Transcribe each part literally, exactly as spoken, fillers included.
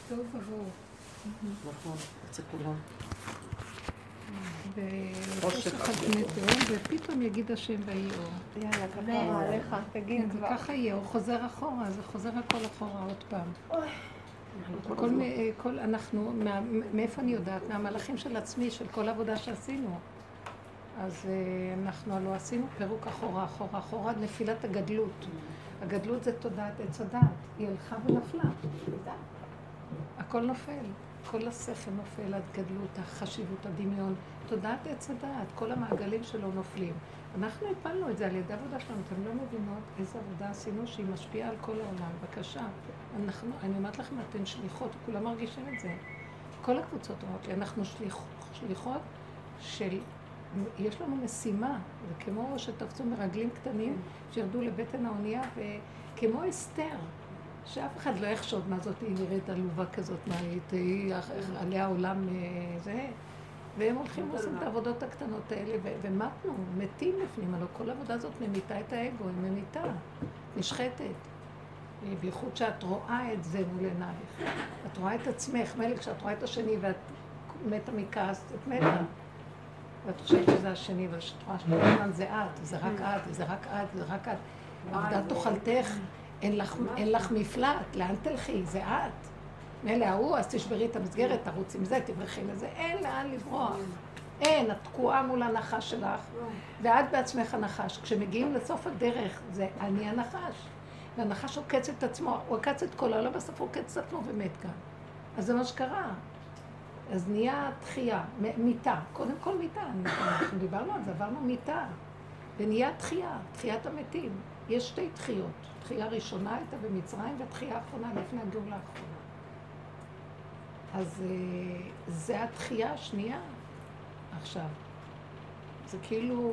טוב עבור. נכון, אצל כולם. וחושך על פני תהום, ופתאום יגיד השם ויהי אור. יאללה, כפרה עליך, תגיד כבר. וככה יהיה, הוא חוזר אחורה, זה חוזר הכל אחורה עוד פעם. כל אנחנו, מאיפה אני יודעת? מהמהלכים של עצמי, של כל העבודה שעשינו. אז אנחנו הלוא עשינו פירוק אחורה, אחורה, אחורה, נפילת הגדלות. הגדלות זה תודעת עץ הדעת, היא הלכה ונפלה. הכל נופל, כל השכל נופל, הגדלות, החשיבות, הדמיון, תודעת עץ הדעת, כל המעגלים שלו נופלים. אנחנו הפלנו את זה על ידי עבודה שלנו, אתם לא מבינות איזה עבודה עשינו שהיא משפיעה על כל העולם. בבקשה, אנחנו, אני אומרת לכם, אתן שליחות, כולם מרגישים את זה. כל הקבוצות אומרות לי, אנחנו שליח, שליחות של, יש לנו משימה, זה כמו שתפצו מרגלים קטנים שירדו לבטן האונייה, וכמו אסתר, שאף אחד לא יחשוד מה זאת, היא נראית עלובה כזאת, מה היא תהי עליה העולם זה. והם הולכים ועושים את העבודות הקטנות האלה, ומתנו, מתים לפנים, הלוא כל העבודה הזאת ממיתה את האגו, היא ממיתה, נשחטת. בייחוד שאת רואה את זה מול עינייך. את רואה את עצמך, מילא כשאת רואה את השני ואת מתה מכעס, את מתה. ואת חושבת שזה השני, ושאת רואה שכל הזמן זה את, זה רק את, זה רק את, זה רק את. עבדת תאכלתך, אין לך מפלט, לאן תלכי, זה את. מילא ההוא, אז תשברי את המסגרת, תרוץ עם זה, תברחי לזה, אין לאן לברוח. אין, את תקועה מול הנחש שלך, ואת בעצמך הנחש. כשמגיעים לסוף הדרך, זה אני הנחש. והנחש עוקץ את עצמו, הוא עקץ את כל העולם, בסוף הוא עוקץ את עצמו ומת גם. אז זה מה שקרה. אז נהיה תחייה, מיטה. קודם כל מיטה, אנחנו דיברנו על זה, עברנו מיטה. ונהיה תחייה, תחיית המתים. יש שתי תחיות. תחייה ראשונה הייתה במצרים, ותחייה האחרונה לפני הגאולה האחרונה. אז זה התחייה השנייה עכשיו. זה כאילו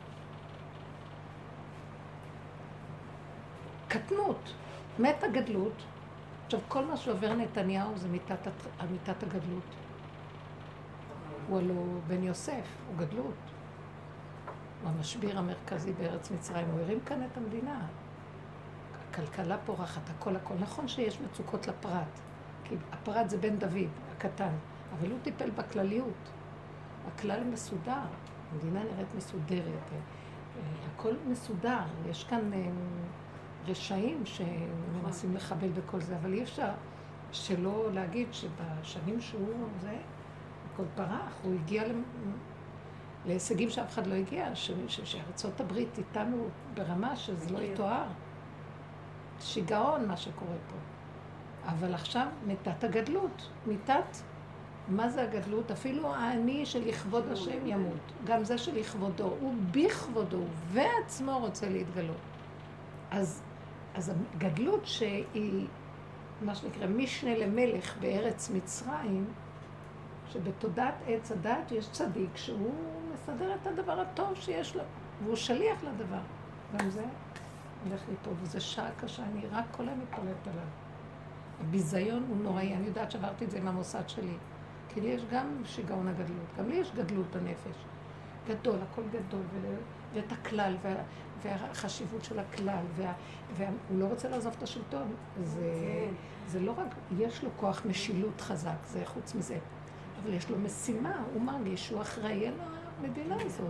קטנות, מת הגדלות. עכשיו, כל מה שעובר נתניהו זה מיטת, מיטת הגדלות. הוא הלא בן יוסף, הוא גדלות. הוא המשביר המרכזי בארץ מצרים. הוא הרים כאן את המדינה. הכלכלה פורחת, הכל הכל. נכון שיש מצוקות לפרט. כי הפרט זה בן דוד, הקטן, אבל הוא טיפל בכלליות. הכלל מסודר, המדינה נראית מסודרת, הכל מסודר. יש כאן רשעים שמנסים לחבל בכל זה, אבל אי אפשר שלא להגיד שבשנים שהוא זה, הכל פרח, הוא הגיע להישגים שאף אחד לא הגיע, שארצות הברית איתנו ברמה שזה לא יתואר. שיגעון מה שקורה פה. אבל עכשיו מיתת הגדלות, מיתת, מה זה הגדלות? אפילו האני שלכבוד השם ימות, גם זה שלכבודו, הוא בכבודו, ועצמו רוצה להתגלות. אז, אז הגדלות שהיא, מה שנקרא, משנה למלך בארץ מצרים, שבתודעת עץ הדת יש צדיק שהוא מסדר את הדבר הטוב שיש לו, והוא שליח לדבר. גם זה הולך ליפול, וזה שעה קשה, אני רק כל היום מתפולת עליו. הביזיון הוא נוראי, אני יודעת שעברתי את זה עם המוסד שלי. כי לי יש גם שיגעון הגדלות, גם לי יש גדלות בנפש. גדול, הכל גדול, ואת הכלל, וה, והחשיבות של הכלל, וה, והוא לא רוצה לעזוב את השלטון. זה, זה לא רק, יש לו כוח משילות חזק, זה חוץ מזה. אבל יש לו משימה, הוא מרגיש שהוא אחראי על המדינה הזאת.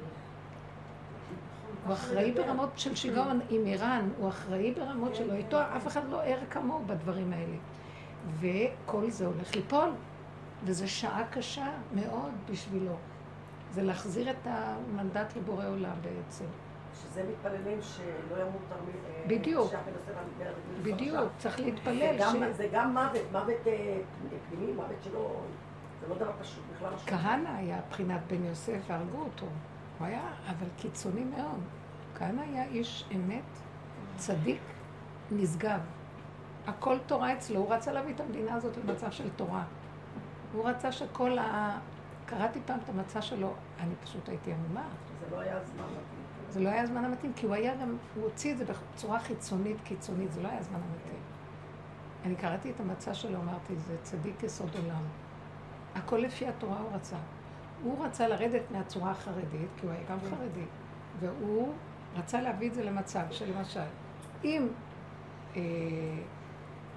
הוא אחראי ברמות של שיגעון עם איראן, הוא אחראי ברמות שלו איתו, אף אחד לא ער כמוהו בדברים האלה. וכל זה הולך ליפול, וזו שעה קשה מאוד בשבילו. זה להחזיר את המנדט לבורא עולם בעצם. שזה מתפללים שלא ימות תרמיד... בדיוק, בדיוק, צריך להתפלל. זה גם מוות, מוות פנימי, מוות שלו, זה לא דבר פשוט, בכלל לא. כהנא היה בחינת בן יוסף והרגו אותו. הוא היה, אבל קיצוני מאוד. כהנא היה איש אמת, צדיק, נשגב. הכל תורה אצלו, הוא רצה להביא את המדינה הזאת למצב של תורה. הוא רצה שכל ה... קראתי פעם את המצע שלו, אני פשוט הייתי עמומה. זה לא היה הזמן המתאים. זה לא היה הזמן המתאים, כי הוא היה גם, הוא הוציא את זה בצורה חיצונית, קיצונית, זה לא היה הזמן המתאים. אני קראתי את המצע שלו, אמרתי, זה צדיק יסוד עולם. הכל לפי התורה הוא רצה. הוא רצה לרדת מהצורה החרדית, כי הוא היה גם חרדי, והוא רצה להביא את זה למצב שלמשל, אם אה,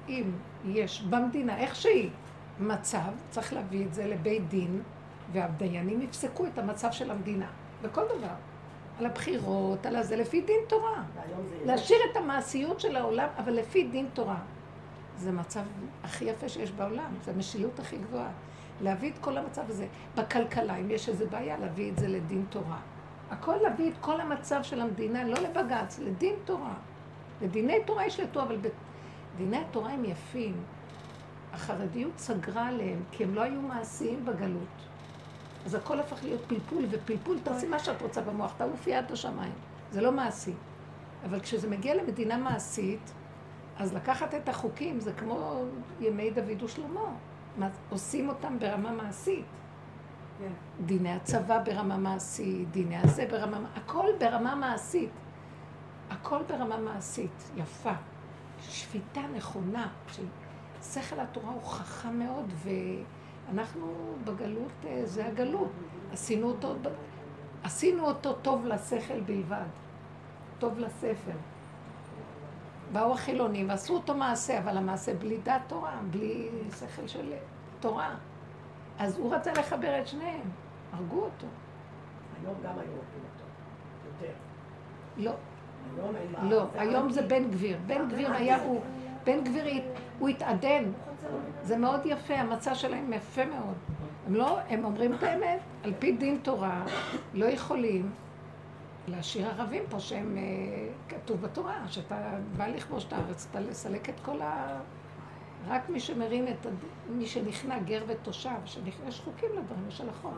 אם יש במדינה, איך שהיא, מצב, צריך להביא את זה לבית דין, והדיינים יפסקו את המצב של המדינה, בכל דבר. על הבחירות, על הזה, לפי דין תורה. להשאיר את המעשיות של העולם, אבל לפי דין תורה. זה מצב הכי יפה שיש בעולם, זה המשילות הכי גבוהה. להביא את כל המצב הזה. בכלכלה, אם יש איזו בעיה, להביא את זה לדין תורה. הכל להביא את כל המצב של המדינה, לא לבג"ץ, לדין תורה. לדיני תורה ישלטו, אבל בדיני התורה הם יפים. החרדיות סגרה עליהם, כי הם לא היו מעשיים בגלות. אז הכל הפך להיות פלפול, ופלפול, תעשי מה שאת רוצה במוח, תעופי עד השמיים. זה לא מעשי. אבל כשזה מגיע למדינה מעשית, אז לקחת את החוקים, זה כמו ימי דוד ושלמה. עושים אותם ברמה מעשית. Yeah. דיני הצבא ברמה מעשית, דיני הזה ברמה... הכל ברמה מעשית. הכל ברמה מעשית, יפה. שפיטה נכונה. שכל התורה הוא חכם מאוד, ואנחנו בגלות, זה הגלות. עשינו אותו, עשינו אותו טוב לשכל בלבד. טוב לספר. באו החילונים ועשו אותו מעשה, אבל המעשה בלי דעת תורה, בלי שכל של תורה. אז הוא רצה לחבר את שניהם, הרגו אותו. היום גם היו הרגו אותו, יותר. לא. היום אין לא, היום זה בן גביר. בן גביר היה הוא, בן גביר הוא התעדן. זה מאוד יפה, המצע שלהם יפה מאוד. הם לא, הם אומרים את האמת, על פי דין תורה, לא יכולים להשאיר ערבים פה שהם כתוב בתורה, שאתה בא לכבוש את הארץ, אתה לסלק את כל ה... רק מי שמרים את... מי שנכנע, גר ותושב, יש חוקים לדברים, יש הלכות.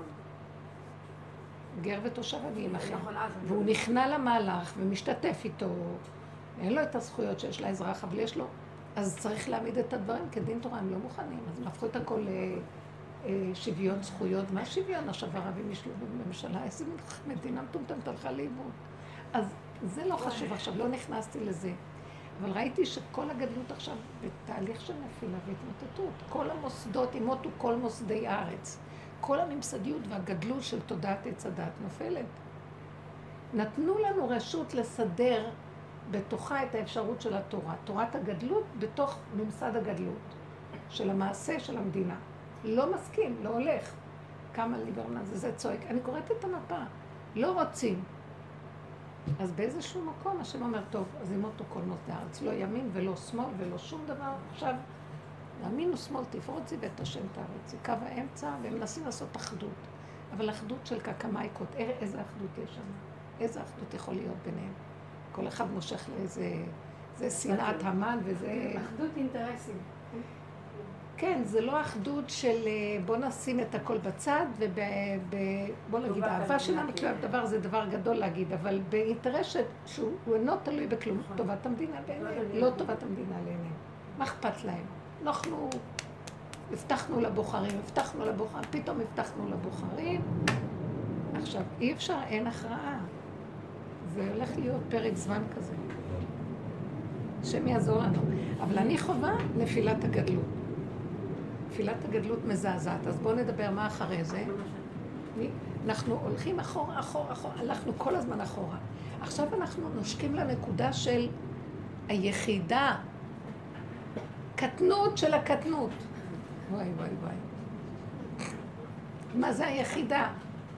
גר ותושב אני עמכם. והוא נכנע למהלך ומשתתף איתו, אין לו את הזכויות שיש לאזרח, אבל יש לו... אז צריך להעמיד את הדברים כדין תורה, הם לא מוכנים. אז הם הפכו את הכל שוויון זכויות. מה שוויון? עכשיו ערבים ישלו בממשלה, איזה מדינה מטומטמת הלכה לאיבוד. אז זה לא חשוב עכשיו, לא נכנסתי לזה. אבל ראיתי שכל הגדלות עכשיו בתהליך של נפילה והתמוטטות. כל המוסדות, ימותו כל מוסדי הארץ. כל הממסדיות והגדלות של תודעת עץ הדת נופלת. נתנו לנו רשות לסדר בתוכה את האפשרות של התורה. תורת הגדלות בתוך ממסד הגדלות של המעשה של המדינה. לא מסכים, לא הולך. כמה ליברמן זה, זה צועק. אני קוראת את המפה. לא רוצים. אז באיזשהו מקום השם אומר, טוב, אז ימותו כל מוסדי הארץ. לא ימין ולא שמאל ולא שום דבר. עכשיו, ימין ושמאל תפרוצי ואת השם תארצי. קו האמצע, והם מנסים לעשות אחדות. אבל אחדות של קקמייקות, איזה אחדות יש שם? איזה אחדות יכול להיות ביניהם? כל אחד מושך לאיזה... זה שנאת המן וזה... אחדות אינטרסים. כן, זה לא אחדות של בוא נשים את הכל בצד, ובוא נגיד, האהבה שלנו תלויה בדבר, זה דבר גדול להגיד, אבל באינטרס שהוא אינו תלוי בכלום, טובת המדינה בעיניהם, לא טובת המדינה לעיניהם. מה אכפת להם? אנחנו הבטחנו לבוחרים, הבטחנו לבוחרים, פתאום הבטחנו לבוחרים. עכשיו, אי אפשר, אין הכרעה. זה הולך להיות פרק זמן כזה. השם יעזור לנו. אבל אני חובה נפילת הגדלות. נפילת הגדלות מזעזעת. אז בואו נדבר מה אחרי זה. אנחנו הולכים אחורה, אחורה, אחורה. הלכנו כל הזמן אחורה. עכשיו אנחנו נושקים לנקודה של היחידה. קטנות של הקטנות. וואי, וואי, וואי. מה זה היחידה?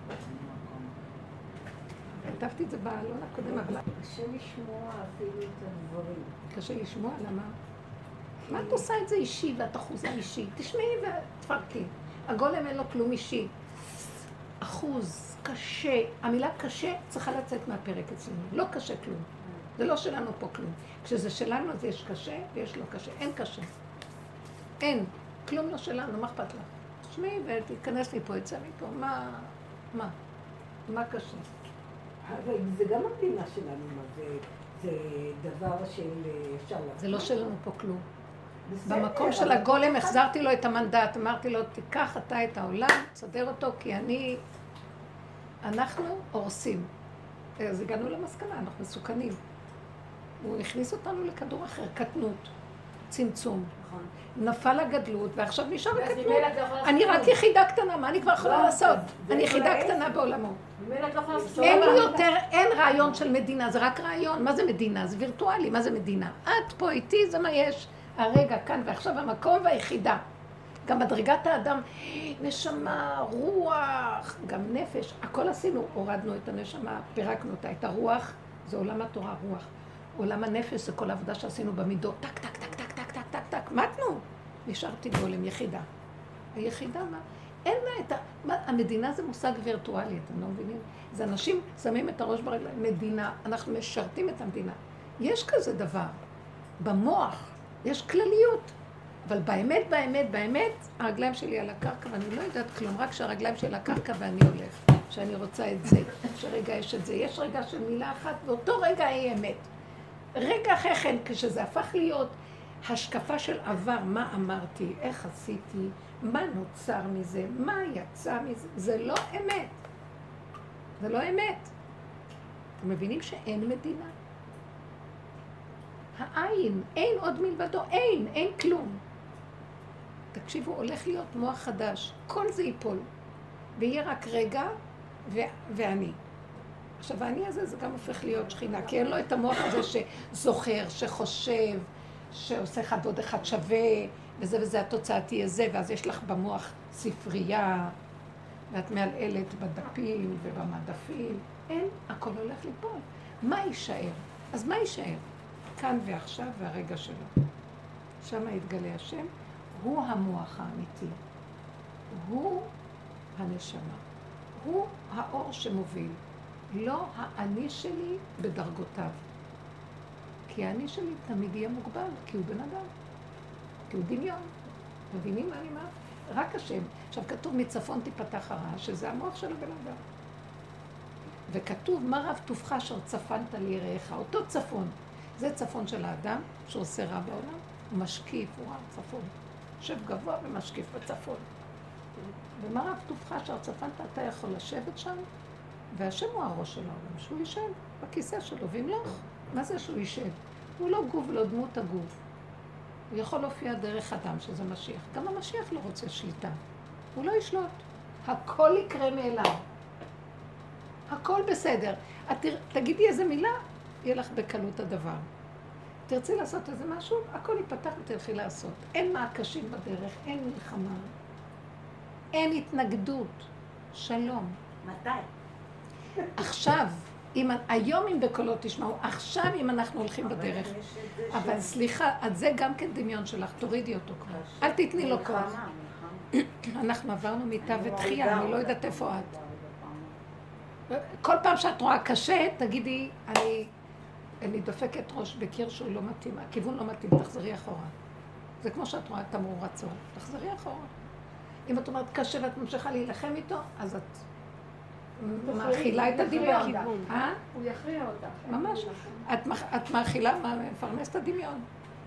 כתבתי את זה בעלון הקודם, אבל... קשה לשמוע אפילו את הדברים. קשה לשמוע? למה? מה את עושה את זה אישי ואת אחוזה אישי? תשמעי ותפרקי. הגולם אין לו כלום אישי. אחוז, קשה. המילה קשה צריכה לצאת מהפרק אצלנו. לא קשה כלום. זה לא שלנו פה כלום. כשזה שלנו אז יש קשה ויש לא קשה. אין קשה. אין. כלום לא שלנו, מה אכפת לך? תשמעי ותיכנס לי פה, יצא מפה. מה? מה? מה קשה? אבל זה גם המדינה שלנו, זה, זה דבר של אפשר לעשות. זה לא שלנו פה כלום. במקום של הגולם החזרתי לו את המנדט, אמרתי לו, תיקח אתה את העולם, תסדר אותו, כי אני, אנחנו הורסים. אז הגענו למסקנה, אנחנו מסוכנים. הוא הכניס אותנו לכדור אחר, קטנות, צמצום. נפל הגדלות, ועכשיו נשאר הקטנות. אני רק יחידה קטנה, מה אני כבר יכולה לעשות? אני יחידה קטנה בעולמו. אין לי יותר, אין רעיון של מדינה, זה רק רעיון. מה זה מדינה? זה וירטואלי, מה זה מדינה? את פה איתי, זה מה יש. הרגע, כאן ועכשיו, המקום והיחידה. גם מדרגת האדם, נשמה, רוח, גם נפש, הכל עשינו, הורדנו את הנשמה, פירקנו אותה, את הרוח, זה עולם התורה, רוח. עולם הנפש זה כל העבודה שעשינו במידות, טק, טק, טק, טק, טק, טק, טק, טק, מתנו. נשארתי גולם, יחידה. היחידה, מה? אין לה את ה... מה, המדינה זה מושג וירטואלי, אתם לא מבינים? זה אנשים שמים את הראש ברגליים, מדינה, אנחנו משרתים את המדינה. יש כזה דבר, במוח, יש כלליות. אבל באמת, באמת, באמת, הרגליים שלי על הקרקע, ואני לא יודעת כלום, רק שהרגליים שלי על הקרקע ואני הולך, שאני רוצה את זה, שרגע יש את זה. יש רגע של מילה אחת, ואותו רגע היא אמת. רגע אחרי כן, כשזה הפך להיות השקפה של עבר, מה אמרתי, איך עשיתי, מה נוצר מזה, מה יצא מזה, זה לא אמת. זה לא אמת. אתם מבינים שאין מדינה? העין, אין עוד מלבדו, אין, אין כלום. תקשיבו, הולך להיות מוח חדש, כל זה ייפול, ויהיה רק רגע ו- ואני. עכשיו, האני הזה זה גם הופך להיות שכינה, כי אין לו את המוח הזה שזוכר, שחושב, שעושה אחד ועוד אחד שווה, וזה וזה התוצאה תהיה זה, ואז יש לך במוח ספרייה, ואת מעלעלת בדפים ובמדפים. אין, הכל הולך ליפול. מה יישאר? אז מה יישאר? כאן ועכשיו והרגע שלו. שם יתגלה השם, הוא המוח האמיתי. הוא הנשמה. הוא האור שמוביל. לא האני שלי בדרגותיו. כי האני שלי תמיד יהיה מוגבל, כי הוא בן אדם. כי הוא דמיון. מבינים מה אני אומר? רק השם. עכשיו כתוב מצפון תיפתח הרע, שזה המוח של הבן אדם. וכתוב מה רב טובך אשר צפנת ליראיך, אותו צפון. זה צפון של האדם שעושה רע בעולם, הוא משקיף, הוא רע צפון. יושב גבוה ומשקיף בצפון. ומה רב טובך אשר צפנת, אתה יכול לשבת שם, והשם הוא הראש של העולם, שהוא יישב בכיסא שלו וימלוך. מה זה שהוא יישב? הוא לא גוף, לא דמות הגוף. הוא יכול להופיע דרך אדם, שזה משיח. גם המשיח לא רוצה שליטה. הוא לא ישלוט. הכל יקרה מאליו. הכל בסדר. את תגידי איזה מילה, יהיה לך בקלות הדבר. תרצי לעשות איזה משהו, הכל ייפתח ותלכי לעשות. אין מעקשים בדרך, אין מלחמה. אין התנגדות. שלום. מתי? עכשיו, אם, היום אם בקולות תשמעו, עכשיו אם אנחנו הולכים בדרך. אבל סליחה, אז זה גם כן דמיון שלך, תורידי אותו כבר. אל תתני לו כוח. אנחנו עברנו מיטה ותחייה, אני לא יודעת איפה את. כל פעם שאת רואה קשה, תגידי, אני, אני דופקת ראש בקיר שהוא לא מתאים, הכיוון לא מתאים, תחזרי אחורה. זה כמו שאת רואה תמרור עצור, תחזרי אחורה. אם את אומרת קשה ואת ממשיכה להילחם איתו, אז את מאכילה את הדמיון. הוא יכריע אותך. ממש. את מאכילה, מפרנס את הדמיון.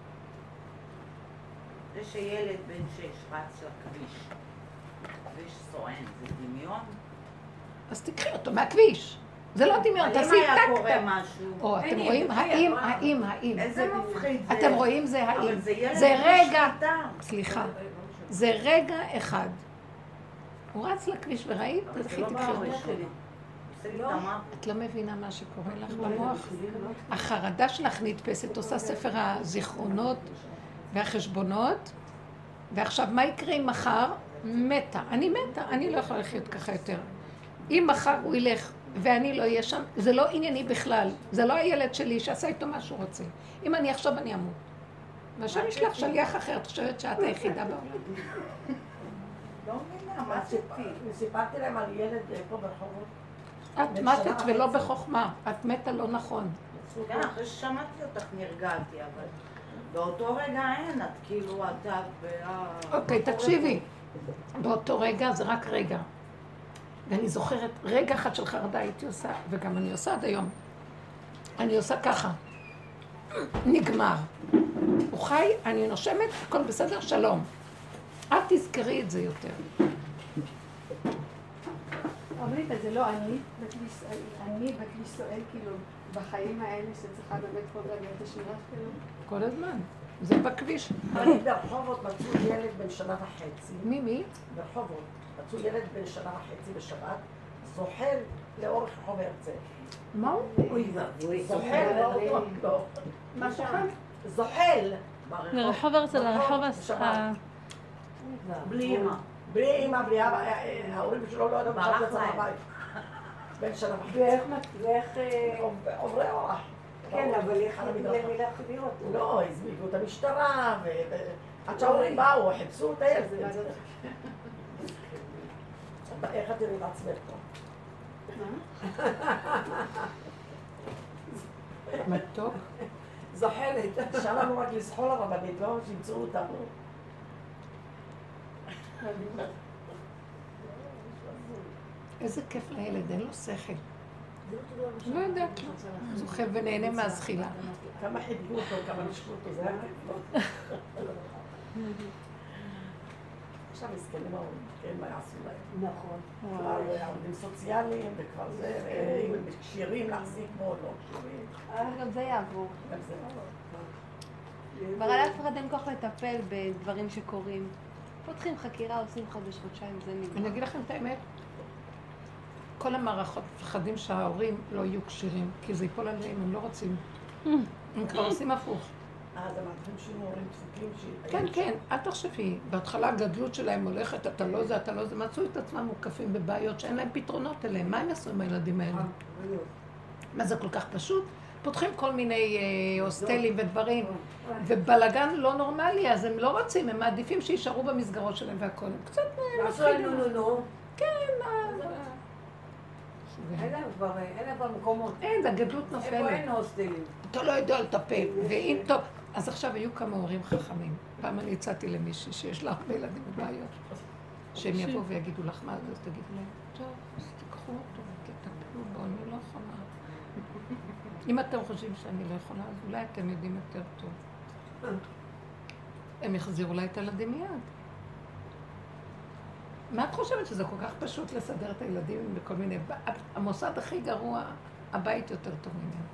זה שילד בן שש רץ לכביש וסואן, זה דמיון? אז תקחי אותו מהכביש. זה לא דמיון, תעשי טק. אם היה קורה משהו. או, אתם רואים? האם, האם, האם. איזה מפחיד זה. אתם רואים זה האם. אבל זה ילד זה רגע. בשליטה. סליחה. זה רגע אחד. הוא רץ לכביש וראית? תתחיל תקחי אותו. את לא מבינה מה שקורה לך במוח? החרדה שלך נתפסת, עושה ספר הזיכרונות והחשבונות, ועכשיו מה יקרה אם מחר? מתה. אני מתה, אני לא יכולה לחיות ככה יותר. אם מחר הוא ילך ואני לא אהיה שם, זה לא ענייני בכלל. זה לא הילד שלי שעשה איתו מה שהוא רוצה. אם אני עכשיו אני אמות. והשם ישלח שליח אחר, את חושבת שאת היחידה בעולם. לא מבינה, מה ציפי? סיפרתי להם על ילד פה ברחובות. את מתת ולא בחוכמה, את מתה לא נכון. כן, אחרי ששמעתי אותך נרגעתי, אבל באותו רגע אין, את כאילו אתה וה... אוקיי, תקשיבי. באותו רגע זה רק רגע. ואני זוכרת, רגע אחד של חרדה הייתי עושה, וגם אני עושה עד היום. אני עושה ככה. נגמר. הוא חי, אני נושמת, הכל בסדר, שלום. אל תזכרי את זה יותר. רבנית, זה לא אני, אני בכלי סואל, כאילו, בחיים האלה שצריכה באמת פה גם את השמירה שלנו? כל הזמן. זה בכביש. אני ברחובות מצאו ילד בן שנה וחצי. מי, מי? ברחובות. מצאו ילד בן שנה וחצי בשבת, זוחל לאורך רחוב הרצל. מה הוא? זוחל לאורך... מה שחל? זוחל לרחוב הרצל, לרחוב ה... בלי אמא. בלי אמא, בלי אבא, ההורים שלו לא ידעו בכלל לצאת מהבית. בן שנה וחצי. ואיך... עוברי אורח. כן, אבל איך נתנו להם להחזיר אותו? לא, הזמינו את המשטרה, עד שההורים באו, חיפשו את הילד. איך את תראי לעצמך פה? מתוק. זוחלת. שם לנו רק לזחול הרבנית, לא שימצאו אותנו. איזה כיף לילד, אין לו שכל. לא יודע כלום. זוכה ונהנה מהזחילה. כמה חיבקו אותו, כמה נשקו אותו, זה היה כיף. עכשיו מסכנים ההורים, כן, מה יעשו להם? נכון. כבר עובדים סוציאליים וכבר זה, אם הם כשירים להחזיק מאוד לא כשירים. גם זה יעבור. גם זה לא. כבר על אף אחד אין כוח לטפל בדברים שקורים. פותחים חקירה, עושים חודש, חודשיים, זה נגמר. אני אגיד לכם את האמת, כל המערכות מפחדים שההורים לא יהיו כשירים, כי זה ייפול עליהם, הם לא רוצים. הם כבר עושים הפוך. אז המערכים שיהיו הורים דפוקים ש... כן, כן, אל תחשבי. בהתחלה הגדלות שלהם הולכת, אתה לא זה, אתה לא זה. מצאו את עצמם מוקפים בבעיות שאין להם פתרונות אליהם. מה הם יעשו עם הילדים האלה? מה זה כל כך פשוט? פותחים כל מיני הוסטלים ודברים, ובלגן לא נורמלי, אז הם לא רוצים, הם מעדיפים שישארו במסגרות שלהם והכל. הם קצת מפחידים. נו, נו, נו. כן, אין להם כבר, אין להם כבר מקומות. אין, הגדלות נופלת. איפה אין הוסטלים? אתה לא יודע לטפל, ואם טוב... אז עכשיו היו כמה הורים חכמים. פעם אני הצעתי למישהי שיש לה הרבה ילדים בבעיות, שהם יבואו ויגידו לך מה זה, אז תגידו להם, טוב, אז תיקחו אותו ותטפלו בו, אני לא יכולה. אם אתם חושבים שאני לא יכולה, אז אולי אתם יודעים יותר טוב. הם יחזירו לה את הילדים מיד. מה את חושבת שזה כל כך פשוט לסדר את הילדים בכל מיני... המוסד הכי גרוע, הבית יותר טוב ממנו.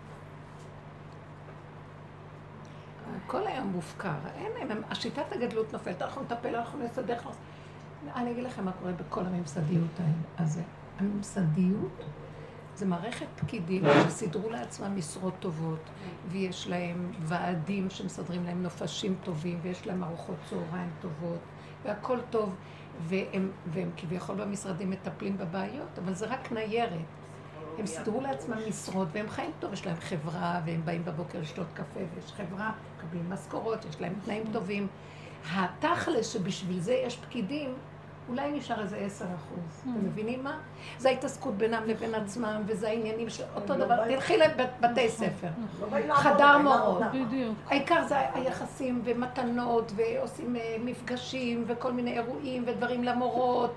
כל היום מופקר, אין להם, השיטת הגדלות נופלת, אנחנו נטפל, אנחנו נסדר, אני אגיד לכם מה קורה בכל הממסדיות הזה. הממסדיות זה מערכת פקידים שסידרו לעצמם משרות טובות, ויש להם ועדים שמסדרים להם נופשים טובים, ויש להם ארוחות צהריים טובות, והכל טוב, והם, והם כביכול במשרדים מטפלים בבעיות, אבל זה רק ניירת. הם סידרו לעצמם משרות, והם חיים טוב, יש להם חברה, והם באים בבוקר לשתות קפה, ויש חברה, מקבלים משכורות, יש להם תנאים טובים. התכלס שבשביל זה יש פקידים, אולי נשאר איזה עשר אחוז. אתם מבינים מה? זה ההתעסקות בינם לבין עצמם, וזה העניינים של אותו דבר. תלכי לבתי ספר, חדר מורות. העיקר זה היחסים ומתנות, ועושים מפגשים, וכל מיני אירועים ודברים למורות.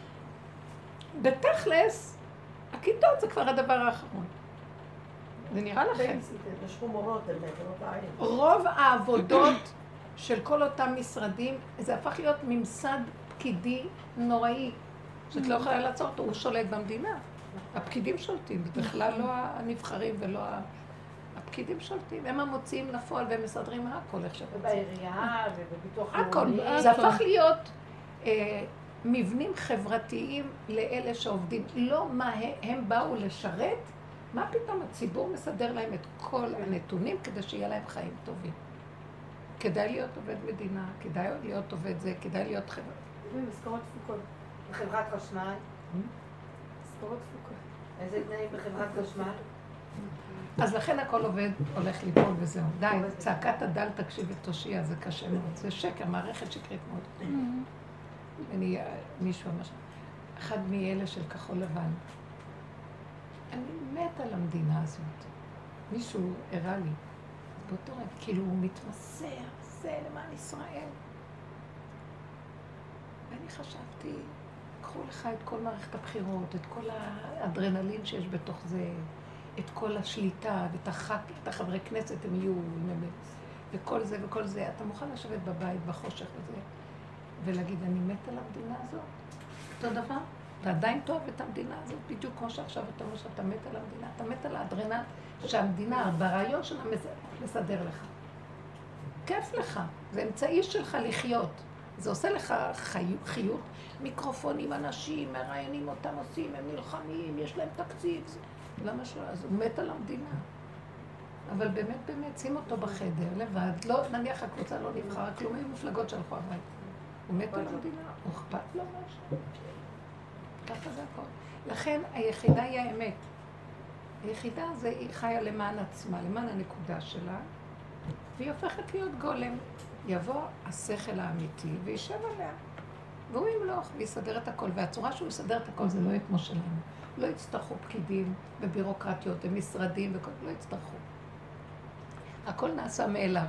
בתכלס, הכיתות זה כבר הדבר האחרון. זה נראה לכם. יש פה מורות, הן מבינות העין. רוב העבודות של כל אותם משרדים, זה הפך להיות ממסד פקידי נוראי, שאת לא יכולה לעצור אותו, הוא שולט במדינה. הפקידים שולטים, זה בכלל לא הנבחרים ולא הפקידים שולטים. הם המוציאים לפועל והם מסדרים הכל איך שאתה רוצה. ובעירייה ובביטוח הכל, זה הפך להיות מבנים חברתיים לאלה שעובדים. לא מה הם באו לשרת, מה פתאום הציבור מסדר להם את כל הנתונים כדי שיהיה להם חיים טובים. כדאי להיות עובד מדינה, כדאי להיות עובד זה, כדאי להיות חברה. משכורות תפוקות. בחברת חשמל? משכורות תפוקות. איזה תנאים בחברת חשמל? אז לכן הכל עובד, הולך ליפול וזהו. די, צעקת הדל תקשיב ותושיע, זה קשה מאוד. זה שקר, מערכת שקרית מאוד. אני, מישהו אמר שם, אחד מאלה של כחול לבן. אני מת על המדינה הזאת. מישהו הראה לי. באותו רגע, כאילו הוא מתמסר, זה למען ישראל. ואני חשבתי, קחו לך את כל מערכת הבחירות, את כל האדרנלין שיש בתוך זה, את כל השליטה, ואת הח"כ, את החברי כנסת, הם יהיו, וכל זה וכל זה. אתה מוכן לשבת בבית, בחושך וזה, ולהגיד, אני מת על המדינה הזאת. אותו דבר, אתה עדיין תאהב את המדינה הזאת, בדיוק כמו שעכשיו אתה אומר שאתה מת על המדינה, אתה מת על האדרנל שהמדינה, ברעיון שלה מסדר לך. כיף לך, זה אמצעי שלך לחיות. זה עושה לך חיות, מיקרופונים, אנשים, מראיינים אותם עושים, הם נלחמים, יש להם תקציב. למה שלא? אז הוא מת על המדינה. אבל באמת באמת שים אותו בחדר, לבד, לא, נניח הקבוצה לא נבחרה, כלום היו מפלגות שהלכו הביתה. הוא מת על המדינה, הוא אכפת לו משהו. ככה זה הכל. לכן היחידה היא האמת. היחידה זה היא חיה למען עצמה, למען הנקודה שלה, והיא הופכת להיות גולם. יבוא השכל האמיתי וישב עליה. והוא ימלוך ויסדר את הכל, והצורה שהוא יסדר את הכל זה לא יהיה כמו שלנו. לא יצטרכו פקידים ובירוקרטיות ומשרדים וכל, לא יצטרכו. הכל נעשה מאליו.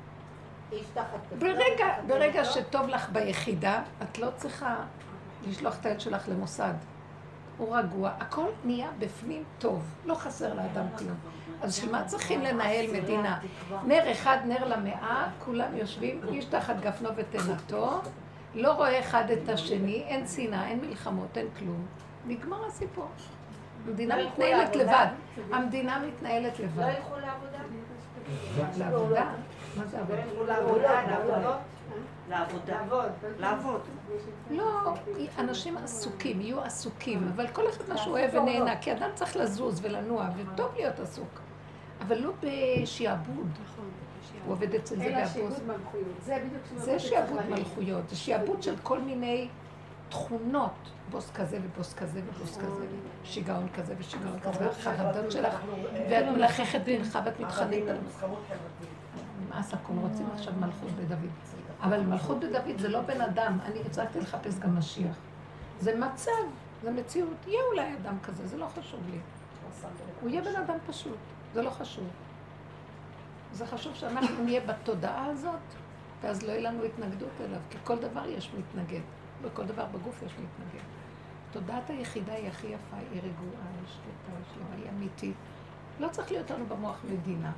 ברגע, ברגע שטוב לך ביחידה, את לא צריכה לשלוח את הילד שלך למוסד. הוא רגוע, הכל נהיה בפנים טוב, לא חסר לאדם כלום. אז שמה צריכים לנהל מדינה? נר אחד, נר למאה, כולם יושבים, איש תחת גפנו ותנתו, לא רואה אחד את השני, אין שנאה, אין מלחמות, אין כלום. נגמר הסיפור. המדינה מתנהלת לבד. המדינה מתנהלת לבד. לא ילכו לעבודה? לעבודה? מה זה עבודה? לעבודה, לעבודה. לעבודה. לעבוד. לא, אנשים עסוקים, יהיו עסוקים, אבל כל אחד מה שהוא אוהב ונהנה, כי אדם צריך לזוז ולנוע, וטוב להיות עסוק. אבל לא בשעבוד. הוא עובד אצל זה אלא באבוס. שעבוד מלכויות. זה בדיוק שעבוד זה שעבוד מלכויות, זה שעבוד של כל מיני תכונות, בוס כזה ובוס כזה ובוס כזה, שיגעון כזה ושיגעון כזה, והחרדות שלך, ואת מלחכת בינך ואת מתחננת. מה הסכון? רוצים עכשיו מלכות בדוד. אבל מלכות בדוד זה לא בן אדם, אני הצלחתי לחפש גם משיח. זה מצב, זה מציאות, יהיה אולי אדם כזה, זה לא חשוב לי. הוא יהיה בן אדם פשוט, זה לא חשוב. זה חשוב שאנחנו נהיה בתודעה הזאת, ואז לא יהיה לנו התנגדות אליו, כי כל דבר יש מתנגד, וכל דבר בגוף יש מתנגד. תודעת היחידה היא הכי יפה, היא רגועה, היא שקטה, היא שלמה, היא אמיתית. לא צריך להיות לנו במוח מדינה.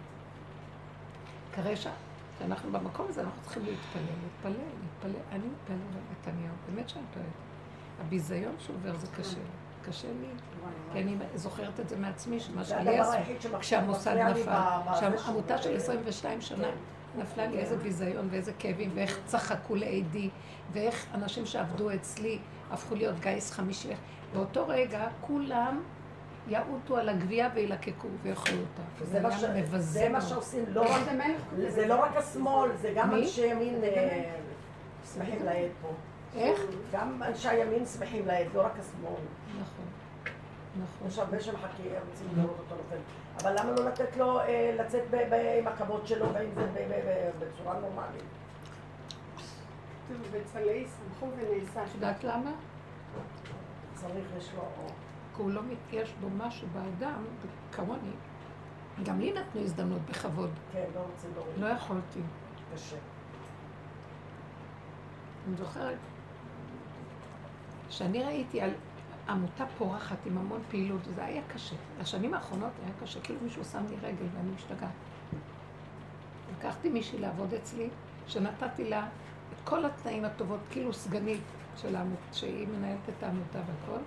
כרגע שאנחנו במקום הזה, אנחנו צריכים להתפלל, להתפלל, להתפלל. אני מתפלל על נתניהו, באמת שאני מתפללת. הביזיון שעובר זה קשה. קשה לי, כי אני זוכרת את זה מעצמי, שמה שלי עשו, כשהמוסד נפל, כשהעמותה של עשרים ושתיים שנה נפלה לי איזה ביזיון ואיזה כאבים, ואיך צחקו לעדי, ואיך אנשים שעבדו אצלי הפכו להיות גיס חמישי. באותו רגע כולם יעוטו על הגבייה וילקקו ויאכלו אותה. זה מה שעושים, זה לא רק השמאל, זה גם אנשי ימין שמחים לעד פה. איך? גם אנשי הימין שמחים לעד, לא רק השמאל. נכון, נכון. יש הרבה שמחכים, רוצים לראות אותו נופל. אבל למה לא לתת לו לצאת עם הכבוד שלו, ועם זה בצורה נורמלית? בצלעי שמחו ונעשה. את יודעת למה? צריך לשלוח. כי הוא לא יש בו משהו באדם, כמוני. גם לי נתנו הזדמנות בכבוד. כן, לא רוצה להוריד. לא יכולתי. קשה. אני זוכרת שאני ראיתי על עמותה פורחת עם המון פעילות, זה היה קשה. השנים האחרונות היה קשה, כאילו מישהו שם לי רגל ואני משתגעת. לקחתי מישהי לעבוד אצלי, שנתתי לה את כל התנאים הטובות, כאילו סגנית של העמותה, שהיא מנהלת את העמותה והכל.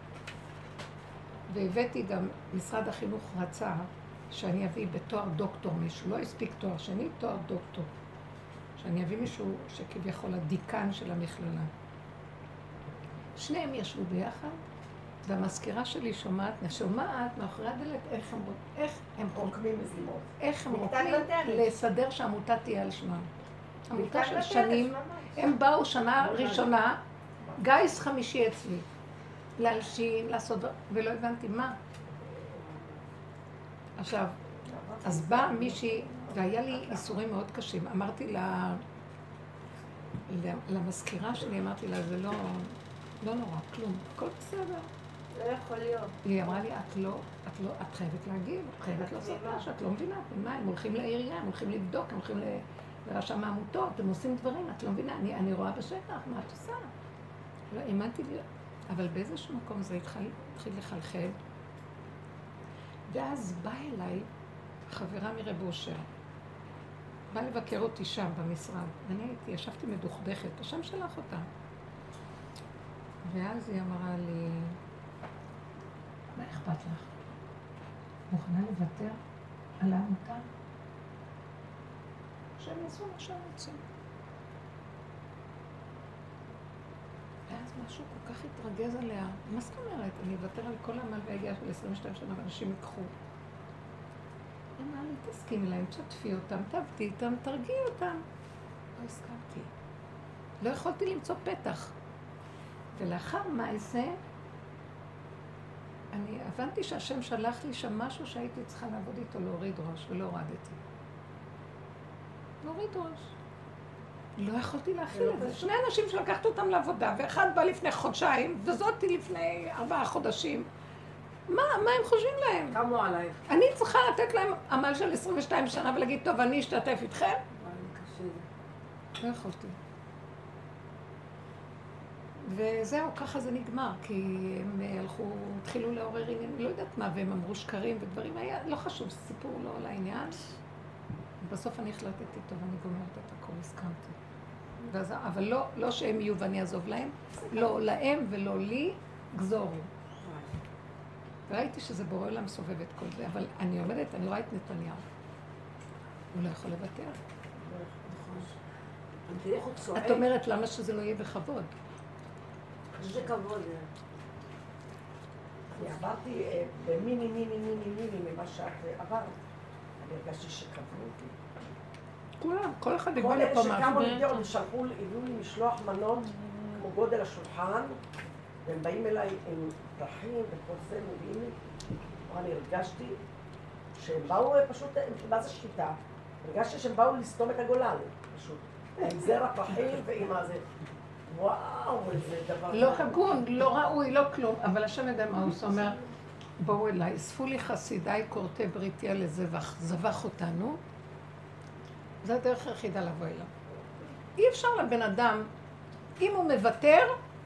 והבאתי גם, משרד החינוך רצה שאני אביא בתואר דוקטור מישהו, לא הספיק תואר שני, תואר דוקטור. שאני אביא מישהו שכביכול הדיקן של המכללה. שניהם ישבו ביחד, והמזכירה שלי שומעת, שומעת מאחורי הדלת איך הם, איך הם רוקמים מזימות. איך הם רוקמים לסדר שהעמותה תהיה על שמם. עמותה של שנים, הם באו שנה ראשונה, גיס חמישי אצלי, להלשין, לעשות, ולא הבנתי מה. עכשיו, אז באה מישהי, והיה לי איסורים מאוד קשים. אמרתי לה, למזכירה שלי, אמרתי לה, זה לא, לא נורא, כלום, הכל בסדר. לא יכול להיות. היא אמרה לי, את לא, את לא, את חייבת להגיב, את חייבת לעשות משהו, את לא מבינה, מה, הם הולכים לעירייה, הם הולכים לבדוק, הם הולכים לרשם העמותות, הם עושים דברים, את לא מבינה, אני, אני רואה בשטח, מה את עושה? לא, האמנתי לי, אבל באיזשהו מקום זה התחיל, התחיל לחלחל, ואז באה אליי חברה מרב אושר, באה לבקר אותי שם במשרד, ואני הייתי, ישבתי מדוכדכת, השם שלח אותה. ואז היא אמרה לי, מה אכפת לך? מוכנה לוותר על העמותה? שהם יעשו מה שהם רוצים. ואז משהו כל כך התרגז עליה. מה זאת אומרת? אני אוותר על כל העמל והגיעה של עשרים ושתיים שנה, ואנשים יקחו. אמרה לי, תסכימי להם, תשתפי אותם, תעבדי איתם, תרגיעי אותם. לא הסכמתי. לא יכולתי למצוא פתח. ולאחר מעשה, אני הבנתי שהשם שלח לי שם משהו שהייתי צריכה לעבוד איתו, להוריד ראש, ולא הורדתי. להוריד ראש. לא יכולתי להכיל את זה. שני אנשים שלקחת אותם לעבודה, ואחד בא לפני חודשיים, וזאתי לפני ארבעה חודשים. מה, מה הם חושבים להם? קמו עלייך. אני צריכה לתת להם עמל של עשרים ושתיים שנה ולהגיד, טוב, אני אשתתף איתכם? לא יכולתי. וזהו, ככה זה נגמר, כי הם הלכו, התחילו לעורר עניין, לא יודעת מה, והם אמרו שקרים ודברים, היה, לא חשוב, סיפור לא על העניין. בסוף אני החלטתי, טוב, אני גומרת את הכל, הסכמתי. ואז, אבל לא, לא שהם יהיו ואני אעזוב להם, לא להם ולא לי, גזורו. וראיתי שזה בורא עולם סובב את כל זה, אבל אני עומדת, אני רואה את נתניהו. הוא לא יכול לוותר. את אומרת, למה שזה לא יהיה בכבוד? זה כבוד. אני עברתי במיני, מיני, מיני, מיני ממה שאת עברת. אני הרגשתי שקבלו אותי. כולם, כל אחד יבוא כל לפה אלה שקמו משהו. נגיע עוד שלחו, הביאו לי משלוח מנות כמו גודל השולחן, והם באים אליי עם פרחים וכל זה מובילים לי. אני הרגשתי שהם באו פשוט, מה זה שחיטה? הרגשתי שהם באו לסתום את הגולן, פשוט. עם זרע פרחים ועם הזה. וואו, איזה דבר... לא הגון, לא ראוי, לא כלום, אבל השם יודע מה הוא אומר. בואו אליי, אספו לי חסידיי כורתי בריתי על הזבח, זבח אותנו. זו הדרך היחידה לבוא אליו. אי אפשר לבן אדם, אם הוא מוותר,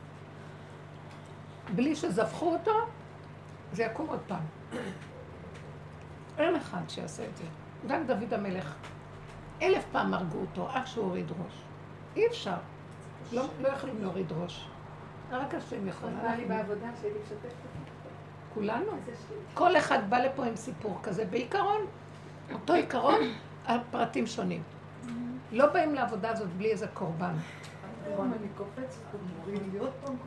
בלי שזבחו אותו, זה יקום עוד פעם. אין אחד שיעשה את זה. גם דוד המלך. אלף פעם הרגו אותו, עד שהוא הוריד ראש. אי אפשר. לא, לא יכולים להוריד ראש. רק השם יכול. בא לי בעבודה שהייתי משתפת. כולנו. כל אחד בא לפה עם סיפור כזה. בעיקרון, אותו עיקרון, הפרטים שונים. לא באים לעבודה הזאת בלי איזה קורבן. היום אני קופצת, מוריד לי עוד פעם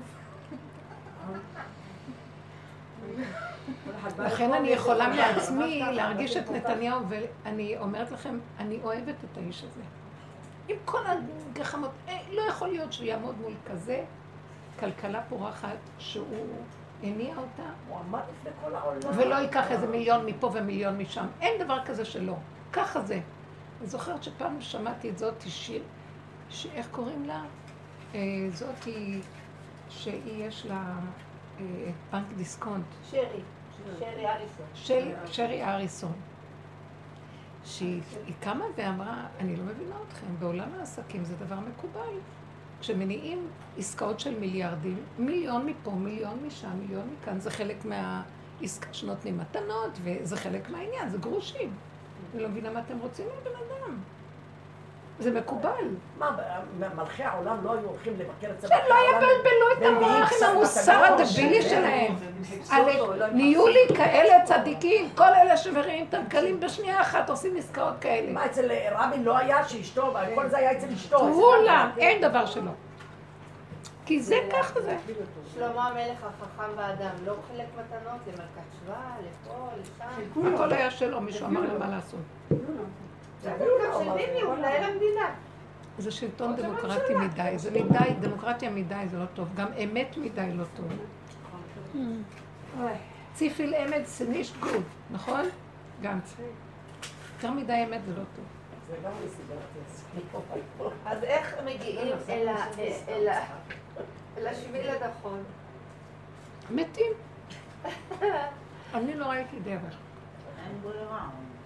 קופצת. לכן אני יכולה מעצמי להרגיש את נתניהו, ואני אומרת לכם, אני אוהבת את האיש הזה. עם כל הגחמות, לא יכול להיות שהוא יעמוד מול כזה כלכלה פורחת שהוא הניע אותה. הוא עמד לפני כל העולם. ולא ייקח איזה מיליון מפה ומיליון משם. אין דבר כזה שלא. ככה זה. אני זוכרת שפעם שמעתי את זאתי שיר, שאיך קוראים לה? זאתי שהיא יש לה בנק דיסקונט. שרי, שרי אריסון. שרי, שרי אריסון. שהיא קמה ואמרה, אני לא מבינה אתכם, בעולם העסקים זה דבר מקובל. כשמניעים עסקאות של מיליארדים, מיליון מפה, מיליון משם, מיליון מכאן, זה חלק מהעסקה שנותנים מתנות, וזה חלק מהעניין, זה גרושים. אני לא מבינה מה אתם רוצים מבן אדם. זה מקובל. מה, מלכי העולם לא היו הולכים לבקר את זה? שלא יבלבלו את המוח עם המוסר הדבילי שלהם. נהיו לי כאלה צדיקים, כל אלה שמריעים תנקלים בשנייה אחת עושים עסקאות כאלה. מה, אצל רבין לא היה שאשתו, כל זה היה אצל אשתו. כולם, אין דבר שלא. כי זה ככה זה. שלמה המלך החכם באדם, לא חילק מתנות למלכת שבא, לפה, לשם. הכל היה שלו, מישהו אמר לו מה לעשות. זה גם של ביבי, הוא מנהל המדינה. זה שלטון דמוקרטי מדי, זה מדי, דמוקרטיה מדי זה לא טוב, גם אמת מדי לא טוב. ציפיל אמת סנישט גוד, נכון? גם יותר מדי אמת זה לא טוב. זה גם מסיבת. אז איך מגיעים אל השביל הנכון? מתים. אני לא ראיתי דרך. אין ברירה.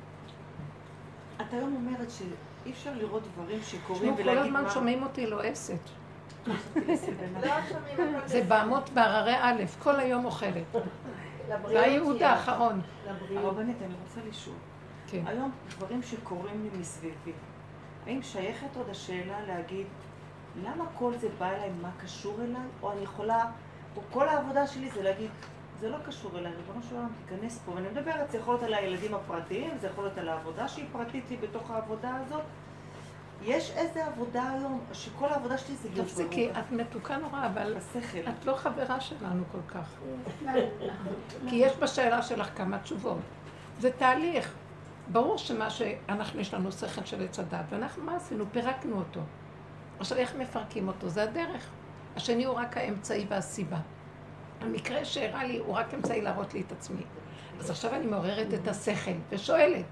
את היום אומרת שאי אפשר לראות דברים שקורים כל הזמן שומעים אותי לועסת. לא שומעים אותם. זה בעמות בהררי א', כל היום אוכלת. זה הייעוד האחרון. הרבנית, אני רוצה לשאול. היום דברים שקורים לי מסביבי, האם שייכת עוד השאלה להגיד למה כל זה בא אליי, מה קשור אליי? או אני יכולה, או כל העבודה שלי זה להגיד, זה לא קשור אליי, ריבונו של עולם, תיכנס פה. ואני מדברת, זה יכול להיות על הילדים הפרטיים, זה יכול להיות על העבודה שהיא פרטית לי בתוך העבודה הזאת. יש איזה עבודה היום, שכל העבודה שלי זה להיות ברור. תפסיקי, את מתוקה נורא, אבל בשכל. את לא חברה שלנו כל כך. כי יש בשאלה שלך כמה תשובות. זה תהליך. ברור שמה שאנחנו, יש לנו שכל של עץ הדת, ואנחנו מה עשינו? פירקנו אותו. עכשיו, איך מפרקים אותו? זה הדרך. השני הוא רק האמצעי והסיבה. המקרה שהראה לי הוא רק אמצעי להראות לי את עצמי. אז עכשיו אני מעוררת את השכל ושואלת,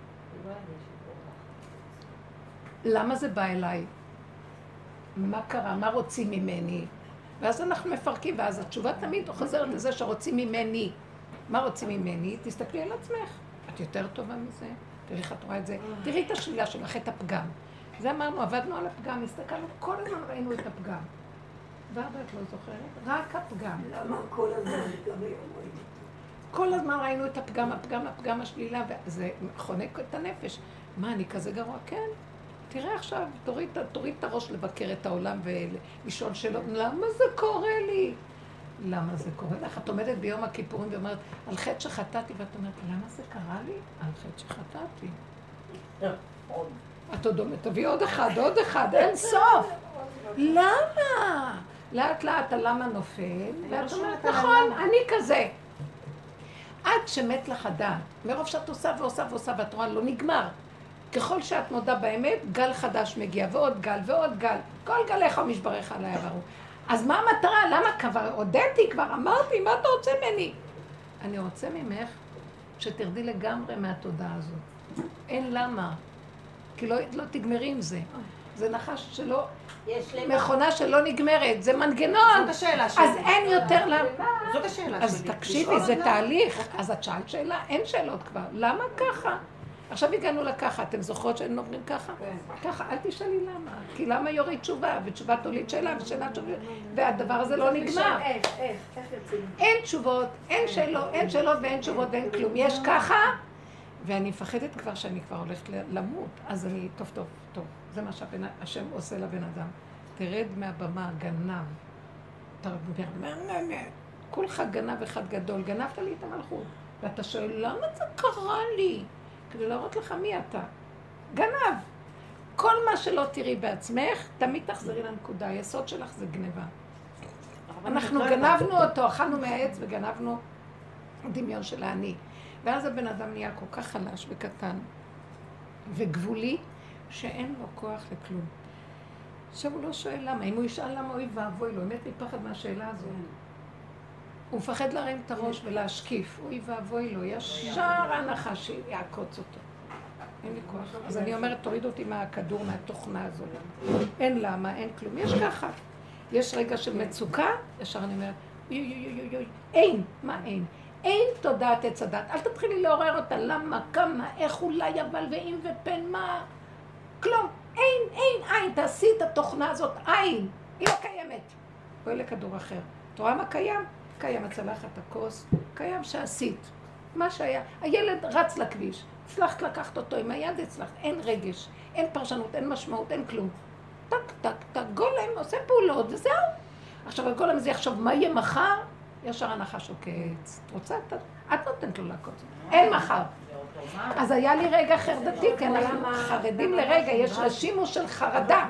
למה זה בא אליי? מה קרה? מה רוצים ממני? ואז אנחנו מפרקים, ואז התשובה תמיד חוזרת לזה שרוצים ממני. מה רוצים ממני? תסתכלי על עצמך. את יותר טובה מזה? תראי איך את רואה את זה. תראי את השלילה שלך, את הפגם. זה אמרנו, עבדנו על הפגם, הסתכלנו, כל הזמן ראינו את הפגם. ועד את לא זוכרת? רק הפגם. למה כל הזמן גם היום רואים? כל הזמן ראינו את הפגם, הפגם, הפגם, השלילה, וזה חונק את הנפש. מה, אני כזה גרוע? כן. תראה עכשיו, תוריד, תוריד את הראש לבקר את העולם ולשאול שאלות, למה זה קורה לי? למה זה קורה לך? את עומדת ביום הכיפורים ואומרת, על חטא שחטאתי, ואת אומרת, למה זה קרה לי? על חטא שחטאתי. את עוד אומרת, תביא עוד אחד, עוד אחד, אין סוף. למה? לאט לאט הלמה נופל, ואת אומרת, נכון, אני כזה. עד שמת לך הדעת, מרוב שאת עושה ועושה ועושה, ואת רואה, לא נגמר. ככל שאת מודה באמת, גל חדש מגיע, ועוד גל ועוד גל. כל גליך ומשבריך עליי עברו. אז מה המטרה? למה כבר הודיתי, כבר אמרתי, מה אתה רוצה ממני? אני רוצה ממך שתרדי לגמרי מהתודעה הזאת. אין למה. כי לא, לא תגמרי עם זה. זה נחש שלא, מכונה שלא נגמרת, זה מנגנון. זאת השאלה שלי. אז אין יותר למה. זאת השאלה שלי. אז תקשיבי, זה תהליך. אז את שאלת שאלה, אין שאלות כבר. למה ככה? עכשיו הגענו לככה, אתם זוכרות שהיינו אומרים ככה? ככה, אל תשאלי למה. כי למה יוריד תשובה, ותשובה תוליד שאלה, ושאלה תשובה, והדבר הזה לא נגמר. איך, איך, איך יוצאים? אין תשובות, אין שאלות, אין שאלות ואין תשובות ואין כלום. יש ככה, ואני מפחדת כבר שאני כבר הולכת למות. אז אני, טוב, טוב, טוב. זה מה שהשם עושה לבן אדם. תרד מהבמה, גנב. כולך גנב אחד גדול, גנבת לי את המלכות. ואתה שואל, למה זה קרה לי? כדי להראות לך מי אתה. גנב. כל מה שלא תראי בעצמך, תמיד תחזרי לנקודה. היסוד שלך זה גניבה. אנחנו גנבנו אותו, אכלנו מהעץ וגנבנו דמיון של העני. ואז הבן אדם נהיה כל כך חלש וקטן וגבולי, שאין לו כוח לכלום. עכשיו הוא לא שואל למה. אם הוא ישאל למה, אוי ואבוי לו, באמת מפחד מהשאלה הזאת. הוא מפחד להרים את הראש ולהשקיף. אוי ואבוי לו, ישר הנחש שיעקוץ אותו. אין לי כוח. אז אני אומרת, תוריד אותי מהכדור, מהתוכנה הזאת. אין למה, אין כלום. יש ככה. יש רגע של מצוקה, ישר אני אומרת, יוי יוי יוי יוי, אין. מה אין? אין תודעת עץ הדת. אל תתחילי לעורר אותה. למה, כמה, איך, אולי, אבל, ואם ופן, מה? כלום. אין, אין, אין. תעשי את התוכנה הזאת. אין. היא לא קיימת. בואי לכדור אחר. את רואה מה קיים? קיים הצלחת הכוס, קיים שעשית. מה שהיה, הילד רץ לכביש, הצלחת לקחת אותו עם היד, הצלחת, אין רגש, אין פרשנות, אין משמעות, אין כלום. טק, טק, טק, גולם עושה פעולות וזהו. עכשיו הגולם הזה יחשוב, מה יהיה מחר? ישר הנחש עוקץ. את רוצה? את, את נותנת לו לעקוץ. אין מחר. אז היה לי רגע חרדתי, כי אנחנו חרדים לרגע, יש רשימו של חרדה.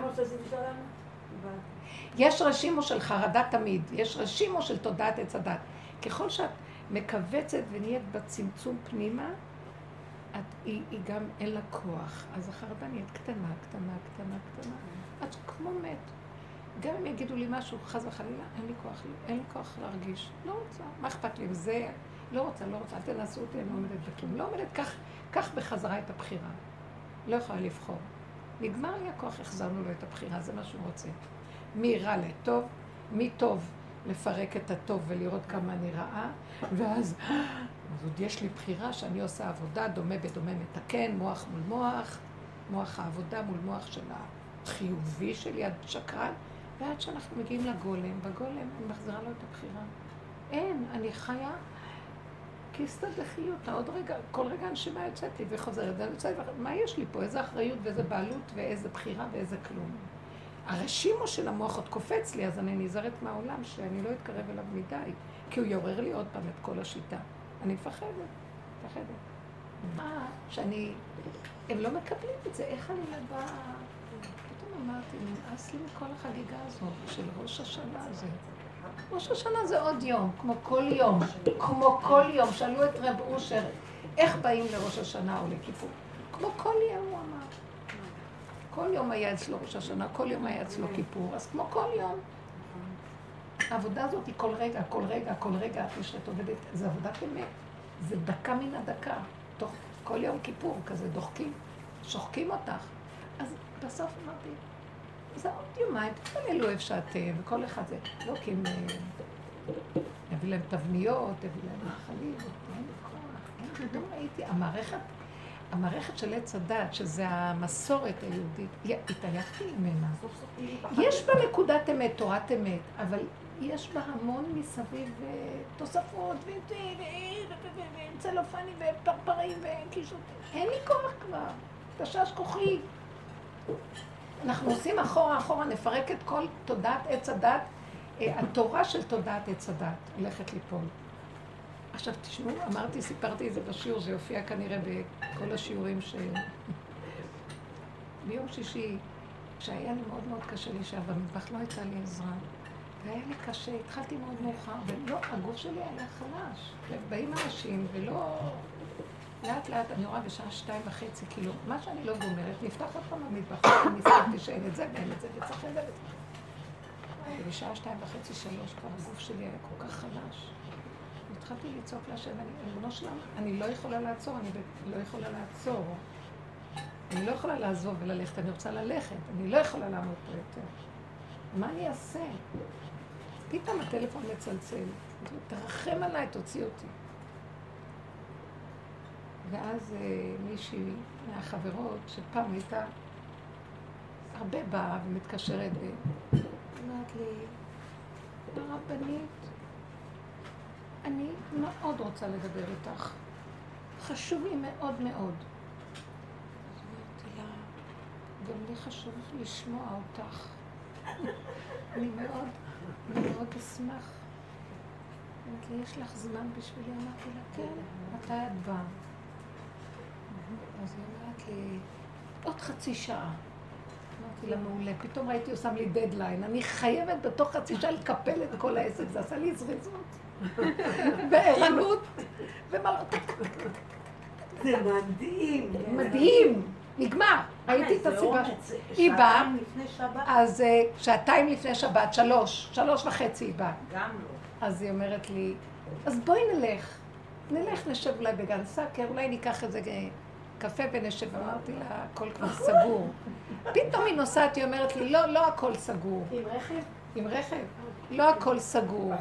יש רשימו של חרדה תמיד, יש רשימו של תודעת עץ הדת. ככל שאת מקבצת ונהיית בצמצום פנימה, את, היא, היא גם אין לה כוח. אז החרדה נהיית קטנה, קטנה, קטנה, קטנה. את כמו מת. גם אם יגידו לי משהו, חס וחלילה, אין לי כוח, אין לי כוח להרגיש. לא רוצה, מה אכפת לי? זה, לא רוצה, לא רוצה, אל תנסו אותי, אני לא עומדת בכלום. לא עומדת, כך, כך בחזרה את הבחירה. לא יכולה לבחור. נגמר לי הכוח, החזרנו לו את הבחירה, זה מה שהוא רוצה. מי רע לטוב, מי טוב לפרק את הטוב ולראות כמה אני רעה, ואז, אז עוד יש לי בחירה שאני עושה עבודה דומה בדומה מתקן, מוח מול מוח, מוח העבודה מול מוח של החיובי שלי, השקרן, ועד שאנחנו מגיעים לגולם, בגולם אני מחזירה לו את הבחירה. אין, אני חיה כיסתא דחיותא, עוד רגע, כל רגע הנשימה יוצאתי וחוזרת, מה יש לי פה? איזה אחריות ואיזה בעלות ואיזה בחירה ואיזה כלום. הרשימו של המוח עוד קופץ לי, אז אני נזהרת מהעולם שאני לא אתקרב אליו מדי, כי הוא יעורר לי עוד פעם את כל השיטה. אני מפחדת, מפחדת. מה, שאני, הם לא מקבלים את זה, איך אני לבא... פתאום אמרתי, נמאס לי מכל החגיגה הזאת של ראש השנה הזה. ראש השנה זה עוד יום, כמו כל יום, כמו כל יום. שאלו את רב אושר, איך באים לראש השנה או לכיפור? כמו כל יום הוא אמר. כל יום היה אצלו ראש השנה, כל יום היה אצלו כיפור, אז כמו כל יום. העבודה הזאת היא כל רגע, כל רגע, כל רגע, את נשארת עובדת, זה עבודת אמת. זה דקה מן הדקה. תוך כל יום כיפור כזה דוחקים, שוחקים אותך. אז בסוף אמרתי, זה עוד יומיים, תתפללו איפה שאתם, וכל אחד זה, לא כי הם הביא להם תבניות, הביא להם מאכלים, אין לי כוח. פתאום ראיתי, המערכת, המערכת של עץ הדת, שזה המסורת היהודית, התעייפתי ממנה. יש בה נקודת אמת, תורת אמת, אבל יש בה המון מסביב תוספות, וצלופנים, ופרפרים, וקישוטים. אין לי כוח כבר, תשש כוחי. אנחנו עושים אחורה, אחורה, נפרק את כל תודעת עץ הדת, התורה של תודעת עץ הדת הולכת ליפול. עכשיו תשמעו, אמרתי, סיפרתי את זה בשיעור, זה יופיע כנראה בכל השיעורים ש... ביום שישי, כשהיה לי מאוד מאוד קשה להישאר במטבח, לא הייתה לי עזרה. והיה לי קשה, התחלתי מאוד מאוחר, ולא, הגוף שלי היה חלש. ובאים אנשים, ולא... לאט לאט אני רואה בשעה שתיים וחצי, כאילו, מה שאני לא גומרת, נפתח עוד פעם במטבח, אני נזכרתי שאין את זה ואין את זה, וצריך את זה וצריך. ובשעה שתיים וחצי, שלוש, כבר הגוף שלי היה כל כך חלש. התחלתי לצעוק להשם, אני, ריבונו שלם, אני לא יכולה לעצור, אני לא יכולה לעצור. אני לא יכולה לעזוב וללכת, אני רוצה ללכת, אני לא יכולה לעמוד פה יותר. מה אני אעשה? פתאום הטלפון מצלצל, תרחם עליי, תוציא אותי. ואז מישהי מהחברות, שפעם הייתה הרבה באה ומתקשרת, ואומרת לי, הרבנית, אני מאוד רוצה לדבר איתך. חשוב לי מאוד מאוד. אז אמרתי לה, גם לי חשוב לשמוע אותך. אני מאוד, מאוד אשמח. אמרתי לי, יש לך זמן בשבילי? אמרתי לה, כן, מתי את באה? אז היא אומרת לי, עוד חצי שעה. אמרתי לה, מעולה. פתאום ראיתי, הוא שם לי דדליין. אני חייבת בתוך חצי שעה לקפל את כל העסק. זה עשה לי זריזות. בערנות. ומלאות. זה מדהים. מדהים. נגמר. ראיתי את הסיבה. היא באה. אז שעתיים לפני שבת, שלוש. שלוש וחצי היא באה. גם לא. אז היא אומרת לי, אז בואי נלך. נלך נשב אולי בגן סאקר, אולי ניקח איזה קפה ונשב. אמרתי לה, הכל כבר סגור. פתאום היא נוסעת, היא אומרת לי, לא, לא הכל סגור. עם רכב? עם רכב. לא הכל סגור.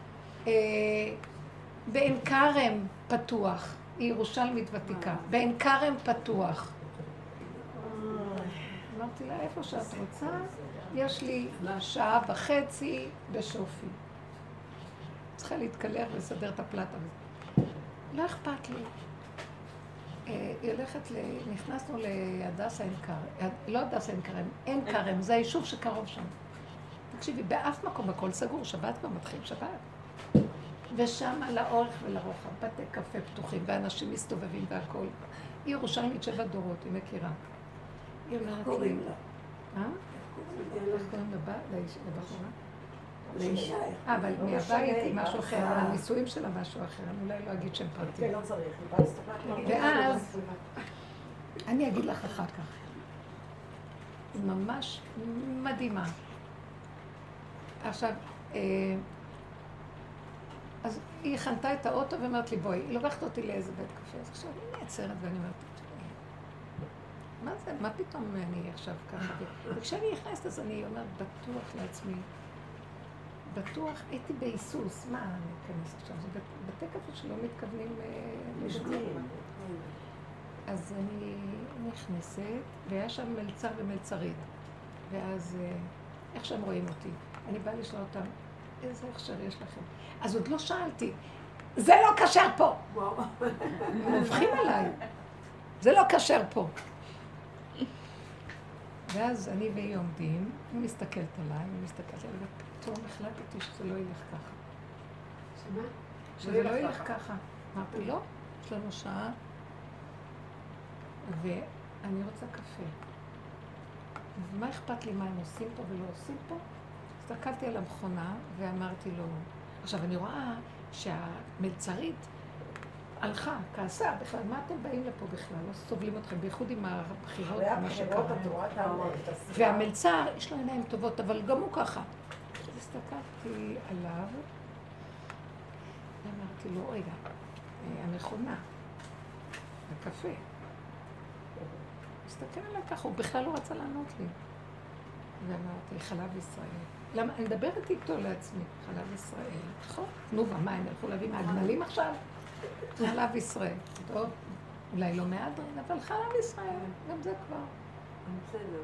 בעין כרם פתוח. היא ירושלמית ותיקה. בעין כרם פתוח. אמרתי לה, איפה שאת רוצה? יש לי שעה וחצי בשופי. צריכה להתקלח ולסדר את הפלטה הזה. לא אכפת לי. היא הולכת, נכנסנו להדסה עין כרם, לא הדסה עין כרם, עין כרם, זה היישוב שקרוב שם. תקשיבי, באף מקום הכל סגור, שבת כבר מתחיל שבת. ושם לאורך ולרוחב, בתי קפה פתוחים, ואנשים מסתובבים והכל. היא ירושלמית שבע דורות, היא מכירה. היא אומרת לי... קוראים לה. אה? איך קוראים לבחורה? לאישה. אה, אבל מהבית היא משהו אחר, הנישואים שלה משהו אחר, אני אולי לא אגיד שם פרטי. כן, לא צריך, היא באה להסתכל. ואז, אני אגיד לך אחר כך, היא ממש מדהימה. עכשיו, אז היא הכנתה את האוטו ואומרת לי, בואי, היא לוקחת אותי לאיזה בית קפה, אז עכשיו אני נעצרת ואני אומרת, מה זה, מה פתאום אני עכשיו ככה? וכשאני נכנסת אז אני אומרת, בטוח לעצמי, בטוח, הייתי בהיסוס, מה אני אכנס עכשיו? זה בתי קפה שלא מתכוונים לשנים. אז אני נכנסת, והיה שם מלצר ומלצרית. ואז, איך שהם רואים אותי, אני באה לשאול אותם, איזה הכשר יש לכם? אז עוד לא שאלתי, זה לא כשר פה! הם הופכים עליי, זה לא כשר פה. ואז אני והיא עומדים, היא מסתכלת עליי, היא מסתכלת עליי, ופתאום החלטתי שזה לא ילך ככה. שמה? שזה לא ילך ככה. אמרתי, לא, יש לנו שעה, ואני רוצה קפה. ומה אכפת לי מה הם עושים פה ולא עושים פה? הסתכלתי על המכונה ואמרתי לו, עכשיו אני רואה שהמלצרית, הלכה, כעסה, בכלל, מה אתם באים לפה בכלל? לא סובלים אתכם, בייחוד עם הבחירות ומה הבחירות, שקרה. התורה תעמוד, את הסיבה. והמלצר, יש לו עיניים טובות, אבל גם הוא ככה. אז הסתכלתי עליו, ואמרתי לו, רגע, המכונה, הקפה. הסתכל עליי ככה, הוא בכלל לא רצה לענות לי. ואמרתי, חלב ישראל. למה? אני מדברת איתו לעצמי, חלב ישראל. נכון? תנובה, מה, הם ילכו להביא מהגמלים עכשיו? חלב ישראל. טוב, אולי לא מהדרין, אבל חלב ישראל, גם זה כבר. בסדר.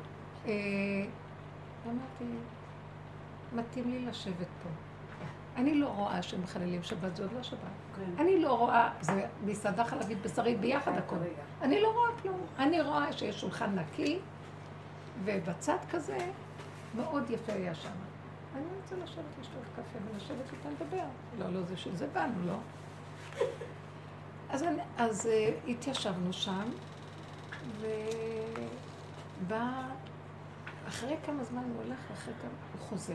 אמרתי, מתאים לי לשבת פה. אני לא רואה שהם מחללים שבת, זה עוד לא שבת. אני לא רואה, זה מסעדה חלבית בשרית ביחד הכל. אני לא רואה כלום. אני רואה שיש שולחן נקי, ובצד כזה מאוד יפה היה שם. אני רוצה לשבת לשתות קפה ולשבת איתה לדבר. לא, לא, זה שזה באנו, לא? אז, אני, אז uh, התיישבנו שם, ובא, אחרי כמה זמן הוא הולך, אחרי כמה, הוא חוזר.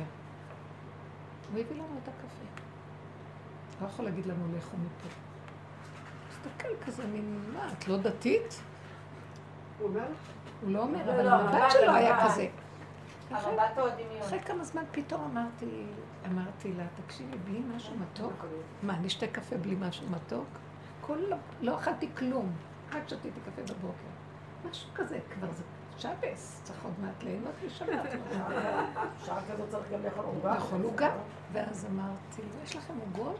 הוא הביא לנו את הקפה. לא יכול להגיד לנו לאכול מפה. הסתכל כזה, מין, מה, את לא דתית? הוא אומר? הוא לא אומר, אבל המבט שלו היה כזה. המבט או הדמיון? אחרי כמה זמן פתאום אמרתי, אמרתי לה, תקשיבי, בלי משהו מתוק? מה, נשתה קפה בלי משהו מתוק? כל, לא אכלתי כלום, רק שתיתי קפה בבוקר. משהו כזה, כבר זה שבס, צריך עוד מעט ליהנות לשבת. שעה כזאת צריך גם לאכול עוגה. לאכול עוגה. ואז אמרתי, יש לכם עוגות?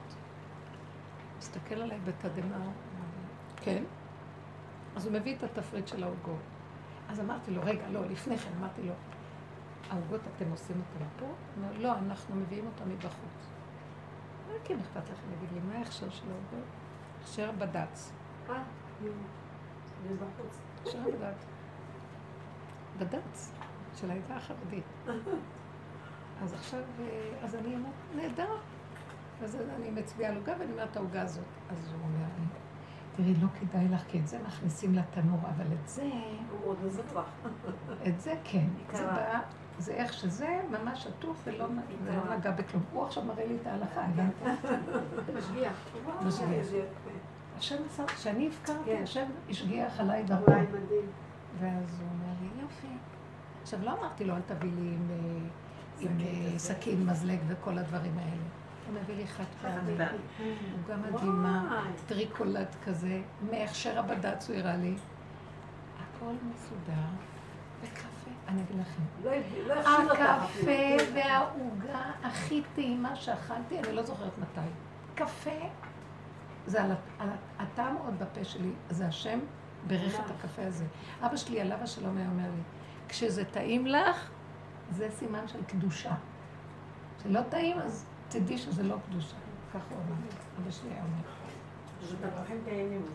מסתכל עליי בתדהמה. כן. אז הוא מביא את התפריט של העוגות. אז אמרתי לו, רגע, לא, לפני כן, אמרתי לו, העוגות אתם עושים אותם פה? הוא אומר, לא, אנחנו מביאים אותם מבחוץ. לא, כי אכפת לכם, להגיד לי, מה ההכשר של העוגות? הכשר בד"ץ. אה, זה בחוץ. הכשר בד"ץ. בד"ץ, של העדה החרדית. אז עכשיו, אז אני אומרת, נהדר. אז אני מצביעה על עוגה ואני אומרת את העוגה הזאת. אז הוא אומר לי, תראי, לא כדאי לך, כי את זה מכניסים לתנור, אבל את זה... הוא מאוד מזרח. את זה כן. זה בא, זה איך שזה ממש עטוף ולא נגע בכלום. הוא עכשיו מראה לי את ההלכה, הבנת? משגיח. משגיח. השם עשה, כשאני הפקרתי, השם השגיח עליי דרכו. וואי, מדהים. ואז הוא אומר לי, יופי. עכשיו, לא אמרתי לו, אל תביא לי עם סכין, מזלג וכל הדברים האלה. הוא מביא לי חד פעמי. הוא גם מדהימה, טריקולד כזה, מהכשר הבד"ץ הוא הראה לי. הכל מסודר, וקפה, אני אגיד לכם. הקפה והעוגה הכי טעימה שאכלתי, אני לא זוכרת מתי. קפה, זה על הטעם עוד בפה שלי, זה השם ברך את הקפה הזה. אבא שלי, עליו השלום, היה אומר לי, כשזה טעים לך, זה סימן של קדושה. כשלא טעים, אז תדעי שזה לא קדושה. כך הוא אמר. אבא שלי היה אומר. זה תפוחים טעימים.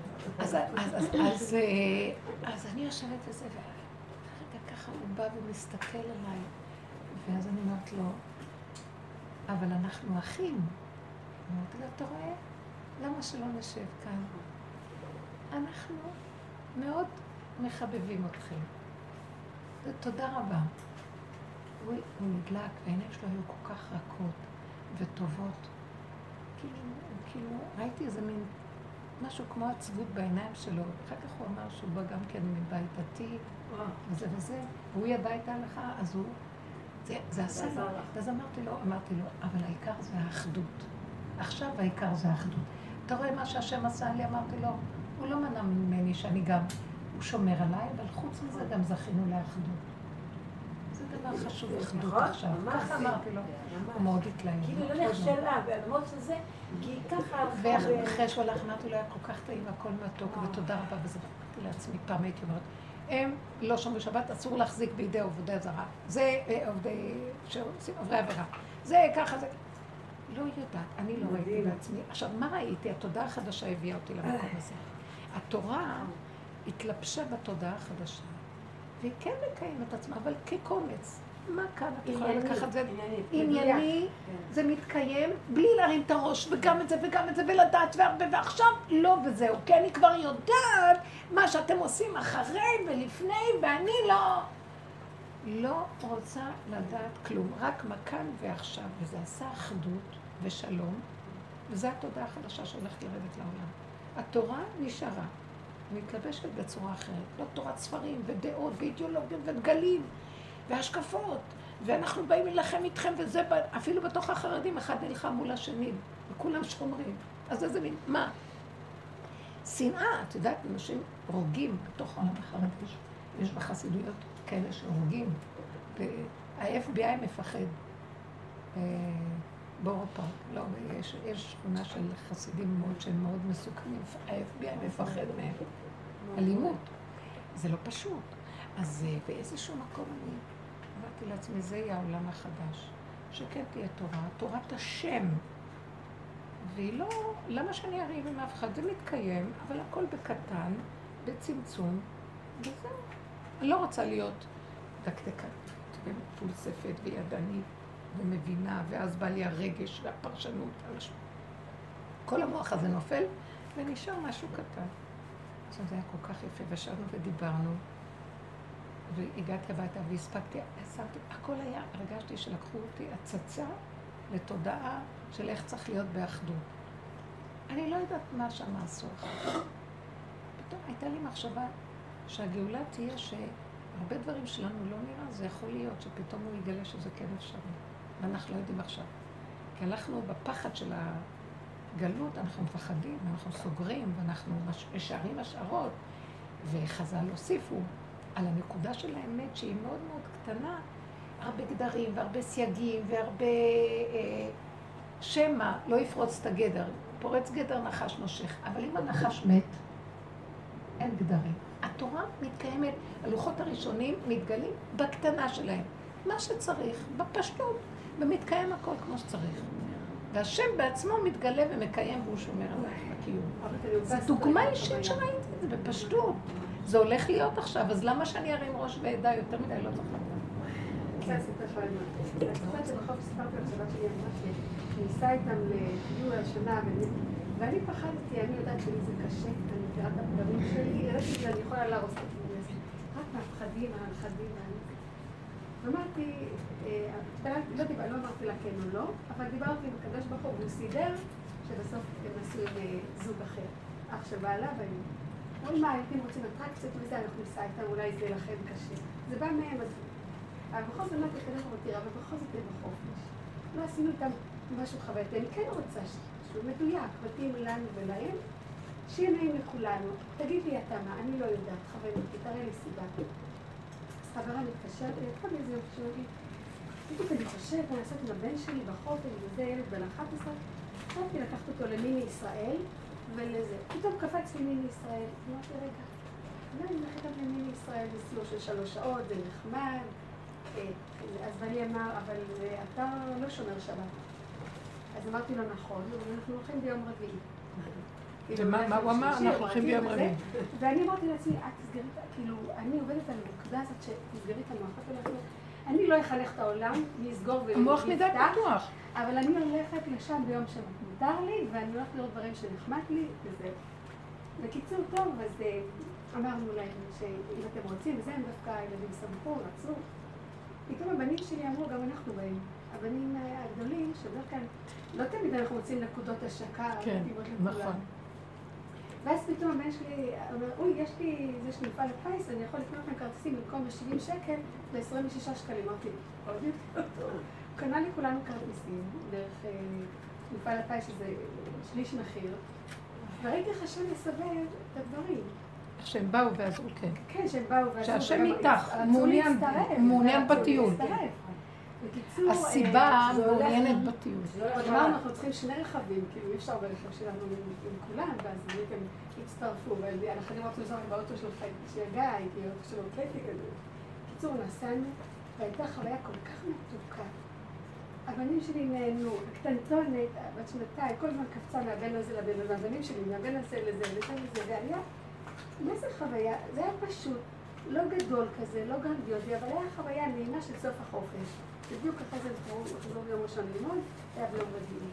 אז אני יושבת וזה, ורגע ככה הוא בא ומסתכל עליי, ואז אני אומרת לו, אבל אנחנו אחים. אמרתי לו, אתה רואה? למה שלא נשב כאן? אנחנו מאוד מחבבים אתכם. תודה רבה. הוא נדלק, והעיניים שלו היו כל כך רכות וטובות. כאילו, כאילו, ראיתי איזה מין משהו כמו עצבות בעיניים שלו. אחר כך הוא אמר שהוא בא גם כן מבית דתי, וזה וזה, והוא ידע את ההלכה, אז הוא... זה, זה עשה לו. אז אמרתי לו, אמרתי לו, אבל העיקר זה האחדות. עכשיו העיקר זה האחדות. אתה רואה מה שהשם עשה לי? אמרתי לו, הוא לא מנע ממני שאני גם... הוא שומר עליי, אבל חוץ מזה גם זכינו לאחדות. זה דבר חשוב, אחדות עכשיו. ככה אמרתי לו, הוא מאוד התלהב. כאילו לא נכשלה, ולמרות שזה, כי ככה... ואחרי שהוא הלך, אמרתי לו, היה כל כך טעים, הכל מתוק, ותודה רבה, וזה אמרתי לעצמי, פעם הייתי אומרת, הם לא שומרים שבת, אסור להחזיק בידי עובדי הזרה. זה עובדי שעושים עוברי עבירה. זה ככה, זה... לא יודעת, אני לא ראיתי בעצמי. עכשיו, מה ראיתי? התודעה החדשה הביאה אותי למקום הזה. התורה התלבשה בתודעה החדשה, והיא כן מקיימת את עצמה, אבל כקומץ. מה כאן? את יכולה לקחת זה? ענייני, זה מתקיים בלי להרים את הראש, וגם את זה וגם את זה, ולדעת והרבה, ועכשיו לא וזהו. כי אני כבר יודעת מה שאתם עושים אחרי ולפני, ואני לא... לא רוצה לדעת כלום, רק מכאן ועכשיו, וזה עשה אחדות ושלום, וזו התודעה החדשה שהולכת לרדת לעולם. התורה נשארה, מתלבשת בצורה אחרת. לא תורת ספרים ודעות ואידיאולוגיות ודגלים והשקפות. ואנחנו באים להילחם איתכם, וזה אפילו בתוך החרדים, אחד נלחם מול השני, וכולם שומרים. אז איזה מין, מה? שנאה, את יודעת, אנשים רוגים בתוך העולם החרדי. יש בחסידויות כאלה שהורגים. ה-אף בי איי מפחד. בורו פארק, לא, יש, יש שכונה של חסידים מאוד שהם מאוד מסוכנים. ה-אף בי איי מפחד מהם. אלימות. זה לא פשוט. אז באיזשהו מקום אני אמרתי לעצמי, זה יהיה העולם החדש. שכן תהיה תורה, תורת השם. והיא לא, למה שאני אריב עם אף אחד? זה מתקיים, אבל הכל בקטן, בצמצום, וזהו. אני לא רוצה להיות דקדקת, ומפולספת וידנית ומבינה, ואז בא לי הרגש והפרשנות. כל המוח הזה נופל, ונשאר משהו קטן. אז זה היה כל כך יפה, ושבנו ודיברנו, והגעתי הביתה והספקתי, שמתי, הכל היה, הרגשתי שלקחו אותי הצצה לתודעה של איך צריך להיות באחדות. אני לא יודעת מה שם עשו אחר. פתאום הייתה לי מחשבה שהגאולה תהיה שהרבה דברים שלנו לא נראה, זה יכול להיות שפתאום הוא יגלה שזה כן אפשרי. ואנחנו לא יודעים עכשיו. כי הלכנו בפחד של הגלות, אנחנו מפחדים, אנחנו סוגרים, ואנחנו משארים השערות, וחז"ל הוסיפו על הנקודה של האמת שהיא מאוד מאוד קטנה, הרבה גדרים והרבה סייגים והרבה אה, שמה, לא יפרוץ את הגדר. פורץ גדר נחש נושך, אבל אם הנחש מת, אין גדרים. התורה מתקיימת, הלוחות הראשונים מתגלים בקטנה שלהם. מה שצריך, בפשטות, ומתקיים הכל כמו שצריך. והשם בעצמו מתגלה ומקיים והוא שומר עליו בקיום. זו דוגמה אישית שראיתי את זה בפשטות. זה הולך להיות עכשיו, אז למה שאני ארים ראש ועדה יותר מדי לא זוכרת? אני רוצה לספר לך על מה. אני חושבת שבחוף סיפרתי על שבת שלי אמרה שניסה איתם לטיול השנה, ואני פחדתי, אני יודעת שלי זה קשה, אני מכירה את הפגמים שלי, ידעתי שאני יכולה להרוס את זה. רק מהפחדים, הנכדים, ואמרתי, לא אמרתי לה כן או לא, אבל דיברתי עם הקדוש ברוך הוא, והוא סידר שבסוף הם עשו עם זוג אחר. אח שבעלה בהם. אומרים מה, אם רוצים אטרקציות וזה, אנחנו ניסה איתם, אולי זה לכם קשה. זה בא מהם, אז... אבל בכל זאת אמרתי, הקדוש ברוך הוא תראה, אבל בכל זאת הם בחופש. לא עשינו איתם משהו חווייתי. אני כן רוצה שהוא מדויק, מתאים לנו ולהם, שיהיה נעים לכולנו. תגיד לי אתה מה, אני לא יודעת, חווייתי, תראה לי סיבה. אז חברה מתקשרת, כל איזה יום שהוא יגיד, תגיד, אני חושב, אני אעשות עם הבן שלי בחופש, וזה ילד בן אחת עשרה, חשבתי לקחת אותו למיני ישראל, ולזה. פתאום קפץ למיני ישראל. אמרתי, רגע, אולי אני הולכת גם למיני ישראל, זה סיור של שלוש שעות, זה נחמד. אז בלי אמר, אבל אתה לא שומר שבת. אז אמרתי לו, נכון, אנחנו הולכים ביום רביעי. ומה הוא אמר? אנחנו הולכים ביום רביעי. ואני אמרתי לעצמי, את תסגרי, כאילו, אני עובדת על הנקודה הזאת שתסגרי את המוח. אני לא אחנך את העולם, נסגור ולפתח. המוח מדי פתוח. אבל אני הולכת לשם ביום שבת. מותר לי, ואני הולכת לראות דברים שנחמד לי, וזה. בקיצור טוב, אז אמרנו להם שאם אתם רוצים, וזה הם דווקא הילדים שמחו, רצו. פתאום הבנים שלי אמרו, גם אנחנו באים. הבנים הגדולים, שבדרך כלל, לא תמיד אנחנו רוצים נקודות השקה, כן, נכון. ואז פתאום הבן שלי אומר, אוי, יש לי, זה של מפעל הפיס, אני יכול לקנות להם כרטיסים במקום ב-שבעים שקל, ב-עשרים ושישה שקלים. אמרתי, עוד יותר טוב. קנה לי כולנו כרטיסים, דרך מפעל הפיס, שזה שליש מחיר, וראיתי איך השם יסבר את הדברים. איך שהם באו ועזרו, כן. כן, שהם באו ועזרו. שהשם איתך, מעוניין בטיול. בקיצור, הסיבה מעוניינת בטיול. עוד אמרנו, אנחנו צריכים שני רכבים, כאילו אי אפשר ברכב שלנו עם כולם, ואז הם הצטרפו, ואנחנו רוצים לנסוע באוטו של גיא, כי אוטו שלו קטי כזה. בקיצור, נסענו, והייתה חוויה כל כך מתוקה. הבנים שלי נהנו, הקטנטונת, בת שנתיים, כל הזמן קפצה מהבן הזה לבן הזה, הבנים שלי, מהבן הזה לזה, לזה לזה, והיה, מה זה חוויה? זה היה פשוט, לא גדול כזה, לא גרנדיוזי, אבל היה חוויה נעימה של סוף החופש. בדיוק אחרי זה נחזור ביום ראשון ללמוד, היה ביום רביעי.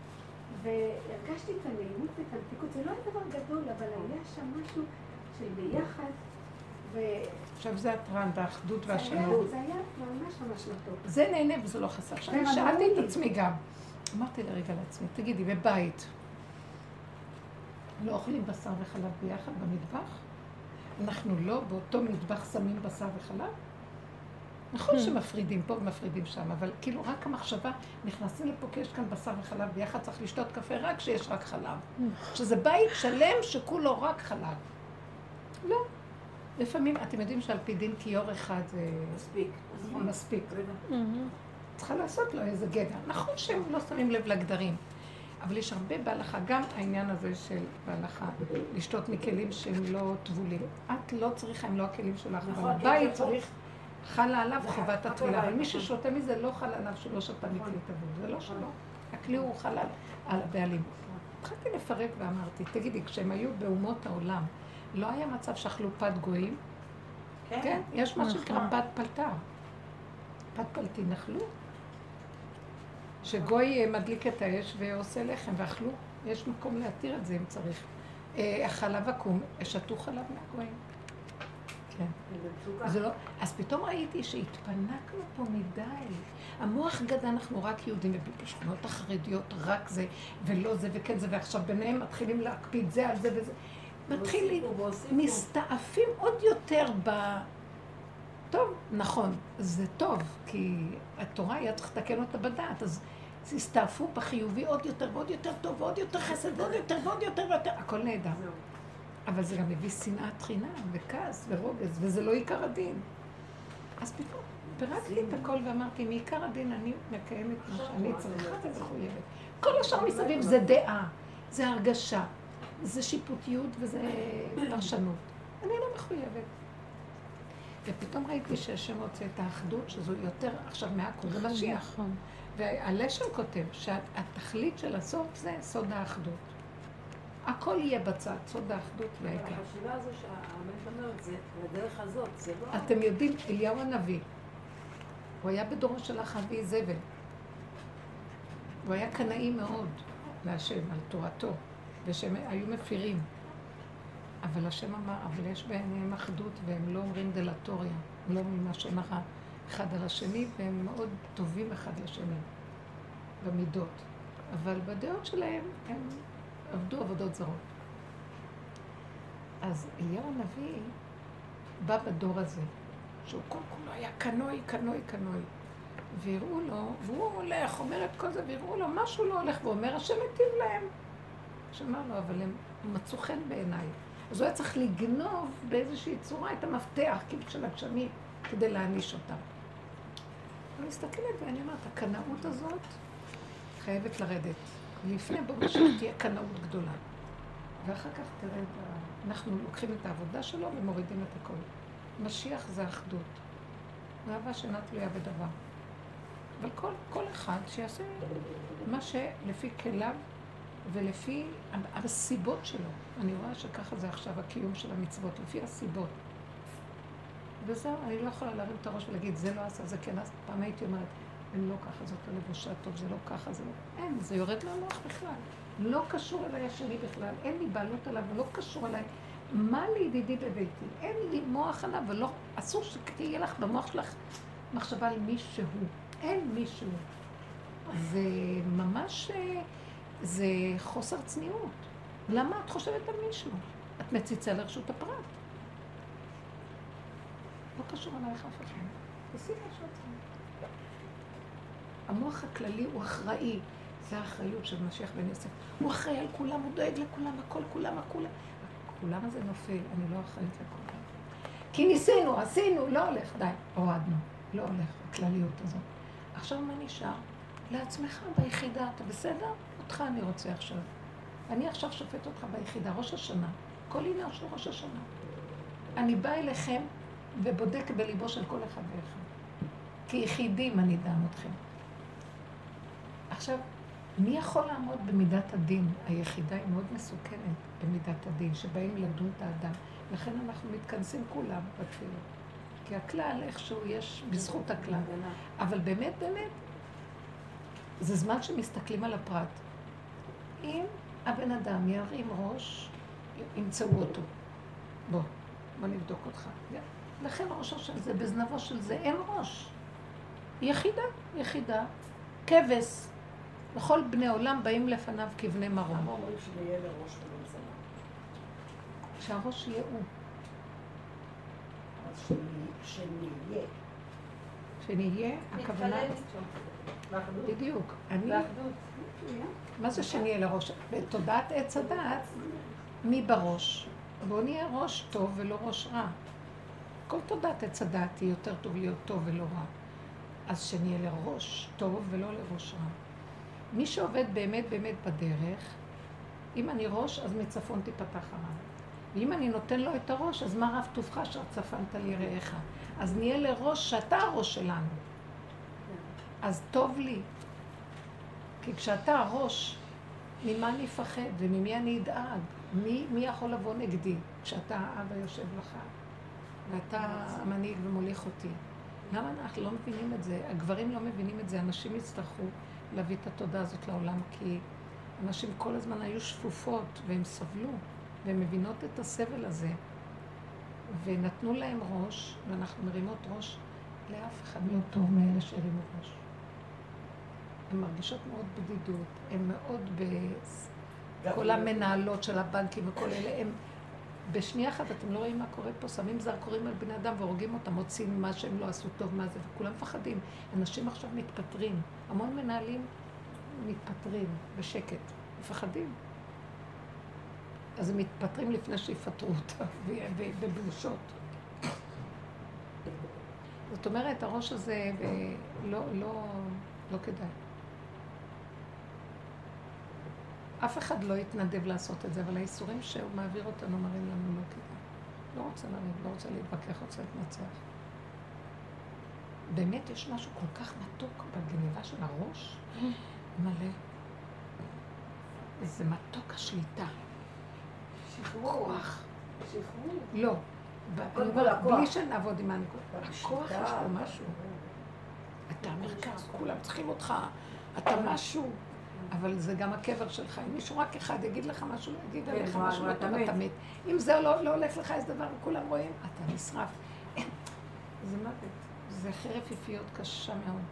והרגשתי את הנעימות ואת המתיקות, זה לא היה דבר גדול, אבל היה שם משהו של ביחד, ו... עכשיו זה הטרנד, האחדות והשלום. זה היה ממש ממש מתוק. זה נהנה וזה לא חסר. עכשיו שאלתי את עצמי גם. אמרתי לרגע לעצמי, תגידי, בבית, לא אוכלים בשר וחלב ביחד במטבח? אנחנו לא באותו מטבח שמים בשר וחלב? נכון שמפרידים פה ומפרידים שם, אבל כאילו רק המחשבה, נכנסים לפה כי יש כאן בשר וחלב ביחד, צריך לשתות קפה רק כשיש רק חלב. שזה בית שלם שכולו רק חלב. לא. לפעמים, אתם יודעים שעל פי דין כיור אחד זה... מספיק. מספיק. צריכה לעשות לו איזה גדע. נכון שהם לא שמים לב לגדרים, אבל יש הרבה בהלכה, גם העניין הזה של בהלכה, לשתות מכלים שהם לא טבולים. את לא צריכה, הם לא הכלים שלך, אבל הבית צריך, חלה עליו חובת התפילה, אבל מי ששותה מזה לא חל עליו שלא שותה מכלי טבול, זה לא שלו. הכלי הוא חל על הבעלים. התחלתי לפרק ואמרתי, תגידי, כשהם היו באומות העולם, לא היה מצב שאכלו פת גויים? כן, יש מה שנקרא פת פלטה. פת פלטין אכלו? שגוי מדליק את האש ועושה לחם ואכלו, יש מקום להתיר את זה אם צריך. החלב עקום, שתו חלב מהגויים. כן. זה לא... אז פתאום ראיתי שהתפנקנו פה מדי. המוח גדל, אנחנו רק יהודים, ובשכונות החרדיות רק זה, ולא זה וכן זה, ועכשיו ביניהם מתחילים להקפיד זה על זה וזה. מתחילים, מסתעפים עוד יותר ב... טוב, נכון, זה טוב, כי התורה היה צריך לתקן אותה בדעת, אז הסתעפו בחיובי עוד יותר ועוד יותר טוב, ועוד יותר חסד, ועוד יותר ועוד יותר ויותר, הכל נהדר. אבל זה גם מביא שנאת חינם וכעס ורוגז, וזה לא עיקר הדין. אז פתאום פירקתי את הכל ואמרתי, מעיקר הדין אני מקיימת מה שאני צריכה ומחויבת. כל השאר מסביב זה דעה, זה הרגשה, זה שיפוטיות וזה פרשנות. אני לא מחויבת. ופתאום ראיתי שהשם רוצה את האחדות, שזו יותר עכשיו מהכל, זה משיח. והלשם כותב שהתכלית של הסוף זה סוד האחדות. הכל יהיה בצד, סוד האחדות והעיקר. החשיבה הזו שהאמת אומרת, זה לדרך הזאת, זה לא... אתם יודעים, אליהו הנביא, הוא היה בדורו של אחאב ואיזבל. הוא היה קנאי מאוד להשם, על תורתו, ושהם היו מפירים. אבל השם אמר, אבל יש ביניהם אחדות, והם לא אומרים דלטוריה, הם לא אומרים לשון הרע אחד על השני, והם מאוד טובים אחד לשני במידות. אבל בדעות שלהם הם עבדו עבודות זרות. אז אליהו הנביא בא בדור הזה, שהוא כל כולו היה קנוי, קנוי, קנוי. והראו לו, והוא הולך, אומר את כל זה, והראו לו, משהו לא הולך, ואומר, השם היטיב להם. שאמר לו, אבל הם מצאו חן בעיניי. אז הוא היה צריך לגנוב באיזושהי צורה את המפתח, כאילו של הגשמי, כדי להעניש אותם. אני מסתכלת ואני אומרת, הקנאות הזאת חייבת לרדת. לפני במשיח תהיה קנאות גדולה. ואחר כך תראה, אנחנו לוקחים את העבודה שלו ומורידים את הכל. משיח זה אחדות. אהבה שאינה תלויה בדבר. אבל כל, כל אחד שיעשה מה שלפי כליו ולפי הסיבות שלו. אני רואה שככה זה עכשיו הקיום של המצוות, לפי הסיבות. וזהו, אני לא יכולה להרים את הראש ולהגיד, זה לא עשה, זה כן עשה. פעם הייתי אומרת, הם לא ככה, זאת הלבושה טוב, זה לא ככה, זה לא... אין, זה יורד למוח בכלל. לא קשור אליי השני בכלל, אין לי בעלות עליו, לא קשור אליי. מה לידידי בביתי? אין לי מוח עליו, ולא... אסור שתהיה לך במוח שלך מחשבה על מישהו. אין מישהו. זה ממש... זה חוסר צניעות. למה את חושבת על מישהו? את מציצה לרשות הפרט. לא קשור עלייך אף אחד. תעשי משהו עצמי. המוח הכללי הוא אחראי. זה האחריות של משיח בן יוסף. הוא אחראי על כולם, הוא דואג לכולם, הכל, כולם, הכולם. כולם הזה נופל, אני לא אחראית לכולם. כי ניסינו, עשינו, לא הולך, די, הורדנו. לא הולך, הכלליות הזאת. עכשיו מה נשאר? לעצמך ביחידה, אתה בסדר? אותך אני רוצה עכשיו. אני עכשיו שופט אותך ביחידה, ראש השנה. כל עניין של ראש השנה. אני באה אליכם ובודק בליבו של כל אחד ואחד. כיחידים אני דן אתכם. עכשיו, מי יכול לעמוד במידת הדין? היחידה היא מאוד מסוכנת במידת הדין, שבאים לדון את האדם. לכן אנחנו מתכנסים כולם בתפילה. כי הכלל איכשהו יש בזכות הכלל. אבל באמת, באמת, זה זמן שמסתכלים על הפרט. אם הבן אדם ירים ראש, ימצאו אותו. בוא, בוא נבדוק אותך. לכן ראשו של זה, בזנבו של זה, אין ראש. יחידה, יחידה, כבש. וכל בני עולם באים לפניו כבני מרום. למה אומרים שנהיה לראש ולא זנב? שהראש יהיה הוא. אז שנהיה. שנהיה, הכוונה... בדיוק. אני... מה זה שנהיה לראש? בתודעת עץ הדעת, מי בראש? בואו נהיה ראש טוב ולא ראש רע. כל תודעת עץ הדעת היא יותר טוב להיות טוב ולא רע. אז שנהיה לראש טוב ולא לראש רע. מי שעובד באמת באמת בדרך, אם אני ראש, אז מצפון תיפתח הרע. ואם אני נותן לו את הראש, אז מה רב טובך אשר צפנת לי רעך? אז נהיה לראש שאתה הראש שלנו. אז טוב לי. כי כשאתה הראש, ממה אני אפחד וממי אני אדאג? מי, מי יכול לבוא נגדי כשאתה האבא יושב לך? ואתה המנהיג ומוליך אותי. למה אנחנו לא מבינים את זה? הגברים לא מבינים את זה. אנשים יצטרכו להביא את התודעה הזאת לעולם, כי אנשים כל הזמן היו שפופות והם סבלו, והן מבינות את הסבל הזה. ונתנו להם ראש, ואנחנו מרימות ראש, לאף אחד לא טוב מאלה שהרימו ראש. הן מרגישות מאוד בדידות, הן מאוד ב... כל המנהלות של הבנקים וכל אלה, הם... בשנייה אחת אתם לא רואים מה קורה פה, שמים זרקורים על בני אדם והורגים אותם, מוצאים מה שהם לא עשו טוב, מה זה, וכולם מפחדים. אנשים עכשיו מתפטרים, המון מנהלים מתפטרים בשקט, מפחדים. אז הם מתפטרים לפני שיפטרו אותם, בבושות. זאת אומרת, הראש הזה לא, לא, לא כדאי. אף אחד לא יתנדב לעשות את זה, אבל האיסורים שהוא מעביר אותנו מראים לנו לא כדאי. לא רוצה לריב, לא רוצה להתווכח, רוצה להתנצח. באמת יש משהו כל כך מתוק בגניבה של הראש, מלא. זה מתוק השליטה. כוח. לא. בלי שנעבוד עם הנקוד. הכוח יש פה משהו. אתה המרכז, כולם צריכים אותך. אתה משהו. אבל זה גם הקבר שלך. אם מישהו רק אחד יגיד לך משהו, יגיד עליך משהו, אתה מת. אם זה לא הולך לך איזה דבר, וכולם רואים, אתה נשרף. זה מוות. זה חרב יפיות קשה מאוד.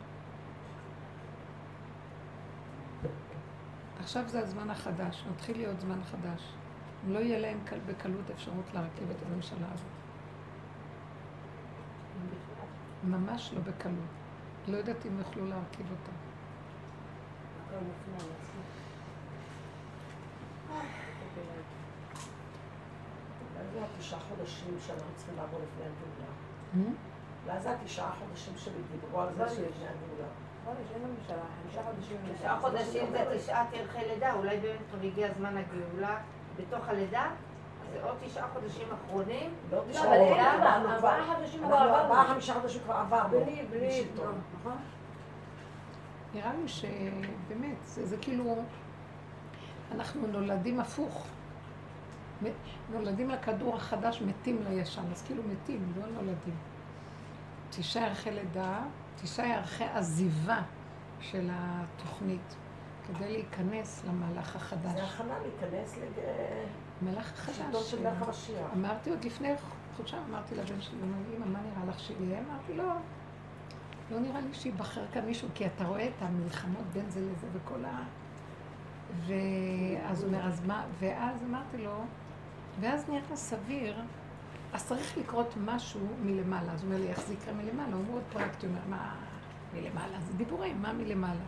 עכשיו זה הזמן החדש, מתחיל להיות זמן חדש. לא יהיה להם בקלות אפשרות להרכיב את הממשלה הזאת. ממש לא בקלות. לא יודעת אם יוכלו להרכיב אותה. זה התשעה חודשים שאנחנו צריכים לעבור לפני הגאולה. אולי זה התשעה חודשים שדיברו על זה שלפני הגאולה. תשעה חודשים זה תשעת ירחי לידה, אולי באמת כבר הגיע זמן הגאולה בתוך הלידה? זה עוד תשעה חודשים אחרונים? לא תשעה לידה, ארבעה חודשים כבר עברנו. ארבעה חמישה חודשים כבר עברנו. בלי שלטון. נראה לי שבאמת, זה, זה כאילו, אנחנו נולדים הפוך. נולדים לכדור החדש, מתים לישן, אז כאילו מתים, לא נולדים. תשעה ירחי לידה, תשעה ירחי עזיבה של התוכנית, כדי להיכנס למהלך החדש. זה הכנה להיכנס למהלך החדש. שיטות של מלך המשיח. אמרתי עוד לפני חודשיים, אמרתי לבן שלי, אמא, מה נראה לך שיהיה? אמרתי, לא. לא נראה לי שיבחר כאן מישהו, כי אתה רואה את המלחמות בין זה לזה וכל ה... ואז הוא אומר, אז מה? ואז אמרתי לו, ואז נראה סביר, אז צריך לקרות משהו מלמעלה. אז הוא אומר לי, איך זה יקרה מלמעלה? הוא מאוד פרקטי, הוא אומר, מה מלמעלה? זה דיבורים, מה מלמעלה?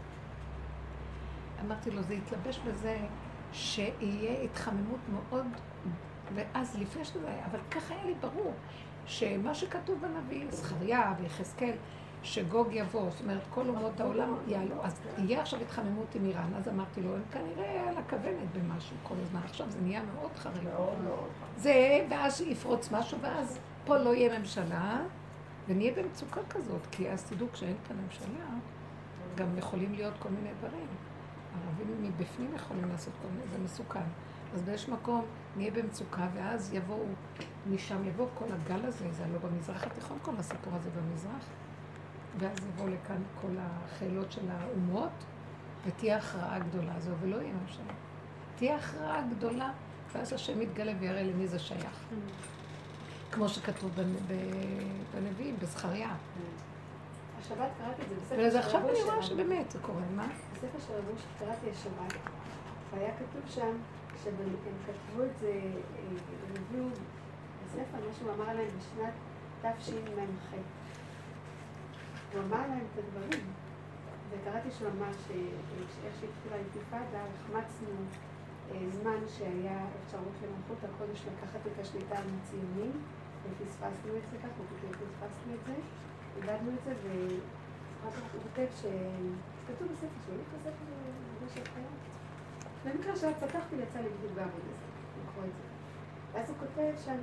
אמרתי לו, זה יתלבש בזה שיהיה התחממות מאוד, ואז לפני שזה היה, אבל ככה היה לי ברור, שמה שכתוב בנביא, זכריה ויחזקאל, שגוג יבוא, זאת אומרת, כל אומות העולם יעלו, אז יהיה עכשיו התחממות עם איראן, אז אמרתי לו, הם כנראה על הכוונת במשהו כל הזמן, עכשיו זה נהיה מאוד חריג. זה, ואז יפרוץ משהו, ואז פה לא יהיה ממשלה, ונהיה במצוקה כזאת, כי אז תדעו, כשאין כאן ממשלה, גם יכולים להיות כל מיני דברים. ערבים מבפנים יכולים לעשות כל מיני, זה מסוכן. אז באיש מקום נהיה במצוקה, ואז יבואו, משם יבוא כל הגל הזה, זה לא במזרח התיכון, כל הסיפור הזה במזרח, ואז יבואו לכאן כל החילות של האומות, ותהיה הכרעה גדולה הזו, ולא יהיה ממשלה. תהיה הכרעה גדולה, ואז השם יתגלה ויראה למי זה שייך. כמו שכתוב בנביאים, בזכריה. השבת קראתי את זה בספר של וזה עכשיו רבו אני שלנו. רואה שבאמת זה קורה, מה? בספר של רבו שקראתי השבת, והיה כתוב שם, כשהם כתבו את זה, הם הביאו בספר, מה שהוא אמר להם בשנת תשמ"ח. הוא אמר להם את הדברים, וקראתי שהוא אמר שאיך שהתחילה האינתיפאדה, החמצנו זמן שהיה אפשרות למלכות הקודש לקחת את השליטה על הציונים, ופספסנו את זה כך, ופספסנו את זה, איבדנו את זה, ואחר כך הוא כותב שכתוב בספר שהוא לא כספר בגלל שהתחילה. במקרה שאת פתחתי ויצא לי בדיוק בעבוד הזה, לקרוא את זה. ואז הוא כותב שם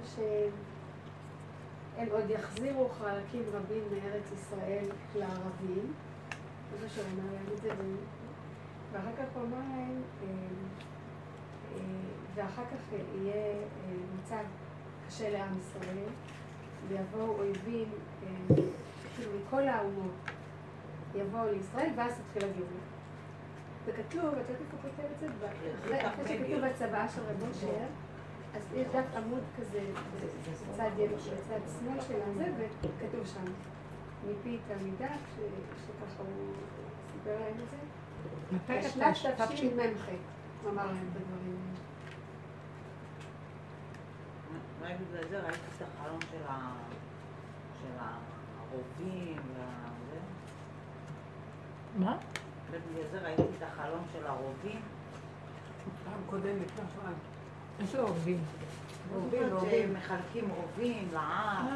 שהם עוד יחזירו חלקים רבים מארץ ישראל לערבים, זה שהוא אומר להם את זה, ואחר כך הוא אמר להם, ואחר כך יהיה מצב קשה לעם ישראל, ויבואו אויבים מכל האומות, יבואו לישראל, ואז תתחיל הגאולה. וכתוב, את יודעת איפה כותב את זה? אחרי שכתוב בצוואה של רב אושר, אז יש דף עמוד כזה בצד שמאל של הזה, וכתוב שם, מפי תלמידה, שככה הוא סיפר להם את זה. בשנת תשמ"ח, הוא אמר להם את הדברים האלה. אולי בגלל זה ראיתי את החלום של הרובים וזה. מה? ובגלל זה ראיתי את החלום של הרובים. פעם קודמת, נכון. איזה רובים? רובים, רובים. מחלקים רובים לעם.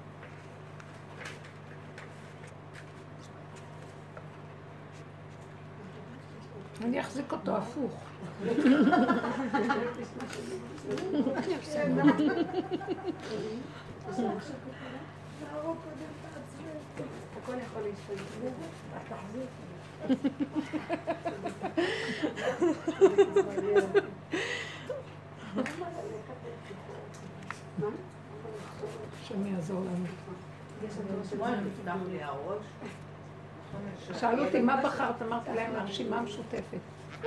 אני אחזיק אותו הפוך. הכל יכול להשתלט. תחזיק. שם יעזור לנו. שמואל נפתח לי הראש. שאלו אותי מה בחרת, אמרתי להם הרשימה המשותפת.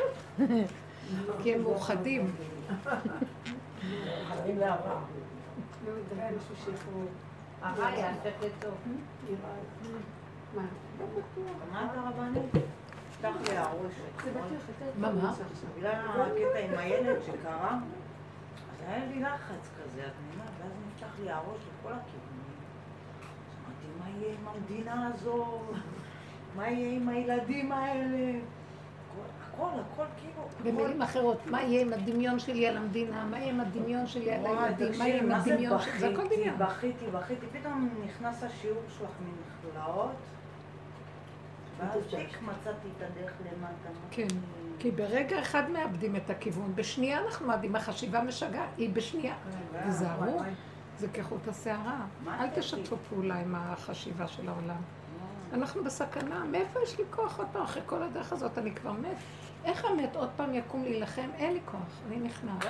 כי הם מאוחדים. מאוחדים להרע. לא יודע, משהו שפה... הרע יהפך לטוב. מה? מה אתה רבנית? נפתח לי הראש. זה בטוח יותר טוב. מה, מה? בגלל הקטע עם הילד שקרה, אז היה לי לחץ כזה, את מבינה? ואז נפתח לי הראש לכל הכיוונים. אמרתי, מה יהיה עם המדינה הזאת? מה יהיה עם הילדים האלה? הכל, הכל כאילו... במילים אחרות, מה יהיה עם הדמיון שלי על המדינה? מה יהיה עם הדמיון שלי על הילדים? מה יהיה עם הדמיון שלי? זה הכל דמיון. בכיתי, בכיתי, פתאום נכנס השיעור שלך מנכלאות, ואז תיק מצאתי את הדרך למטה. כן, כי ברגע אחד מאבדים את הכיוון, בשנייה אנחנו מאבדים, החשיבה משגעת, היא בשנייה. תיזהרו, זה כחוט השערה. אל תשתפו פעולה עם החשיבה של העולם. אנחנו בסכנה, מאיפה יש לי כוח עוד פעם? אחרי כל הדרך הזאת אני כבר מת. איך המת עוד פעם יקום להילחם? אין לי כוח, אני נכנעת.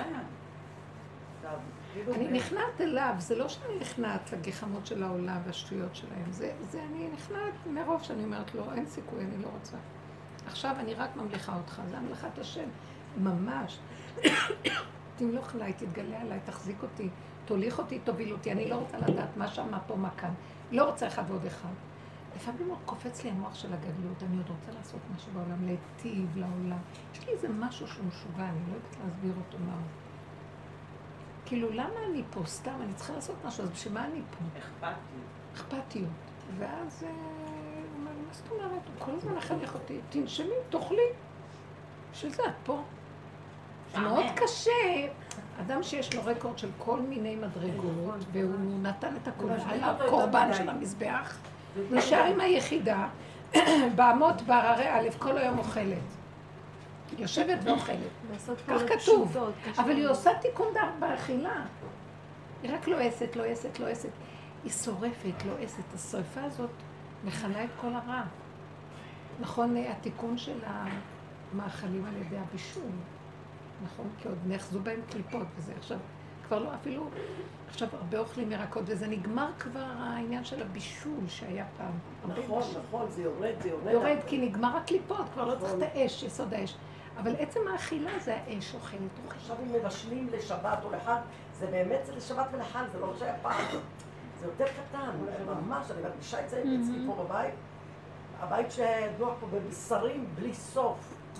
אני נכנעת אליו, זה לא שאני נכנעת לגחמות של העולם והשטויות שלהם, זה, זה אני נכנעת מרוב שאני אומרת לו, אין סיכוי, אני לא רוצה. עכשיו אני רק ממליכה אותך, זה המלכת השם, ממש. תמלוך עליי, תתגלה עליי, תחזיק אותי, תוליך אותי, תוביל אותי, אני לא רוצה לדעת מה שם, מה פה, מה כאן. לא רוצה אחד ועוד אחד. לפעמים עוד קופץ לי המוח של הגדלות, אני עוד רוצה לעשות משהו בעולם, להיטיב לעולם. יש לי איזה משהו שהוא משוגע, אני לא יודעת להסביר אותו מהו. כאילו, למה אני פה? סתם, אני צריכה לעשות משהו, אז בשביל מה אני פה? אכפתיות. אכפתיות. ואז הוא אומר, מה זאת אומרת? הוא כל הזמן לחנך אותי, תנשמי, תאכלי. בשביל זה את פה. זה מאוד קשה. אדם שיש לו רקורד של כל מיני מדרגות, והוא נתן את הכל על הקורבן של המזבח, נשאר עם היחידה, בעמות בהררי א', כל היום אוכלת. יושבת ואוכלת. כך כתוב. אבל היא עושה תיקון באכילה. היא רק לועסת, לועסת, לועסת. היא שורפת, לועסת. השריפה הזאת מכלה את כל הרע. נכון, התיקון של המאכלים על ידי הבישול. נכון, כי עוד נאחזו בהם קליפות וזה. עכשיו, כבר לא, אפילו, עכשיו הרבה אוכלים ירקות, וזה נגמר כבר העניין של הבישול שהיה פעם. נכון, נכון, זה יורד, זה יורד. יורד, כי נגמר הקליפות, כבר לא צריך את האש, יסוד האש. אבל עצם האכילה זה האש אוכלת. עכשיו אם מבשלים לשבת או לחג, זה באמת זה לשבת ולחג, זה לא שהיה פעם. זה יותר קטן, ממש, אני מרגישה את זה אצלי פה בבית. הבית שידוע פה בבשרים בלי סוף.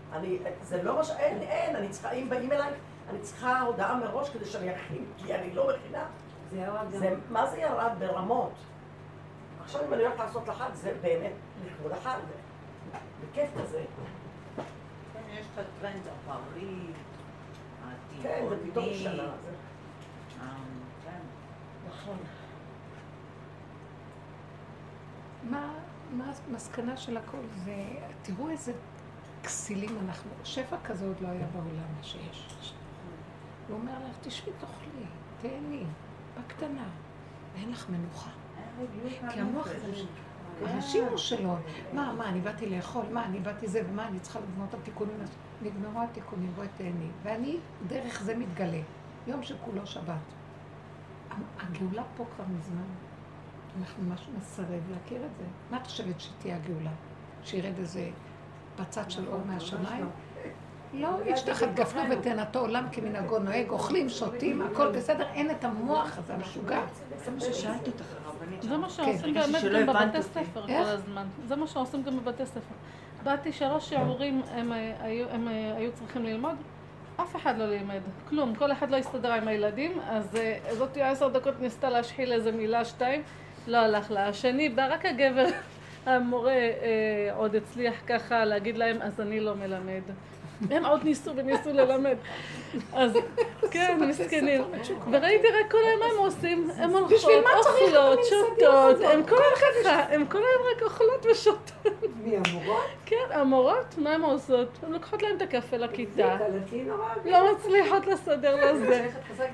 אני, זה לא מה אין, אין, אני צריכה, אם באים אליי, אני צריכה הודעה מראש כדי שאני אכין, כי אני לא מכינה. זה ירד גם. זה, מה זה ירד ברמות? עכשיו אם אני הולכת לעשות לחג, זה באמת לכבוד החג, בכיף כזה. כן, יש את הטרנד הפרי, הטבעוני. כן, זה פתאום שנה. זה... כן. נכון. מה, מה המסקנה של הכל? זה, תראו איזה כסילים אנחנו, שפע כזה עוד לא היה בעולם שיש. הוא אומר לך, תשבי תאכלי, תהני, בקטנה, ואין לך מנוחה. כי המוח הזה, הרשימו שלו, מה, מה, אני באתי לאכול, מה, אני באתי זה, ומה, אני צריכה לגמור את התיקונים, נגמרו התיקונים, בואי תהני. ואני דרך זה מתגלה, יום שכולו שבת. הגאולה פה כבר מזמן. אנחנו משהו מסרב להכיר את זה. מה את חושבת שתהיה הגאולה? שירד איזה בצד של אור מהשמיים? לא, ישתחת גפנו ותאנתו עולם כמנהגו נוהג, אוכלים, שותים, הכל בסדר, אין את המוח הזה המשוגע. זה מה ששאלתי אותך הרבנית. זה מה שעושים באמת גם בבתי ספר כל הזמן. זה מה שעושים גם בבתי ספר. באתי שלוש שיעורים הם היו צריכים ללמוד, אף אחד לא לימד, כלום, כל אחד לא הסתדר עם הילדים, אז זאת עשר דקות ניסתה להשחיל איזה מילה, שתיים, לא הלך לה. השני בא, רק הגבר, המורה עוד הצליח ככה להגיד להם, אז אני לא מלמד. הם עוד ניסו וניסו ללמד. אז כן, מסכנים. וראיתי רק כל היום מה הם עושים, הם הולכות, אוכלות, שותות, הם כל היום ככה, הם כל היום רק אוכלות ושותות. מי, המורות? כן, המורות, מה הן עושות? הן לוקחות להם את הקפה לכיתה. קלטי נורא. לא מצליחות לסדר לזה.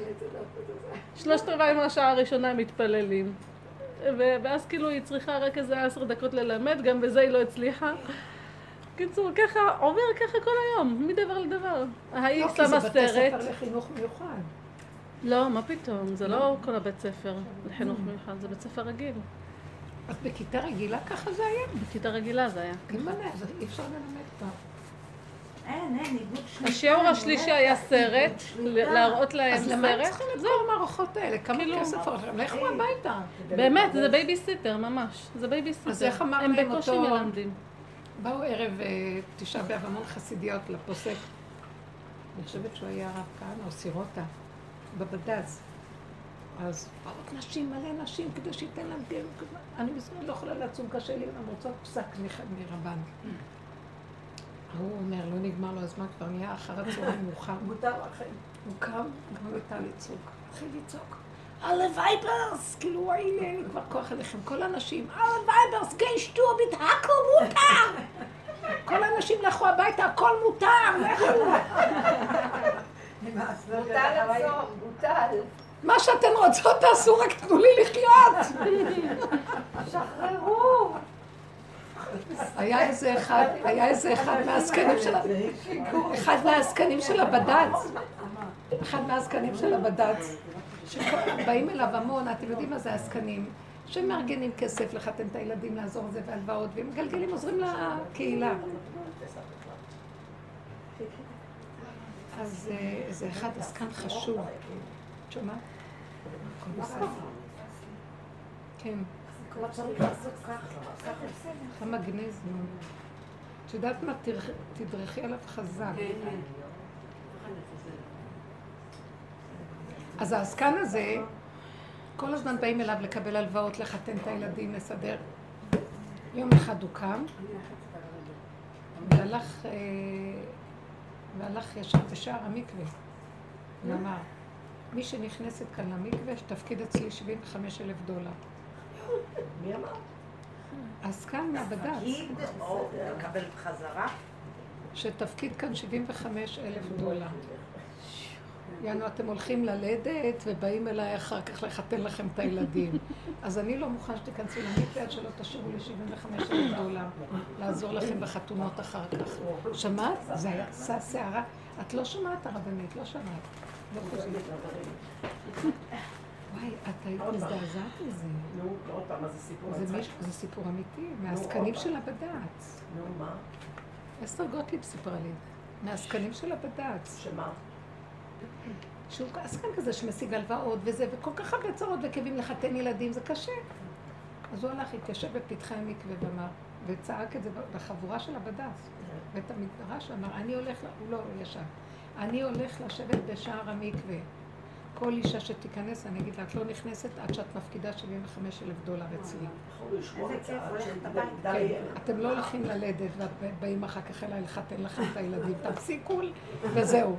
שלושת רבעי מהשעה הראשונה הם מתפללים. ואז כאילו היא צריכה רק איזה עשר דקות ללמד, גם בזה היא לא הצליחה. קיצור, ככה, עובר ככה כל היום, מדבר לדבר. ההיא שמה סרט. לא, כי זה בתי ספר לחינוך מיוחד. לא, מה פתאום, זה לא כל הבית ספר לחינוך מיוחד, זה בית ספר רגיל. אז בכיתה רגילה ככה זה היה? בכיתה רגילה זה היה. אם מנה, אז אי אפשר ללמד כבר. אין, אין, איבוד שליטה. השיעור השלישי היה סרט, להראות להם סרט. אז למה הם צריכים את כל המערכות האלה? כמה כסף הולכים? לכו הביתה. באמת, זה בייביסיטר, ממש. זה בייביסיטר. אז איך אמר להם הם בקושי אותו? מלמדים. באו ערב תשעה באב המון חסידיות לפוסק. אני חושבת שהוא היה הרב כהנא או סירוטה, בבד"ץ. אז באות נשים, מלא נשים, כדי שייתן להם גר. אני בזמן לא יכולה לעצום, קשה לי, הם רוצות פסק מרבן. הוא אומר, לא נגמר לו הזמן, כבר נהיה אחר הצהריים מאוחר. מותר לכם. הוא קם, גם הייתה לצעוק. התחיל לצעוק. alle Weibers, כאילו, הנה, אין לי כבר כוח אליכם, כל האנשים, alle Weibers, geh stur mit הכל מותר! כל האנשים לכו הביתה, הכל מותר, לכו! בוטל הצום, בוטל. מה שאתן רוצות תעשו, רק תנו לי לחיות! שחררו! היה איזה אחד, היה איזה אחד מהעסקנים של אחד מהעסקנים של הבד"ץ, אחד מהעסקנים של הבד"ץ, שבאים אליו המון, אתם יודעים מה זה העסקנים, שמארגנים כסף לחתן את הילדים, לעזור זה והלוואות, והם מגלגלים, עוזרים לקהילה. אז זה אחד עסקן חשוב. שומע? הכל בסדר. כן. המגנזיום. את יודעת מה? תדרכי עליו חזק. אז העסקן הזה, כל הזמן באים אליו לקבל הלוואות, לחתן את הילדים, לסדר. יום אחד הוא קם, והלך, והלך ישב בשער המקווה. ואמר, מי שנכנסת כאן למקווה, שתפקיד אצלי שבעים וחמישה אלף דולר. מי אמר? העסקן מהבד"ץ. תגיד, או לקבל בחזרה? שתפקיד כאן שבעים וחמישה אלף דולר. יענו, אתם הולכים ללדת ובאים אליי אחר כך לחתן לכם את הילדים. אז אני לא מוכן שתיכנסו למקווה עד שלא תשאירו לי שבעים וחמישה אלף דולר לעזור לכם בחתונות אחר כך. שמעת? זה היה עשה שערה. את לא שמעת הרבנית, לא שמעת. לא חושבת. וואי, את היית מזדעזעת מזה. נו, עוד פעם, מה זה סיפור? זה סיפור אמיתי, מהעסקנים של הבד"ץ. נו, מה? אסתר גוטליב סיפרה לי, מהעסקנים של הבד"ץ. שמה? שהוא עסקן כזה שמשיג הלוואות וזה, וכל כך הרבה צרות וכאבים לחתן ילדים, זה קשה. אז הוא הלך, התיישב בפתחי המקווה ואמר, וצעק את זה בחבורה של הבד"ץ. בית המדרש, אמר, אני הולך, הוא לא ישב, אני הולך לשבת בשער המקווה. כל אישה שתיכנס, אני אגיד לה, את לא נכנסת עד שאת מפקידה שבעים וחמישה אלף דולר אצלי. איזה כיף, הולכת הביתה. אתם לא הולכים ללדת, ובאים אחר כך אליי לחתן לכם את הילדים. תפסיקו, וזהו.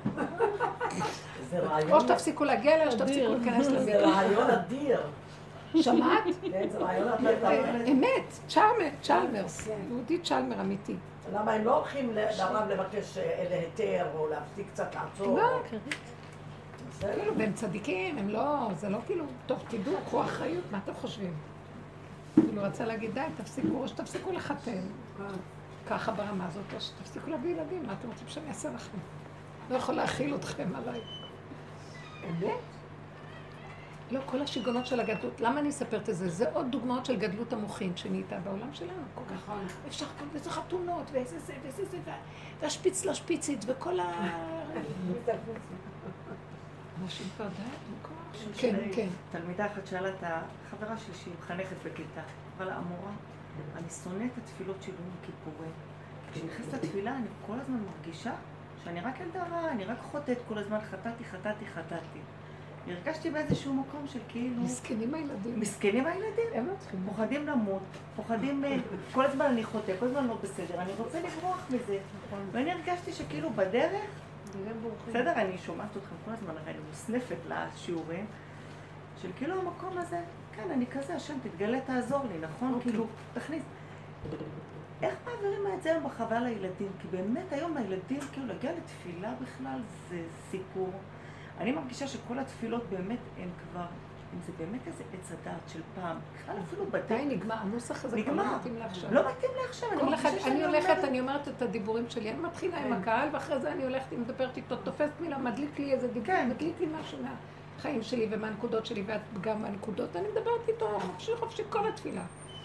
או שתפסיקו להגיע אליי, או שתפסיקו להיכנס לזה. זה רעיון אדיר. שמעת? כן, זה רעיון אדיר. אמת, צ'למר, צ'למרס, יהודית צ'למר אמיתי. למה הם לא הולכים לרב לבקש להיתר, או להפסיק קצת לעצור? לא, כאילו, והם צדיקים, הם לא, זה לא כאילו, טוב, תדעו, קחו אחריות, מה אתם חושבים? כאילו, רצה להגיד, די, תפסיקו, או שתפסיקו לחתן. ככה ברמה הזאת, או שתפסיקו להביא ילדים, מה אתם רוצים שאני אעשה לכם? לא יכול להכיל אתכם עליי. אמת? לא, כל השיגונות של הגדלות, למה אני אספרת את זה? זה עוד דוגמאות של גדלות המוחין שנהייתה בעולם שלנו, כל כך. אפשר כל איזה חתונות, ואיזה זה, ואיזה זה, והשפיץ לשפיצית, וכל ה... אנשים כבר דעת, מקום. כן, כן. תלמידה אחת שאלה את החברה שלי שהיא מחנכת בכיתה, אבל המורה, אני שונאת את התפילות של יום הכיפורים. כשאני נכנסת לתפילה, אני כל הזמן מרגישה שאני רק ילדה רעה, אני רק חוטאת כל הזמן, חטאתי, חטאתי, חטאתי. הרגשתי באיזשהו מקום של כאילו... מסכנים הילדים. מסכנים הילדים. הם לא צריכים. פוחדים למות, פוחדים... כל הזמן אני חוטא, כל הזמן לא בסדר, אני רוצה לברוח מזה. ואני הרגשתי שכאילו בדרך... בסדר, אני שומעת אתכם כל הזמן, הרי אני מוסנפת לשיעורים, של כאילו המקום הזה, כן, אני כזה, השם, תתגלה, תעזור לי, נכון? כאילו, תכניס. איך מעבירים את זה היום בחוויה לילדים? כי באמת היום הילדים, כאילו, להגיע לתפילה בכלל זה סיפור. אני מרגישה שכל התפילות באמת הן כבר, אם זה באמת איזה עץ הדעת של פעם, בכלל אפילו בדרך. די, נגמר, הנוסח הזה כבר לא מתאים לעכשיו. לא מתאים לעכשיו, אני מרגישה שאני אני הולכת, אני אומרת את הדיבורים שלי, אני מתחילה עם הקהל, ואחרי זה אני הולכת, אני מדברת איתו, תופסת מילה, מדליק לי איזה דיבור, מדליק לי משהו מהחיים שלי ומהנקודות שלי, וגם מהנקודות, אני מדברת איתו חופשי חופשי כל התפילה.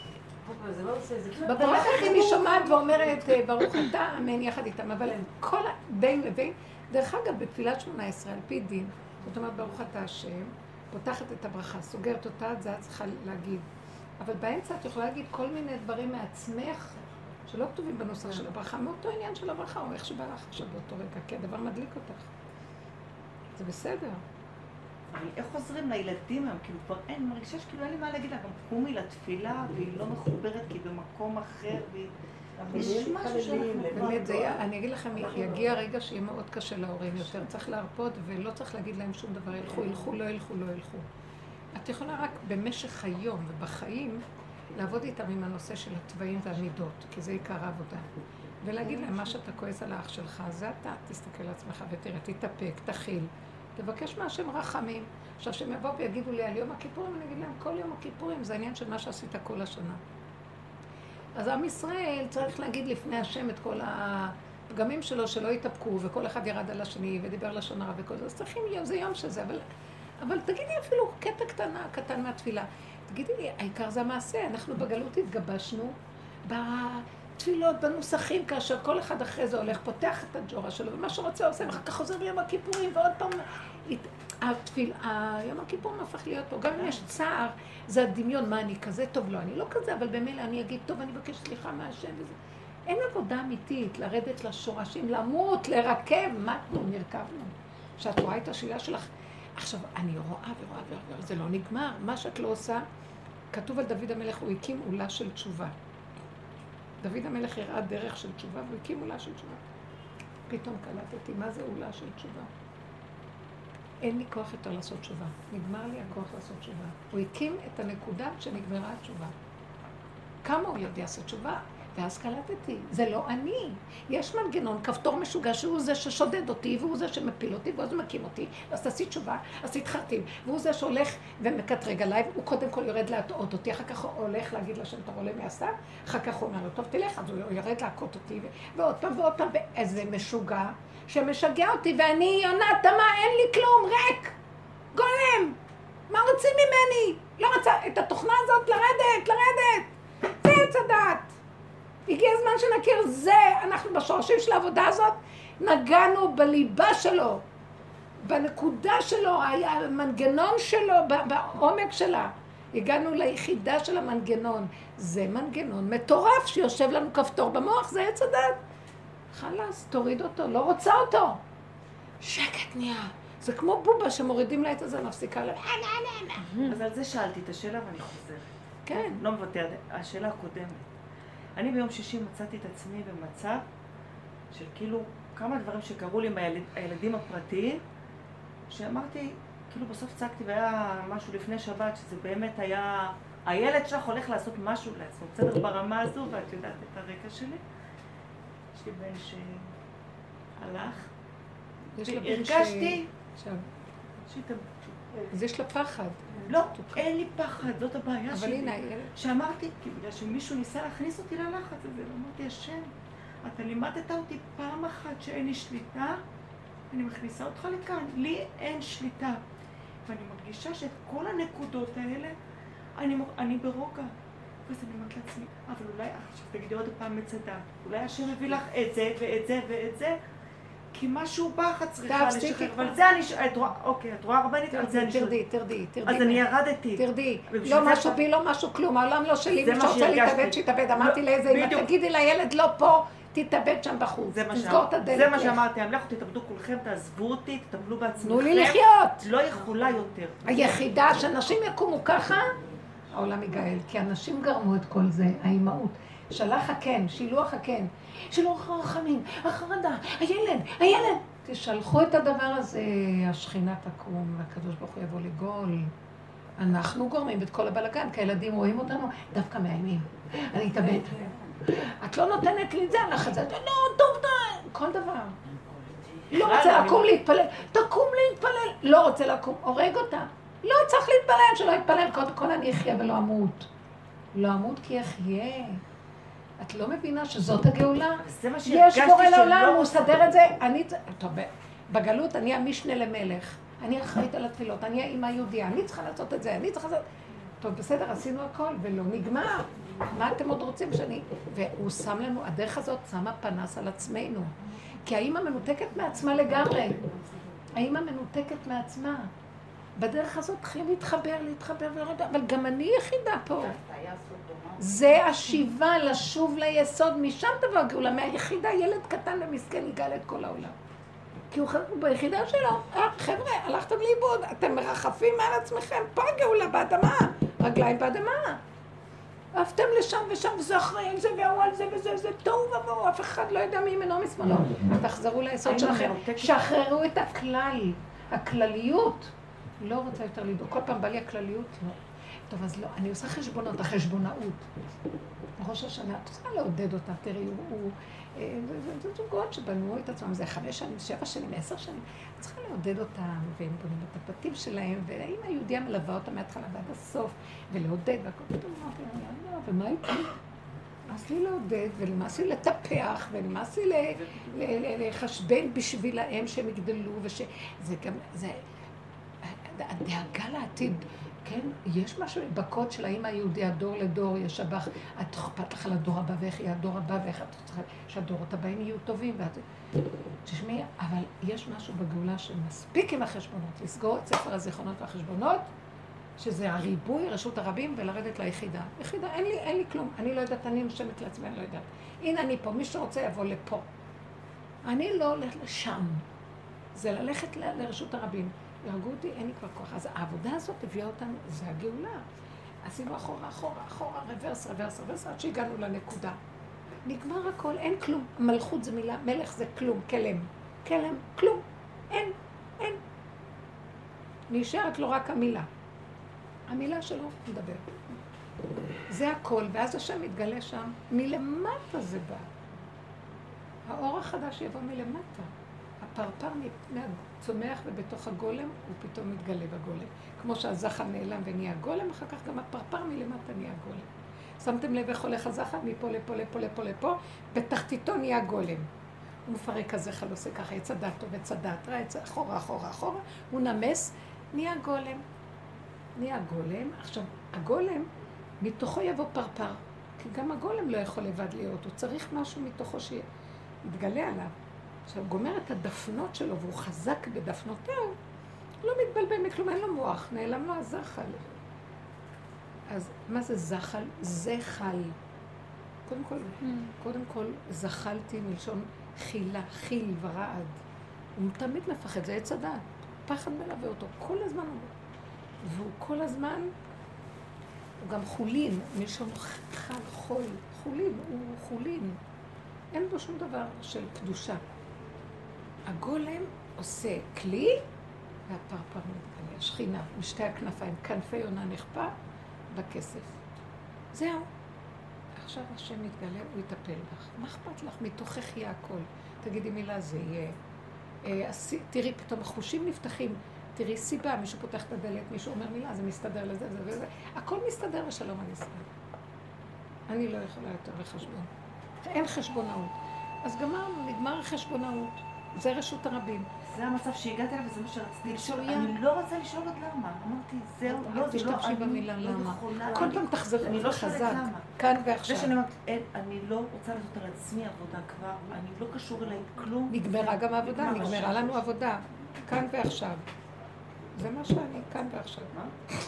בדרך היא שומעת ואומרת, ברוך אתה, אמן יחד איתם, אבל כל בין לבין, דרך אגב, בתפילת שמונה עשרה, על פי דין, זאת אומרת, ברוך אתה השם, פותחת את הברכה, סוגרת אותה, את זה את צריכה להגיד. אבל באמצע את יכולה להגיד כל מיני דברים מעצמך, שלא כתובים בנוסח של הברכה, מאותו עניין של הברכה, או איך שבא לך עכשיו באותו רגע, כי הדבר מדליק אותך. זה בסדר. אבל איך עוזרים לילדים היום? כאילו כבר אין, מרגישה שכאילו אין לי מה להגיד לה, גם קומי לתפילה, והיא לא מחוברת כי במקום אחר, והיא... יש משהו שאנחנו... באמת, אני אגיד לכם, יגיע רגע שיהיה מאוד קשה להורים יותר, צריך להרפות ולא צריך להגיד להם שום דבר, ילכו, ילכו, לא ילכו, לא ילכו. את יכולה רק במשך היום ובחיים לעבוד איתם עם הנושא של התוואים והמידות, כי זה עיקר העבודה. ולהגיד להם, מה שאתה כועס על האח שלך, זה אתה, תסתכל על עצמך ותראה, תתאפק, תכיל, תבקש מהשם רחמים. עכשיו, שהם יבואו ויגידו לי על יום הכיפורים, אני אגיד להם, כל יום הכיפורים זה העניין של מה שעשית כל השנה. אז עם ישראל צריך להגיד לפני השם את כל הפגמים שלו, שלא יתאפקו, וכל אחד ירד על השני ודיבר לשון הרע וכל זה. אז צריכים להיות, זה יום שזה, אבל, אבל תגידי אפילו קטע קטנה, קטן מהתפילה. תגידי לי, העיקר זה המעשה, אנחנו בגלות התגבשנו בתפילות, בנוסחים, כאשר כל אחד אחרי זה הולך, פותח את הג'ורה שלו, ומה שרוצה עושה, ואחר כך חוזר ליום הכיפורים, ועוד פעם, התפיל, היום הכיפורים הפך להיות פה, גם אם יש צער, זה הדמיון, מה אני כזה טוב, לא, אני לא כזה, אבל במילא אני אגיד, טוב, אני מבקש סליחה מהשם וזה. אין עבודה אמיתית, לרדת לשורשים, למות, לרקב, מתנו, נרכבנו. שאת רואה את השאלה שלך, עכשיו, אני רואה ורואה ורואה, זה לא נגמר, מה שאת לא עושה, כתוב על דוד המלך, הוא הקים עולה של תשובה. דוד המלך הראה דרך של תשובה, והוא הקים עולה של תשובה. פתאום קלטתי, מה זה עולה של תשובה? אין לי כוח יותר לעשות תשובה. נגמר לי הכוח לעשות תשובה. הוא הקים את הנקודה שנגמרה התשובה. כמה הוא יודע לעשות תשובה? ואז קלטתי, זה לא אני. יש מנגנון, כפתור משוגע, שהוא זה ששודד אותי, והוא זה שמפיל אותי, והוא זה מקים אותי. אז תעשי תשובה, אז תתחרטים. והוא זה שהולך ומקטרג עליי, הוא קודם כל יורד להטעות אותי, אחר כך הוא הולך להגיד לה שאתה עולה מהסתם, אחר כך הוא אומר לו, טוב תלך, אז הוא יורד להכות אותי, ועוד פעם ועוד פעם, ואיזה משוגע שמשגע אותי, ואני יונת, מה, אין לי כלום, ריק, גולם, מה רוצים ממני? לא רצה את התוכנה הזאת לרדת, לרדת, זה עץ הדעת. הגיע הזמן שנכיר, זה, אנחנו בשורשים של העבודה הזאת, נגענו בליבה שלו, בנקודה שלו, המנגנון שלו, בעומק שלה. הגענו ליחידה של המנגנון. זה מנגנון מטורף שיושב לנו כפתור במוח, זה עץ הדת. חלס, תוריד אותו, לא רוצה אותו. שקט נהיה. זה כמו בובה שמורידים לה את הזה, מפסיקה לה. אז על זה שאלתי את השאלה ואני חוזרת. כן. לא מוותרת, השאלה הקודמת. אני ביום שישי מצאתי את עצמי במצב של כאילו כמה דברים שקרו לי עם הילדים הפרטיים, שאמרתי, כאילו בסוף צעקתי והיה משהו לפני שבת, שזה באמת היה, הילד שלך הולך לעשות משהו לעצמו, בסדר ברמה הזו, ואת יודעת את הרקע שלי. יש לי בן שהלך, והרגשתי... אז יש לה פחד. לא, אין לי פחד, זאת הבעיה שלי. אבל הנה, שאמרתי, כי בגלל שמישהו ניסה להכניס אותי ללחץ הזה, ואמרתי, השם, אתה לימדת אותי פעם אחת שאין לי שליטה, אני מכניסה אותך לכאן, לי אין שליטה. ואני מרגישה שאת כל הנקודות האלה, אני, אני ברוגע. ואז אני אומרת לעצמי, אבל אולי, עכשיו תגידי עוד פעם מצדה, אולי השם מביא לך את זה ואת זה ואת זה, כי משהו בך את צריכה לשחרר, אבל זה אני, את רואה, אוקיי, את רואה רבנית, על זה אני שואלת. תרדי, תרדי, תרדי. אז אני ירדתי. תרדי, לא משהו בי, לא משהו כלום, העולם לא שלי, מי שרוצה להתאבד, שיתאבד. אמרתי לאיזה, אם תגידי לילד לא פה, תתאבד שם בחוץ, תסגור את הדלת. זה מה שאמרתי, לכו תתאבדו כולכם, תעזבו אותי, תטפלו בעצמכם. תנו לי לחיות. לא יכולה יותר. היחידה שאנשים יקומו ככה, העולם יגאל, כי אנשים גרמו את כל זה, האימהות. שלח הקן, שילוח הקן, שילוח הרחמים, החרדה, הילד, הילד. תשלחו את הדבר הזה, השכינה תקום, והקדוש ברוך הוא יבוא לגול. אנחנו גורמים את כל הבלגן, כי הילדים רואים אותנו דווקא מאיימים. אני אתאבד. את לא נותנת לי את זה, הלך את זה, לא, טוב, די, כל דבר. לא רוצה לקום להתפלל, תקום להתפלל, לא רוצה לקום, הורג אותה. לא צריך להתפלל, שלא יתפלל, קודם כל אני אחיה ולא אמות. לא אמות כי אחיה. את לא מבינה שזאת הגאולה? יש בורא לעולם, הוא סדר את זה. אני, טוב, בגלות אני המשנה למלך. אני אחראית על התפילות, אני האמא היהודיה, אני צריכה לעשות את זה, אני צריכה לעשות... טוב, בסדר, עשינו הכל, ולא נגמר. מה אתם עוד רוצים שאני... והוא שם לנו, הדרך הזאת שמה פנס על עצמנו. כי האמא מנותקת מעצמה לגמרי. האמא מנותקת מעצמה. בדרך הזאת צריכים להתחבר, להתחבר ולראות, אבל גם אני יחידה פה. זה השיבה לשוב ליסוד, משם תבוא הגאולה, מהיחידה ילד קטן ומסכן יגאל את כל העולם. כי הוא ביחידה שלו, אה, חבר'ה, הלכתם לאיבוד, אתם מרחפים מעל עצמכם, פה הגאולה באדמה, רגליים באדמה. עפתם לשם ושם, וזה אחראי על זה, והוא על זה וזה, זה טוב ובואו, אף אחד לא יודע מי ממנו משמאלו. תחזרו ליסוד שלכם, שחררו את הכלל, הכלליות. לא רוצה יותר לדאוג, כל פעם בא לי הכלליות, לא. טוב, אז לא, אני עושה חשבונות, החשבונאות. ראש השנה, את צריכה לעודד אותה, תראי, הוא... זה זוגות שבנו את עצמם, זה חמש שנים, שבע שנים, עשר שנים. את צריכה לעודד אותם, והם בונים את הפרטים שלהם, והאם היהודיה מלווה אותם מההתחלה ועד הסוף, ולעודד, והכל פתאום אמרתי, לא, ומה איתי? נמאס לי לעודד, ונמאס לי לטפח, ונמאס לי לחשבן בשבילהם שהם יגדלו, ושזה גם, זה... הדאגה לעתיד, כן? יש משהו בקוד של האמא היהודי, הדור לדור, יש הבך, את אכפת לך לדור הבא, ואיך יהיה הדור הבא, ואיך את צריכה שהדורות הבאים יהיו טובים, ואת... תשמעי, אבל יש משהו בגאולה שמספיק עם החשבונות, לסגור את ספר הזיכרונות והחשבונות, שזה הריבוי, רשות הרבים, ולרדת ליחידה. יחידה, אין לי, אין לי כלום, אני לא יודעת, אני נשמת לעצמי, אני לא יודעת. הנה אני פה, מי שרוצה יבוא לפה. אני לא הולך לשם. זה ללכת ל- לרשות הרבים. ירגו אותי, אין לי כבר כוח. אז העבודה הזאת הביאה אותנו, זה הגאולה. עשינו אחורה, אחורה, אחורה, רוורס, רוורס, רוורס, עד שהגענו לנקודה. נגמר הכל, אין כלום. מלכות זה מילה, מלך זה כלום, כלם. כלם, כלום. אין, אין. נשארת לו רק המילה. המילה שלו מדבר. זה הכל, ואז השם מתגלה שם. מלמטה זה בא. האור החדש יבוא מלמטה. הפרפר צומח ובתוך הגולם הוא פתאום מתגלה בגולם. כמו שהזחל נעלם ונהיה גולם, אחר כך גם הפרפר מלמטה נהיה גולם. שמתם לב איך הולך הזחל מפה לפה לפה לפה לפה, בתחתיתו נהיה גולם. הוא מפרק הזחל, עושה ככה, יצא דתו וצדת, ראה יצא אחורה, אחורה, אחורה, הוא נמס, נהיה גולם. נהיה גולם. עכשיו, הגולם, מתוכו יבוא פרפר, כי גם הגולם לא יכול לבד להיות, הוא צריך משהו מתוכו שיתגלה עליו. עכשיו, הוא גומר את הדפנות שלו, והוא חזק בדפנותיו, לא מתבלבל מכלום, אין לו מוח, נעלם לו הזחל. אז מה זה זחל? זחל. קודם כל, קודם כל, זחלתי מלשון חילה, חיל ורעד. הוא תמיד מפחד, זה עץ הדעת. פחד מלווה אותו, כל הזמן הוא... והוא כל הזמן, הוא גם חולין, מלשון חל חול, חולין, הוא חולין. אין בו שום דבר של קדושה. הגולם עושה כלי, והפרפר מתגלה, השכינה, משתי הכנפיים, כנפי יונה נכפה בכסף. זהו. עכשיו השם מתגלה, הוא יטפל לך. מה אכפת לך? מתוכך יהיה הכל. תגידי מילה, זה יהיה. אה, תראי, פתאום החושים נפתחים. תראי סיבה, מישהו פותח את הדלת, מישהו אומר מילה, זה מסתדר לזה, זה וזה. הכל מסתדר ושלום על ישראל. אני לא יכולה יותר לחשבון. אין חשבונאות. אז גמרנו, נגמר החשבונאות. זה רשות הרבים. זה המצב שהגעתי אליו וזה מה שרציתי לשאול. אני לא רוצה לשאול עוד למה. אמרתי, זהו, לא, זה לא, תשתמשי במילה למה. כל פעם תחזרי, אני לא שואלת למה. כאן ועכשיו. זה שאני אומרת, אני לא רוצה לעשות על עצמי עבודה כבר, אני לא קשור אליי כלום. נגמרה גם העבודה, נגמרה לנו עבודה. כאן ועכשיו. זה מה שאני, כאן ועכשיו. מה?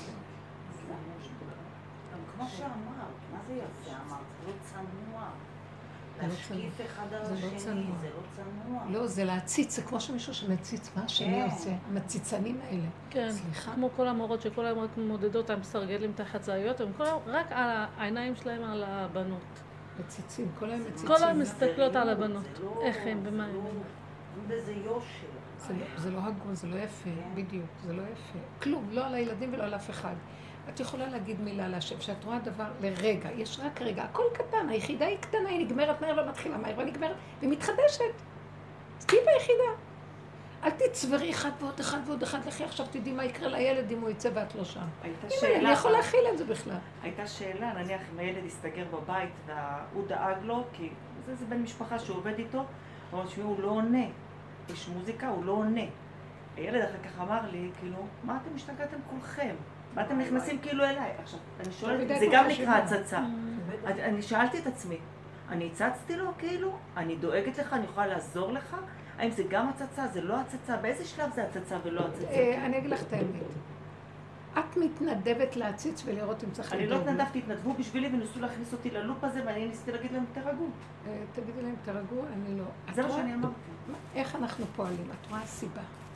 כמו שאמרת, מה זה יפה אמרת? זה לא צנוע. להשקיף אחד על השני, זה לא צנוע. לא, זה להציץ, זה כמו שמישהו שמציץ, מה השני עושה? המציצנים האלה. כן, כמו כל המורות שכל היום רק מודדות, הם סרגלים תחת זהויות, הם רק על העיניים שלהם על הבנות. מציצים, כל היום מציצים. כל היום מסתכלות על הבנות, איך הם, במה הם. אין בזה יושר. זה לא הגון, זה לא יפה, בדיוק, זה לא יפה. כלום, לא על הילדים ולא על אף אחד. את יכולה להגיד מילה להשם, שאת רואה דבר לרגע, יש רק רגע, הכל קטן, היחידה היא קטנה, היא נגמרת מהר ומתחילה מהר ונגמרת, ומתחדשת. אז תהי ביחידה. אל תצברי אחד ועוד אחד ועוד אחד, לכי עכשיו תדעי מה יקרה לילד אם הוא יצא ואת לא שם. הייתה שאלה. שאלה. אני יכול להכיל את זה בכלל. הייתה שאלה, נניח אם הילד יסתגר בבית והוא דאג לו, כי זה, זה בן משפחה שהוא עובד איתו, הוא אומר שהוא לא עונה. יש מוזיקה, הוא לא עונה. הילד אחר כך אמר לי, כאילו, מה אתם השתגעתם כולכם? מה אתם נכנסים כאילו אליי? עכשיו, אני שואלת, זה גם נקרא הצצה. אני שאלתי את עצמי, אני הצצתי לו כאילו? אני דואגת לך, אני יכולה לעזור לך? האם זה גם הצצה? זה לא הצצה? באיזה שלב זה הצצה ולא הצצה? אני אגיד לך את האמת. את מתנדבת להציץ ולראות אם צריך לדאוג. אני לא התנדבתי, התנדבו בשבילי וניסו להכניס אותי ללופ הזה ואני ניסיתי להגיד להם, תרגעו. תגידי להם, תרגעו, אני לא. זה מה שאני אמרתי. איך אנחנו פועלים? את רואה סיבה.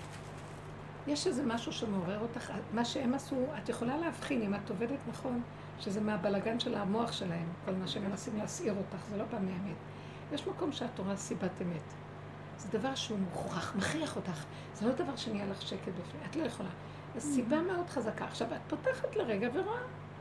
יש איזה משהו שמעורר אותך, מה שהם עשו, את יכולה להבחין אם את עובדת נכון, שזה מהבלגן של המוח שלהם, כל מה שהם מנסים להסעיר אותך, זה לא בא מהאמת. יש מקום שאת רואה סיבת אמת. זה דבר שהוא מוכרח, מכריח אותך. זה לא דבר שנהיה לך שקט בפני, את לא יכולה. זו סיבה מאוד חזקה. עכשיו, את פותחת לרגע ורואה.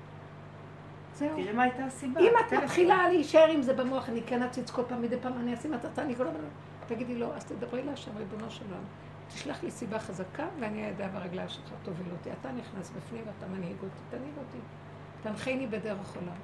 זהו. תראי מה הייתה הסיבה. אם את מתחילה להישאר עם זה במוח, אני כן אציץ כל פעם, מדי פעם אני אשים את אתה, אני כל פעם... תגידי לו, אז תדברי להשם, ריבונו של עולם. תשלח לי סיבה חזקה, ואני הידיים והרגליים שלך תוביל אותי. אתה נכנס בפנים ואתה מנהיג אותי, תנהיג אותי. תנחני בדרך עולם.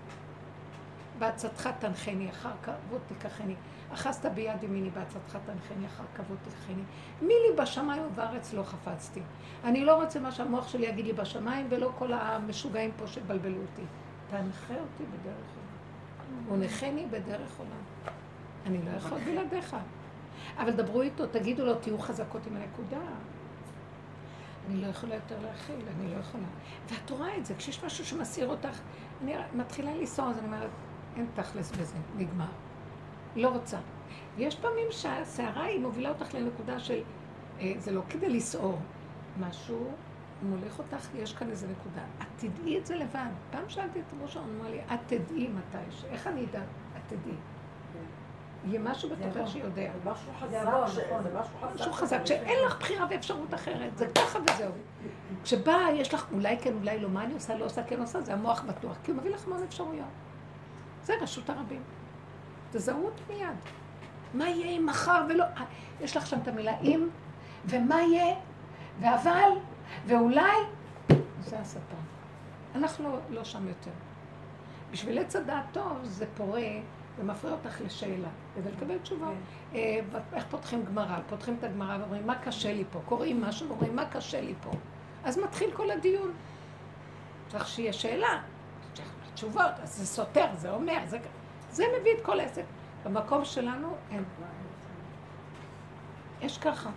בעצתך תנחני, אחר כבוד תיקחני. אחזת ביד ימיני, בעצתך תנחני, אחר כבוד תיקחני. מי לי בשמיים ובארץ לא חפצתי. אני לא רוצה מה שהמוח שלי יגיד לי בשמיים, ולא כל המשוגעים פה שבלבלו אותי. תנחה אותי בדרך עולם. ונחני בדרך עולם. אני לא יכול בלעדיך. אבל דברו איתו, תגידו לו, תהיו חזקות עם הנקודה. אני לא יכולה יותר להכיל, אני לא יכולה. ואת רואה את זה, כשיש משהו שמסעיר אותך, אני מתחילה לנסוע, אז אני אומרת, אין תכלס בזה, נגמר. לא רוצה. יש פעמים שהסערה היא מובילה אותך לנקודה של, אה, זה לא כדי לסעור. משהו מוליך אותך, יש כאן איזה נקודה. את תדעי את זה לבד. פעם שאלתי את ראש העון, אמר לי, את תדעי מתי, איך אני אדע? את תדעי. יהיה משהו בתוכך שיודע. זה משהו חזק, זה משהו חזק, שאין לך בחירה ואפשרות אחרת, זה ככה וזהו. כשבא, יש לך, אולי כן, אולי לא, מה אני עושה, לא עושה, כן עושה, זה המוח בטוח, כי הוא מביא לך מאוד אפשרויות. זה רשות הרבים. תזהות מיד. מה יהיה אם מחר ולא... יש לך שם את המילה אם, ומה יהיה, ואבל, ואולי, זה השטן. אנחנו לא שם יותר. בשביל עץ הדעת טוב, זה פורה, ומפריע אותך לשאלה, כדי לקבל תשובה. איך פותחים גמרא? פותחים את הגמרא ואומרים, מה קשה לי פה? קוראים משהו ואומרים, מה קשה לי פה? אז מתחיל כל הדיון. צריך שיהיה שאלה, צריך תשובות, אז זה סותר, זה אומר, זה, זה מביא את כל העסק. במקום שלנו אין. יש ככה.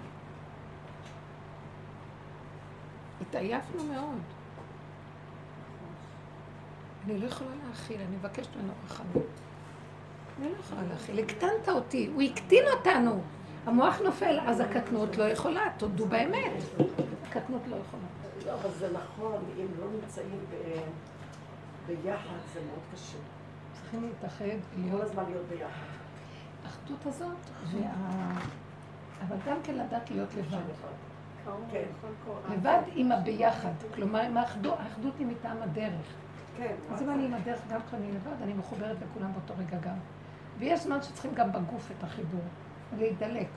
התעייפנו מאוד. אני לא יכולה להכיל, אני מבקשת ממנו רחמים. אני לא יכולה להכיל, הקטנת אותי, הוא הקטין אותנו. המוח נופל, אז הקטנות לא יכולה, תודו באמת. הקטנות לא יכולה. לא, אבל זה נכון, אם לא נמצאים ביחד, זה מאוד קשה. צריכים להתאחד, כל הזמן להיות ביחד. האחדות הזאת, אבל גם כן לדעת להיות לבד. לבד עם הביחד, כלומר עם האחדות, האחדות היא מטעם הדרך. אז אם אני עם הדרך גם כשאני לבד, אני מחוברת לכולם באותו רגע גם. ויש זמן שצריכים גם בגוף את החיבור, להידלק.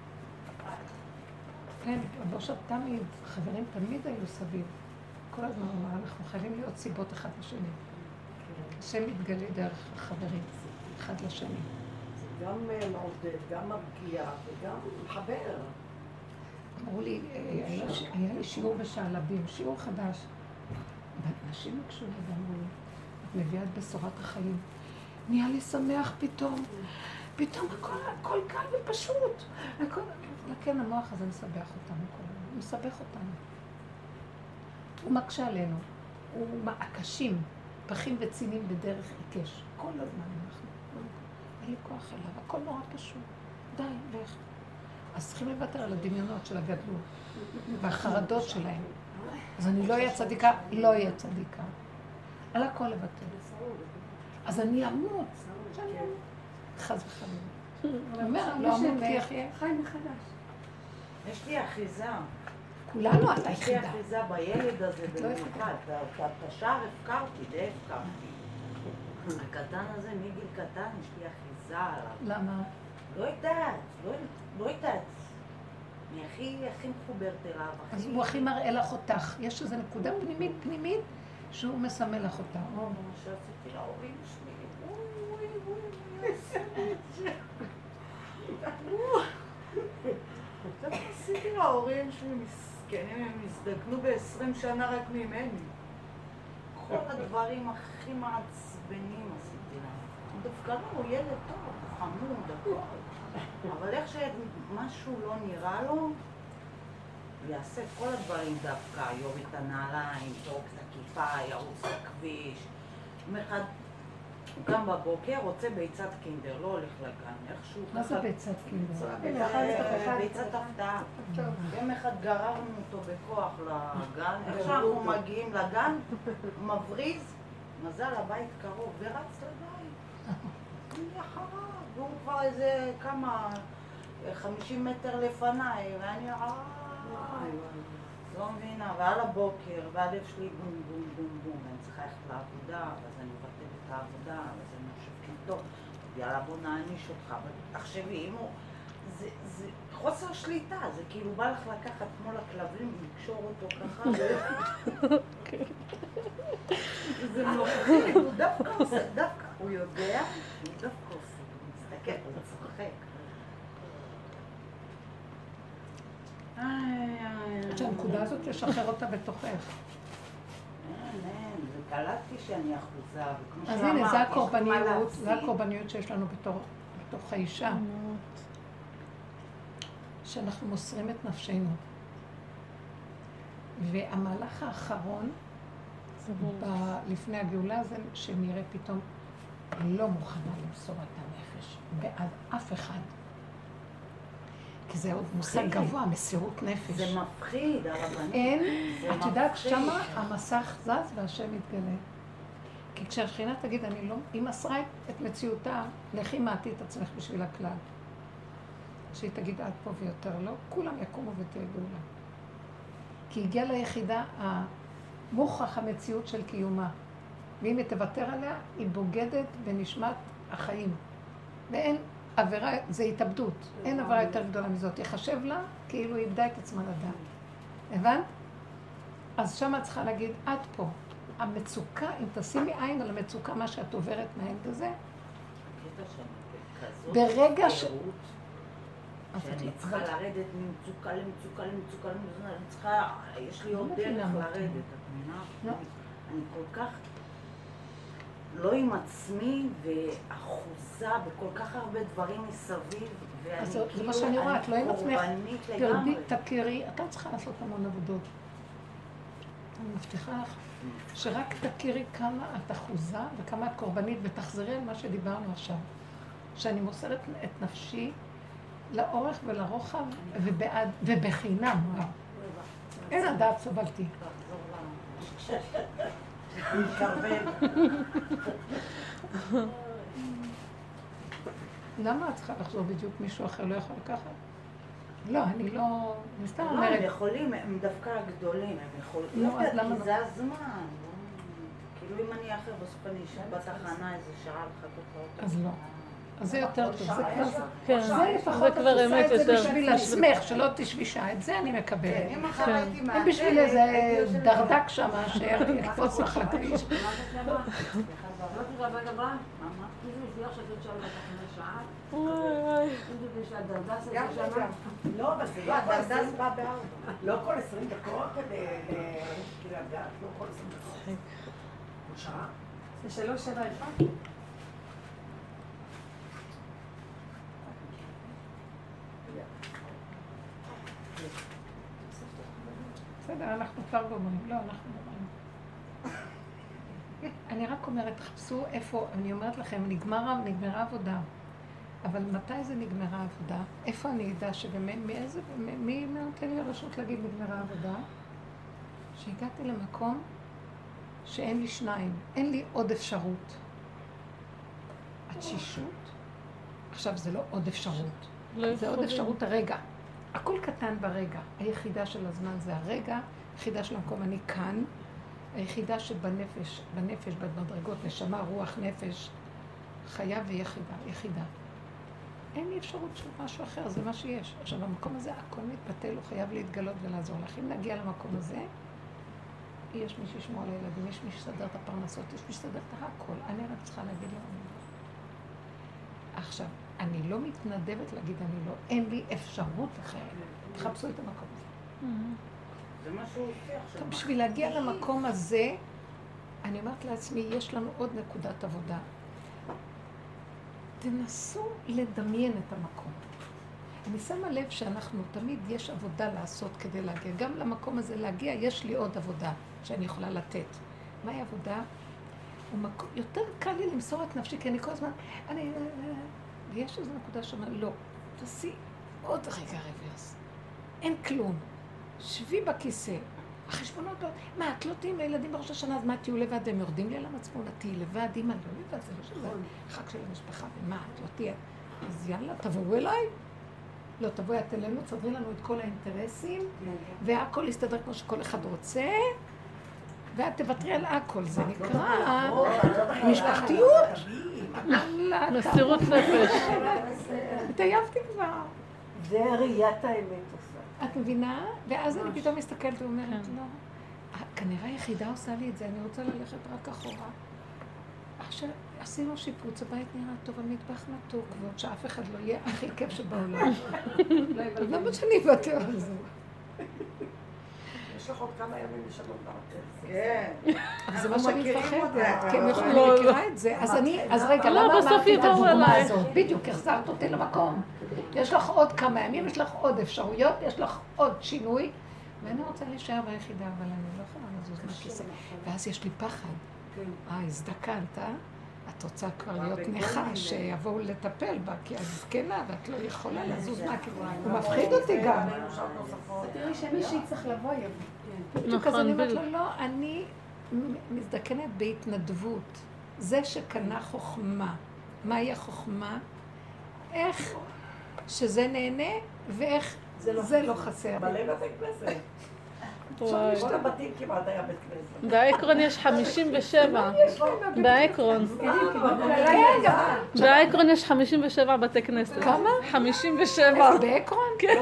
כן, אבל עכשיו תמיד, חברים תמיד היו סביב. כל הזמן אמר, אנחנו חייבים להיות סיבות אחד לשני. השם מתגלה דרך החברים, אחד לשני. זה גם מעודד, גם מרגיע וגם מחבר. אמרו לי, היה לי שיעור בשעלבים, שיעור חדש. ואנשים הקשו לי ואמרו לי, את מביאה את בשורת החיים. נהיה לי שמח פתאום. פתאום הכל, הכל קל ופשוט. הכל... לכן המוח הזה מסבך אותנו כל הזמן. הוא מסבך אותנו. הוא מקשה עלינו. הוא מעקשים, פחים וצינים בדרך עיקש. כל הזמן אנחנו. אין לי כוח אליו. הכל נורא פשוט. די, לך. אז צריכים לוותר על הדמיונות של הגדלות והחרדות שלהם. אז אני לא אהיה צדיקה, לא אהיה צדיקה. על הכל לוותר. אז אני אמות. חס וחלילה. הוא אומר, לא אמות ויחיה. חי מחדש. יש לי אחיזה. כולנו את יש לי היחידה. אחיזה בילד הזה במיוחד. את השער הפקרתי, די הפקרתי. הקטן הזה, מגיל קטן, יש לי אחיזה עליו. למה? לא יודעת, לא יודעת. אני הכי, הכי מחוברת אליו. אז הוא הכי מראה לך אותך. יש איזו נקודה פנימית, פנימית, שהוא מסמל לך אותה. או, מה שעשיתי להורים שלי. אוי, אוי, אוי, עשיתי את זה. עכשיו עשיתי להורים שלי מסכנים, הם הזדקנו ב-עשרים שנה רק ממני. כל הדברים הכי מעצבנים עשיתי להם. דווקא לא, הוא ילד טוב, הוא חמוד, הכל. אבל איך שמשהו לא נראה לו, הוא יעשה את כל הדברים דווקא, יוריד את הנעליים, יזרוק את הכיפה, ירוץ לכביש. יום אחד הוא קם בבוקר, רוצה ביצת קינדר, לא הולך לגן, איכשהו ככה... מה זה ביצת קינדר? ביצת הפתעה. יום אחד גררנו אותו בכוח לגן, איך שאנחנו מגיעים לגן, מבריז, מזל הבית קרוב, ורץ לבית. אני אחריו, והוא כבר איזה כמה, חמישים מטר לפניי, ואני אחריו. לא מבינה, ועל הבוקר, והלב שלי בום בום בום בום, אני צריכה ללכת לעבודה, אז אני מבטלת את העבודה, אז אני חושבת איתו, יאללה בוא נעניש אותך, אבל תחשבי, אם הוא... זה, זה חוסר שליטה, זה כאילו בא לך לקחת כמו לכלבים, לקשור אותו ככה, זה מוכן, הוא דווקא עושה, דווקא, הוא יודע, הוא דווקא עושה, הוא מסתכל, הוא צוחק. שהנקודה הזאת לשחרר אותה בתוכך. אין, אין, וקלטתי שאני אחוזה, וכמו אז הנה, זה הקורבניות, זה הקורבניות שיש לנו בתוך האישה. שאנחנו מוסרים את נפשנו. והמהלך האחרון, לפני הגאולה, זה שנראה פתאום לא מוכנה למסור את הנפש בעד אף אחד. כי זה עוד מושג גבוה, מסירות נפש. זה מפחיד, הרבנית. אין, את יודעת, שמה המסך זז והשם מתגלה. כי כשהשכינה תגיד, אני לא, היא מסרה את מציאותה, לכי מעטי את עצמך בשביל הכלל. שהיא תגיד עד פה ויותר לא, כולם יקומו ותהיה גאולה. כי הגיעה ליחידה המוכח המציאות של קיומה. ואם היא תוותר עליה, היא בוגדת בנשמת החיים. ואין עבירה, זה התאבדות. אין עבירה יותר גדולה מזאת. יחשב לה כאילו היא איבדה את עצמה לדעת. הבנת? אז שמה צריכה להגיד, עד פה. המצוקה, אם תשימי עין על המצוקה, מה שאת עוברת מהעין הזה, ברגע ש... שאני צריכה לרדת ממצוקה למצוקה למצוקה למצוקה, אני צריכה, יש לי עוד דרך לרדת, את מבינה? אני כל כך לא עם עצמי ואחוזה בכל כך הרבה דברים מסביב, ואני כאילו, זה מה שאני רואה, את לא עם עצמך, תרדי, תכירי, אתה צריכה לעשות המון עבודות. אני מבטיחה לך שרק תכירי כמה את אחוזה וכמה את קורבנית ותחזרי על מה שדיברנו עכשיו. שאני מוסרת את נפשי לאורך ולרוחב ובעד, ובחינם. אין הדעת סבלתי. למה את צריכה לחזור בדיוק? מישהו אחר לא יכול לקחת? לא, אני לא... אני סתם אומרת... לא, הם יכולים, הם דווקא הגדולים, הם יכולים... לא, אז למה לא? כי זה הזמן. כאילו אם אני אחר בסוף אני אשב בתחנה איזה שעה לחכות. אז לא. אז זה יותר טוב, זה כבר... כן, זה לפחות זה כבר את עושה אמת את זה יותר. בשביל עצמך, שלא תשבישה. את זה אני מקבלת. אם עכשיו הייתי אין מעטרת, בשביל איזה הייתי יושבת דרדק שם שיקפוץ לך לכביש. לא תדבר דברה? מה? אם זה בשבילך שאת עוד שעה בתחנה שעה? אם זה בשביל הדרדס הזה שמה? לא, אבל זה לא הדרדס בא בארבע. לא כל עשרים דקות כדי לדעת, לא כל עשרים דקות. שעה? זה שלוש שבע אחד? בסדר, אנחנו כבר גומרים. לא, אנחנו גומרים. אני רק אומרת, תחפשו איפה, אני אומרת לכם, נגמרה, נגמרה עבודה. אבל מתי זה נגמרה עבודה? איפה אני אדע שבאמת, מאיזה, מי נותן לי הרשות להגיד נגמרה עבודה? שהגעתי למקום שאין לי שניים, אין לי עוד אפשרות. התשישות, עכשיו זה לא עוד אפשרות, זה עוד אפשרות הרגע. הכל קטן ברגע, היחידה של הזמן זה הרגע, היחידה של המקום אני כאן, היחידה שבנפש, בנפש, במדרגות, נשמה, רוח, נפש, חיה ויחידה, יחידה. אין לי אפשרות של משהו אחר, זה מה שיש. עכשיו, במקום הזה הכל מתפתל, הוא חייב להתגלות ולעזור לך. אם נגיע למקום הזה, יש מי שישמור על הילדים, יש מי שיסדר את הפרנסות, יש מי שיסדר את הכל. אני רק צריכה להגיד לו, עכשיו, אני לא מתנדבת להגיד אני לא, אין לי אפשרות אחרת. תחפשו את המקום הזה. זה מה שהוא עושה עכשיו. בשביל להגיע למקום הזה, אני אומרת לעצמי, יש לנו עוד נקודת עבודה. תנסו לדמיין את המקום. אני שמה לב שאנחנו, תמיד יש עבודה לעשות כדי להגיע. גם למקום הזה להגיע, יש לי עוד עבודה שאני יכולה לתת. מהי עבודה? ומקום, יותר קל לי למסור את נפשי, כי אני כל הזמן, אני... ויש איזו נקודה שאומרת, לא, תעשי עוד רגע רוורס. אין כלום. שבי בכיסא. החשבונות לא... מה, את לא תהיי עם הילדים בראש השנה, אז מה, תהיו לבד? הם יורדים לי על המצפון, את תהיי לבד, אמא, לא לבד, זה לא שזה חג של המשפחה, ומה, את לא תהיה... אז יאללה, תבואו אליי. לא, תבואי את אלינו, תסדרי לנו את כל האינטרסים, והכל יסתדר כמו שכל אחד רוצה, ואת תוותרי על הכל, זה נקרא משפחתיות. מסירות נפש. התעייבתי כבר. זה ראיית האמת עושה. את מבינה? ואז אני פתאום מסתכלת ואומרת, לא, כנראה היחידה עושה לי את זה, אני רוצה ללכת רק אחורה. עכשיו, עשינו שיפוץ, הבית נראה טוב, המטבח מתוק, ועוד שאף אחד לא יהיה הכי כיף שבעולם. למה שאני אוותר על זה? יש לך עוד כמה ימים לשנות דעתך. כן. אבל זה מה שאני מפחדת, כי אני מכירה את זה. אז אני, אז רגע, למה אמרתי את הדוגמה הזאת? בדיוק, החזרת אותי למקום. יש לך עוד כמה ימים, יש לך עוד אפשרויות, יש לך עוד שינוי, ואני רוצה להישאר ביחידה, אבל אני לא יכולה לזוז מהכיסא. ואז יש לי פחד. אה, הזדקנת, את רוצה כבר להיות נכה, שיבואו לטפל בה, כי את זקנה ואת לא יכולה לזוז מהכיסא. הוא מפחיד אותי גם. תראי שמישהי צריך לבוא יבוא. בדיוק, אז אני אומרת לו, לא, אני מזדקנת בהתנדבות. זה שקנה חוכמה. מהי החוכמה? איך שזה נהנה ואיך זה לא חסר. מלא בתי כנסת. כל הבתים כמעט היה בית כנסת. בעקרון יש חמישים ושבע. בעקרון. בעקרון יש חמישים ושבע בתי כנסת. כמה? חמישים ושבע. בעקרון? כן.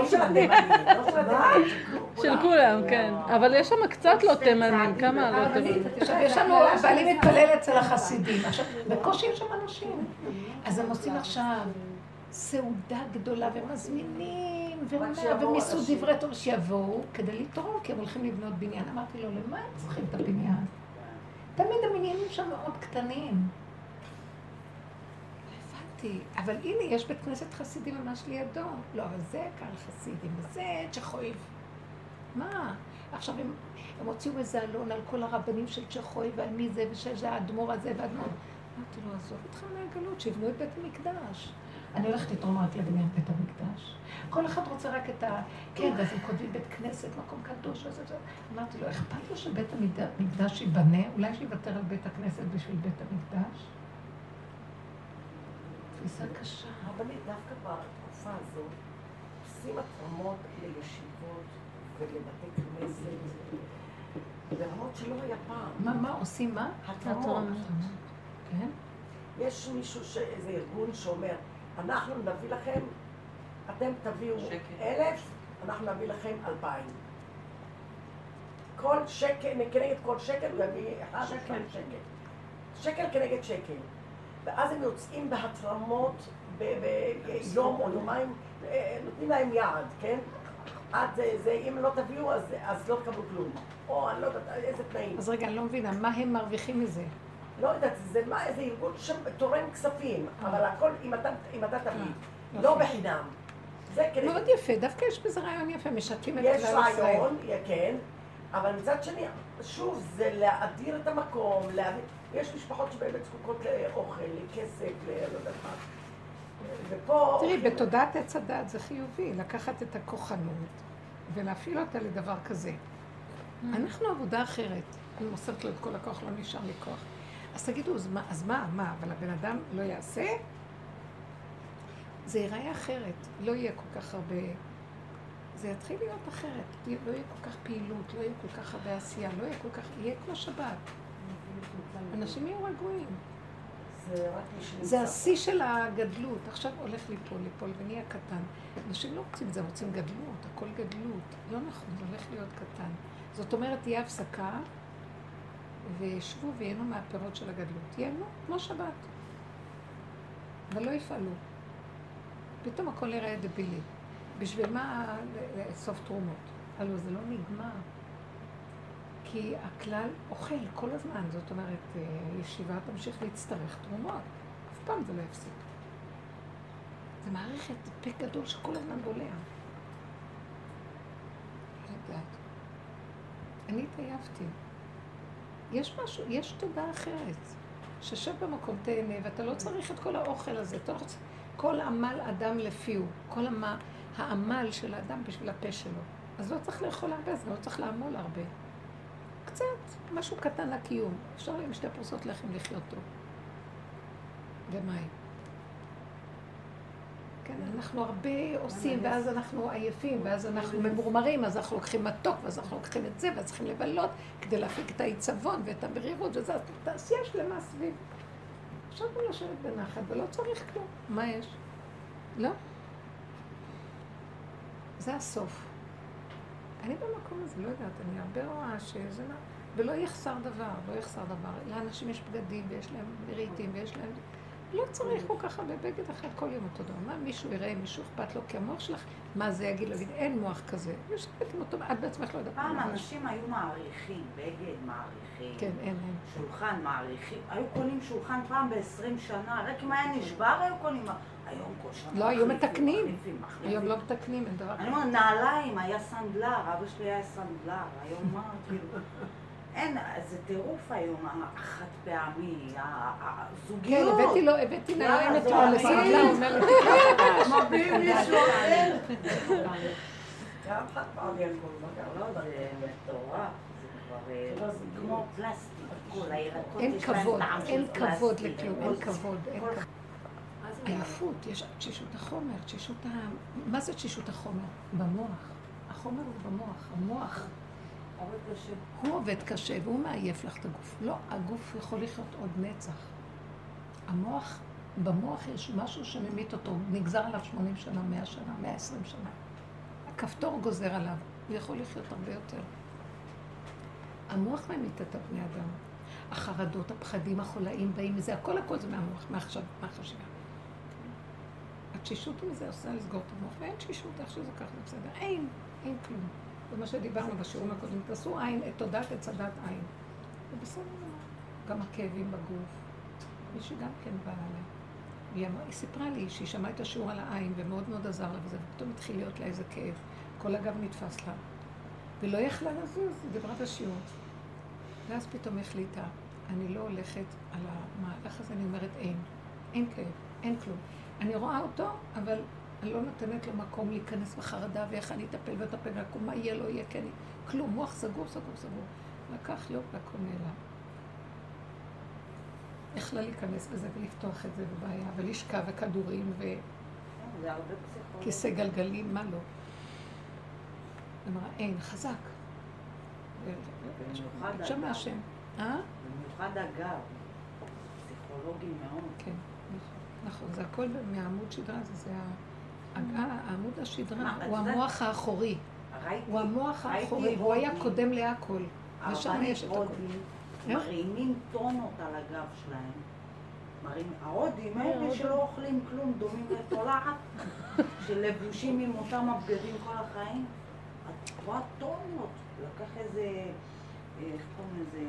של כולם, כן. אבל יש שם קצת לא תימנים. כמה לא תימנים? יש לנו, בעלי מתפלל אצל החסידים. עכשיו, בקושי יש שם אנשים. אז הם עושים עכשיו סעודה גדולה ומזמינים ומיסוד דברי תורה שיבואו כדי להתעורר, כי הם הולכים לבנות בניין. אמרתי לו, למה הם צריכים את הבניין? תמיד הבניינים שם מאוד קטנים. הבנתי, אבל הנה, יש בית כנסת חסידים ממש לידו. לא, אבל זה קהל חסידים, וזה צ'חויב. מה? עכשיו הם, הם הוציאו איזה אלון על כל הרבנים של צ'חויב ועל מי זה ושזה האדמו"ר הזה והאדמו"ר. אמרתי לו, עזוב אותך מהגלות, שיבנו את בית המקדש. אני הולכת לתרום רק לבניין בית המקדש. כל אחד רוצה רק את ה... כן, ואז הם כותבים בית כנסת, מקום קדוש, וזה וזה. אמרתי לו, אכפת לו שבית המקדש ייבנה? אולי שיוותר על בית הכנסת בשביל בית המקדש? תפיסה קשה. הרבנית, דווקא בתקופה הזאת, עושים התרמות לישיבות ולבתי כנסת, ברמות שלא היה פעם. מה, מה עושים מה? התרמות. כן? יש מישהו, איזה ארגון שאומר, אנחנו נביא לכם, אתם תביאו אלף, אנחנו נביא לכם אלפיים. כל שקל, כנגד כל שקל הוא יביא אחד שקל שקל. שקל כנגד שקל. ואז הם יוצאים בהתרמות ביום או יומיים, נותנים להם יעד, כן? עד זה, אם לא תביאו, אז, אז לא תקבלו כלום. או אני לא יודעת, איזה תנאים. אז רגע, אני לא מבינה, מה הם מרוויחים מזה? לא יודעת, זה מה, איזה ארגון שתורם כספים, אבל הכל, אם אתה, אם אתה תביא, לא בחינם. זה כדי... מאוד יפה, דווקא יש בזה רעיון יפה, משתפים את כלל ישראל. יש רעיון, כן, אבל מצד שני, שוב, זה להאדיר את המקום, להאדיר... יש משפחות שבאמת זקוקות לאוכל, לכסף, לא יודעת מה. ופה... תראי, בתודעת עץ הדת זה חיובי, לקחת את הכוחנות ולהפעיל אותה לדבר כזה. אנחנו עבודה אחרת. אני מוסרת לו את כל הכוח, לא נשאר לי כוח. אז תגידו, אז מה, אז מה, מה, אבל הבן אדם לא יעשה? זה ייראה אחרת, לא יהיה כל כך הרבה... זה יתחיל להיות אחרת, לא יהיה כל כך פעילות, לא יהיה כל כך הרבה עשייה, לא יהיה כל כך... יהיה כמו שבת. אנשים יהיו רגועים. זה רק משנצח. זה השיא של הגדלות. עכשיו הולך ליפול, ליפול ונהיה קטן. אנשים לא רוצים את זה, רוצים גדלות, הכל גדלות. לא נכון, זה הולך להיות קטן. זאת אומרת, תהיה הפסקה, וישבו וייהנו מהפירות של הגדלות. ייהנו כמו שבת. אבל לא יפעלו. פתאום הכל יראה דבילי. בשביל מה לאסוף תרומות? הלוא זה לא נגמר. כי הכלל אוכל כל הזמן. זאת אומרת, ישיבה תמשיך להצטרך תרומות. אף פעם זה לא יפסיק. זה מערכת פה גדול שכל הזמן בולע. לא יודעת. אני התעייפתי. יש משהו, יש תודה אחרת, ששב במקום תהנה, ואתה לא צריך את כל האוכל הזה, אתה לא רוצה, כל עמל אדם לפיהו, כל המה, העמל של האדם בשביל הפה שלו. אז לא צריך לאכול הרבה, זה לא צריך לעמול הרבה. קצת, משהו קטן לקיום. אפשר עם שתי פרוסות לחם לחיות טוב. ומים. כן, אנחנו הרבה עושים, ואז אנחנו עייפים, ואז אנחנו ממורמרים, אז אנחנו לוקחים מתוק, ואז אנחנו לוקחים את זה, ואז צריכים לבלות כדי להפיק את העיצבון ואת המרירות, וזה תעשייה שלמה סביב. עכשיו הוא לשבת בנחת, ולא צריך כלום. מה יש? לא. זה הסוף. אני במקום הזה, לא יודעת, אני הרבה רואה שזה מה... ולא יחסר דבר, לא יחסר דבר. לאנשים יש בגדים, ויש להם רהיטים, ויש להם... לא צריך כל כך הרבה בגד אחד כל יום אותו דבר. מה מישהו יראה, מישהו אכפת לו, כי המוח שלך, מה זה יגיד לו? אין מוח כזה. יושבת עם אותו, את בעצמך לא יודעת. פעם אנשים היו מעריכים, בגד מעריכים. כן, אין, אין. שולחן מעריכים. היו קונים שולחן פעם ב-עשרים שנה, רק אם היה נשבר היו קונים... היום כל שנה... לא, היו מתקנים. היום לא מתקנים, אין דבר כזה. אני אומרת, נעליים, היה סנדלר, אבא שלי היה סנדלר, היום מה, כאילו... אין, זה טירוף היום, החד פעמי, הזוגיות. כן, הבאתי לו, הבאתי נעליים את לו לסנדלר, הוא אומר לי, מביאים מישהו אחר. גם חד פעמי הכל, מה גם? זה מטורף, זה כבר כמו פלסטיק, כל הירקות אין יש להם כבוד, טעם של אין פלסטיק. כבוד לכלום, אין כבוד, אין כבוד. עייפות, יש תשישות החומר, תשישות ה... מה זה תשישות החומר? במוח. החומר הוא במוח, המוח. הוא עובד קשה והוא מעייף לך את הגוף. לא, הגוף יכול לחיות עוד נצח. המוח, במוח יש משהו שממית אותו, נגזר עליו שמונים שנה, מאה שנה, מאה ועשרים שנה. הכפתור גוזר עליו, הוא יכול לחיות הרבה יותר. המוח ממית את הבני אדם. החרדות, הפחדים, החולאים באים מזה, הכל הכל זה מהמוח, מהחשיבה. התשישות מזה עושה לסגור את המוח, ואין תשישות, איך שזה ככה, זה בסדר. אין, אין כלום. זה מה שדיברנו בשיעורים הקודמים, תעשו עין, את תודעת את צדת עין. זה בסדר, גם הכאבים בגוף. מישהי גם כן באה עליה. היא, היא סיפרה לי שהיא שמעה את השיעור על העין ומאוד מאוד עזר לה וזה, ופתאום התחיל להיות לה איזה כאב. כל הגב נתפס לה. ולא יכלה לזוז, היא דיברה בשיעור. ואז פתאום החליטה, אני לא הולכת על המהלך הזה, אני אומרת אין. אין כאב, אין כלום. אני רואה אותו, אבל אני לא נותנת לו מקום להיכנס בחרדה ואיך אני אטפל ואטפל והכל, מה יהיה, לא יהיה, כן, כלום, מוח סגור, סגור, סגור. לקח לו והכל נעלם. איך לה להיכנס בזה ולפתוח את זה בבעיה, ולשכב וכדורים וכיסא גלגלים, מה לא? אמרה, אין, חזק. שמע השם. אה? במיוחד הגב, פסיכולוגי מאוד. כן, נכון, זה הכל מהעמוד שדרה, זה העמוד השדרה, הוא המוח האחורי. הוא המוח האחורי, הוא היה קודם להכל. ושם יש את הכל. מרימים טונות על הגב שלהם. ההודים האלה שלא אוכלים כלום, דומים לתולעת, שלבושים עם אותם הבגדים כל החיים. את רואה טונות, לקח איזה, איך קוראים לזה,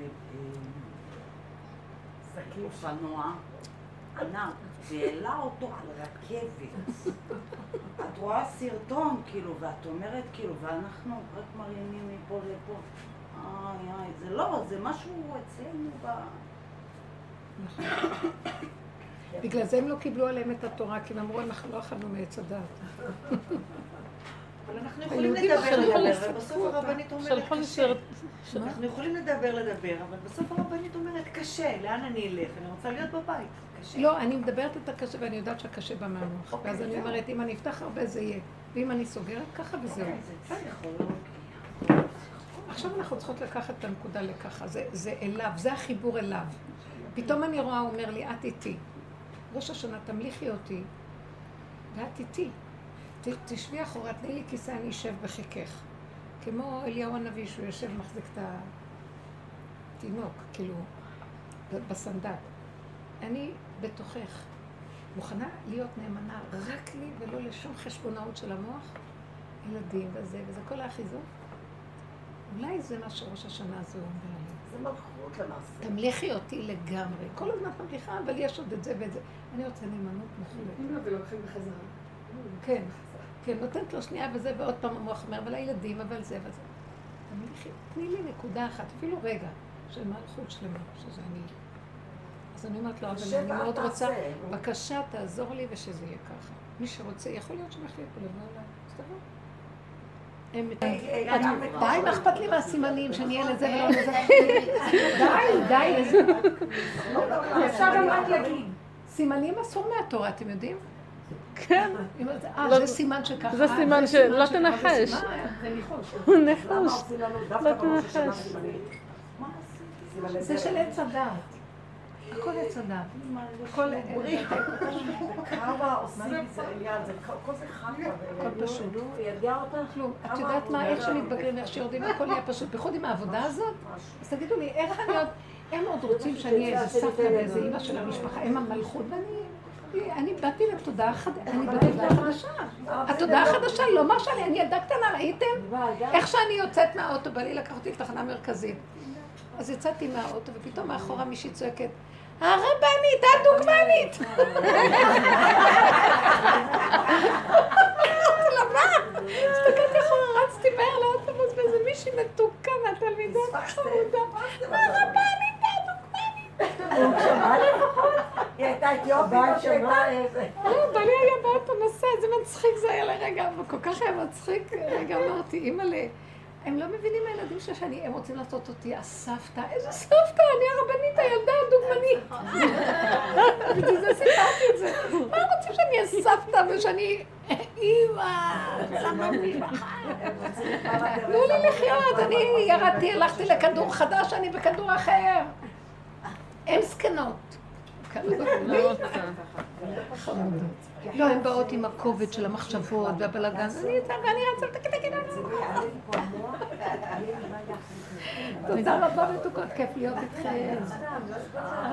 אופנוע ענק, והעלה אותו על רכבת. את רואה סרטון, כאילו, ואת אומרת, כאילו, ואנחנו רק מרימים מפה לפה. איי, איי, זה לא, זה משהו אצלנו ב... בגלל זה הם לא קיבלו עליהם את התורה, כי הם אמרו, אנחנו לא אכלנו מעץ הדעת. אבל אנחנו יכולים לדבר לדבר, ובסוף הרבנית אומרת קשה. אנחנו יכולים לדבר לדבר, אבל בסוף הרבנית אומרת קשה, לאן אני אלך? אני רוצה להיות בבית, קשה. לא, אני מדברת את הקשה ואני יודעת שהקשה בא מהמוח. ואז אני אומרת, אם אני אפתח הרבה זה יהיה, ואם אני סוגרת ככה וזהו. זה פסיכולוגיה. עכשיו אנחנו צריכות לקחת את הנקודה לככה, זה, זה אליו, זה החיבור אליו. פתאום אני רואה, הוא אומר לי, את איתי. ראש השנה, תמליכי אותי, ואת איתי. ת, תשבי אחורה, תני לי כיסא, אני אשב בחיקך. כמו אליהו הנביא, שהוא יושב ומחזיק את התינוק, כאילו, בסנדק. אני בתוכך, מוכנה להיות נאמנה רק לי ולא לשום חשבונאות של המוח, ילדים וזה, וזה כל האחיזות. אולי זה מה שראש השנה הזו אומר לי. זה מלכות למעשה. תמליכי אותי לגמרי. כל הזמן תמליכה, אבל יש עוד את זה ואת זה. אני רוצה נאמנות מוחלטת. ולוקחים בחזרה. כן, כן, נותנת לו שנייה וזה, ועוד פעם המוח אומר, אבל הילדים, אבל זה וזה. תמליכי, תני לי נקודה אחת, אפילו רגע, של מלכות שלמה, שזה אני. אז אני אומרת לו, אבל אני מאוד רוצה, בבקשה, תעזור לי ושזה יהיה ככה. מי שרוצה, יכול להיות שמחליט פה לבוא אליי. סתבר. די, מה אכפת לי מהסימנים, שאני אהיה לזה ולא לזה? די, די, לזה. אפשר גם רק להגיד. סימנים אסור מהתורה, אתם יודעים? כן. אה, זה סימן שככה. זה סימן שלא תנחש. זה ניחוש. ניחוש. למה עושים לנו דווקא בראש השנה סימנים? זה של עץ הדעת. הכל עץ הדעת. הכל ברית. כמה עושים מזה עניין, כל זה חכה. הכל פשוט. כלום. את יודעת מה, איך שמתבגרים, איך שיורדים, הכל נהיה פשוט. בייחוד עם העבודה הזאת, אז תגידו לי, איך אני עוד... הם עוד רוצים שאני אהיה איזה סבתא ואיזה אימא של המשפחה, הם המלכות, ואני... אני באתי לתודעה חדשה, אני בתודעה חדשה. התודעה החדשה לא מרשה לי, אני ילדה קטנה, ראיתם? איך שאני יוצאת מהאוטו, בא לי לקח אותי לתחנה מרכזית. אז יצאתי מהאוטו, ופתאום מאחורה מישהי צועקת, הרבנית, הדוגמנית! אמרתי לה, מה? הסתכלתי אחורה, רצתי מהר לאוטובוס, ואיזה מישהי מתוקה מהתלמידות חמודה. הרבנית, הדוגמנית! הוא שמע לפחות? היא הייתה אתיופית שהייתה איזה... לא, בלי היה באוטו נסע, איזה מצחיק זה היה לרגע, וכל כך היה מצחיק, רגע אמרתי, אימא'לה, הם לא מבינים מהילדים שאני, הם רוצים לעשות אותי הסבתא, איזה סבתא, אני הרבנית, הילדה הדוגמנית. בגלל זה סיפרתי את זה. מה הם רוצים שאני אהיה סבתא ושאני אימא, למה משפחה? תנו לי לחיות, אני ירדתי, הלכתי לכדור חדש, אני בכדור אחר. הם סקנות. לא, הן באות עם הכובד של המחשבות והבלגן, ואני רצה לתקן תקן תודה רבה מתוקות, כיף להיות איתכם.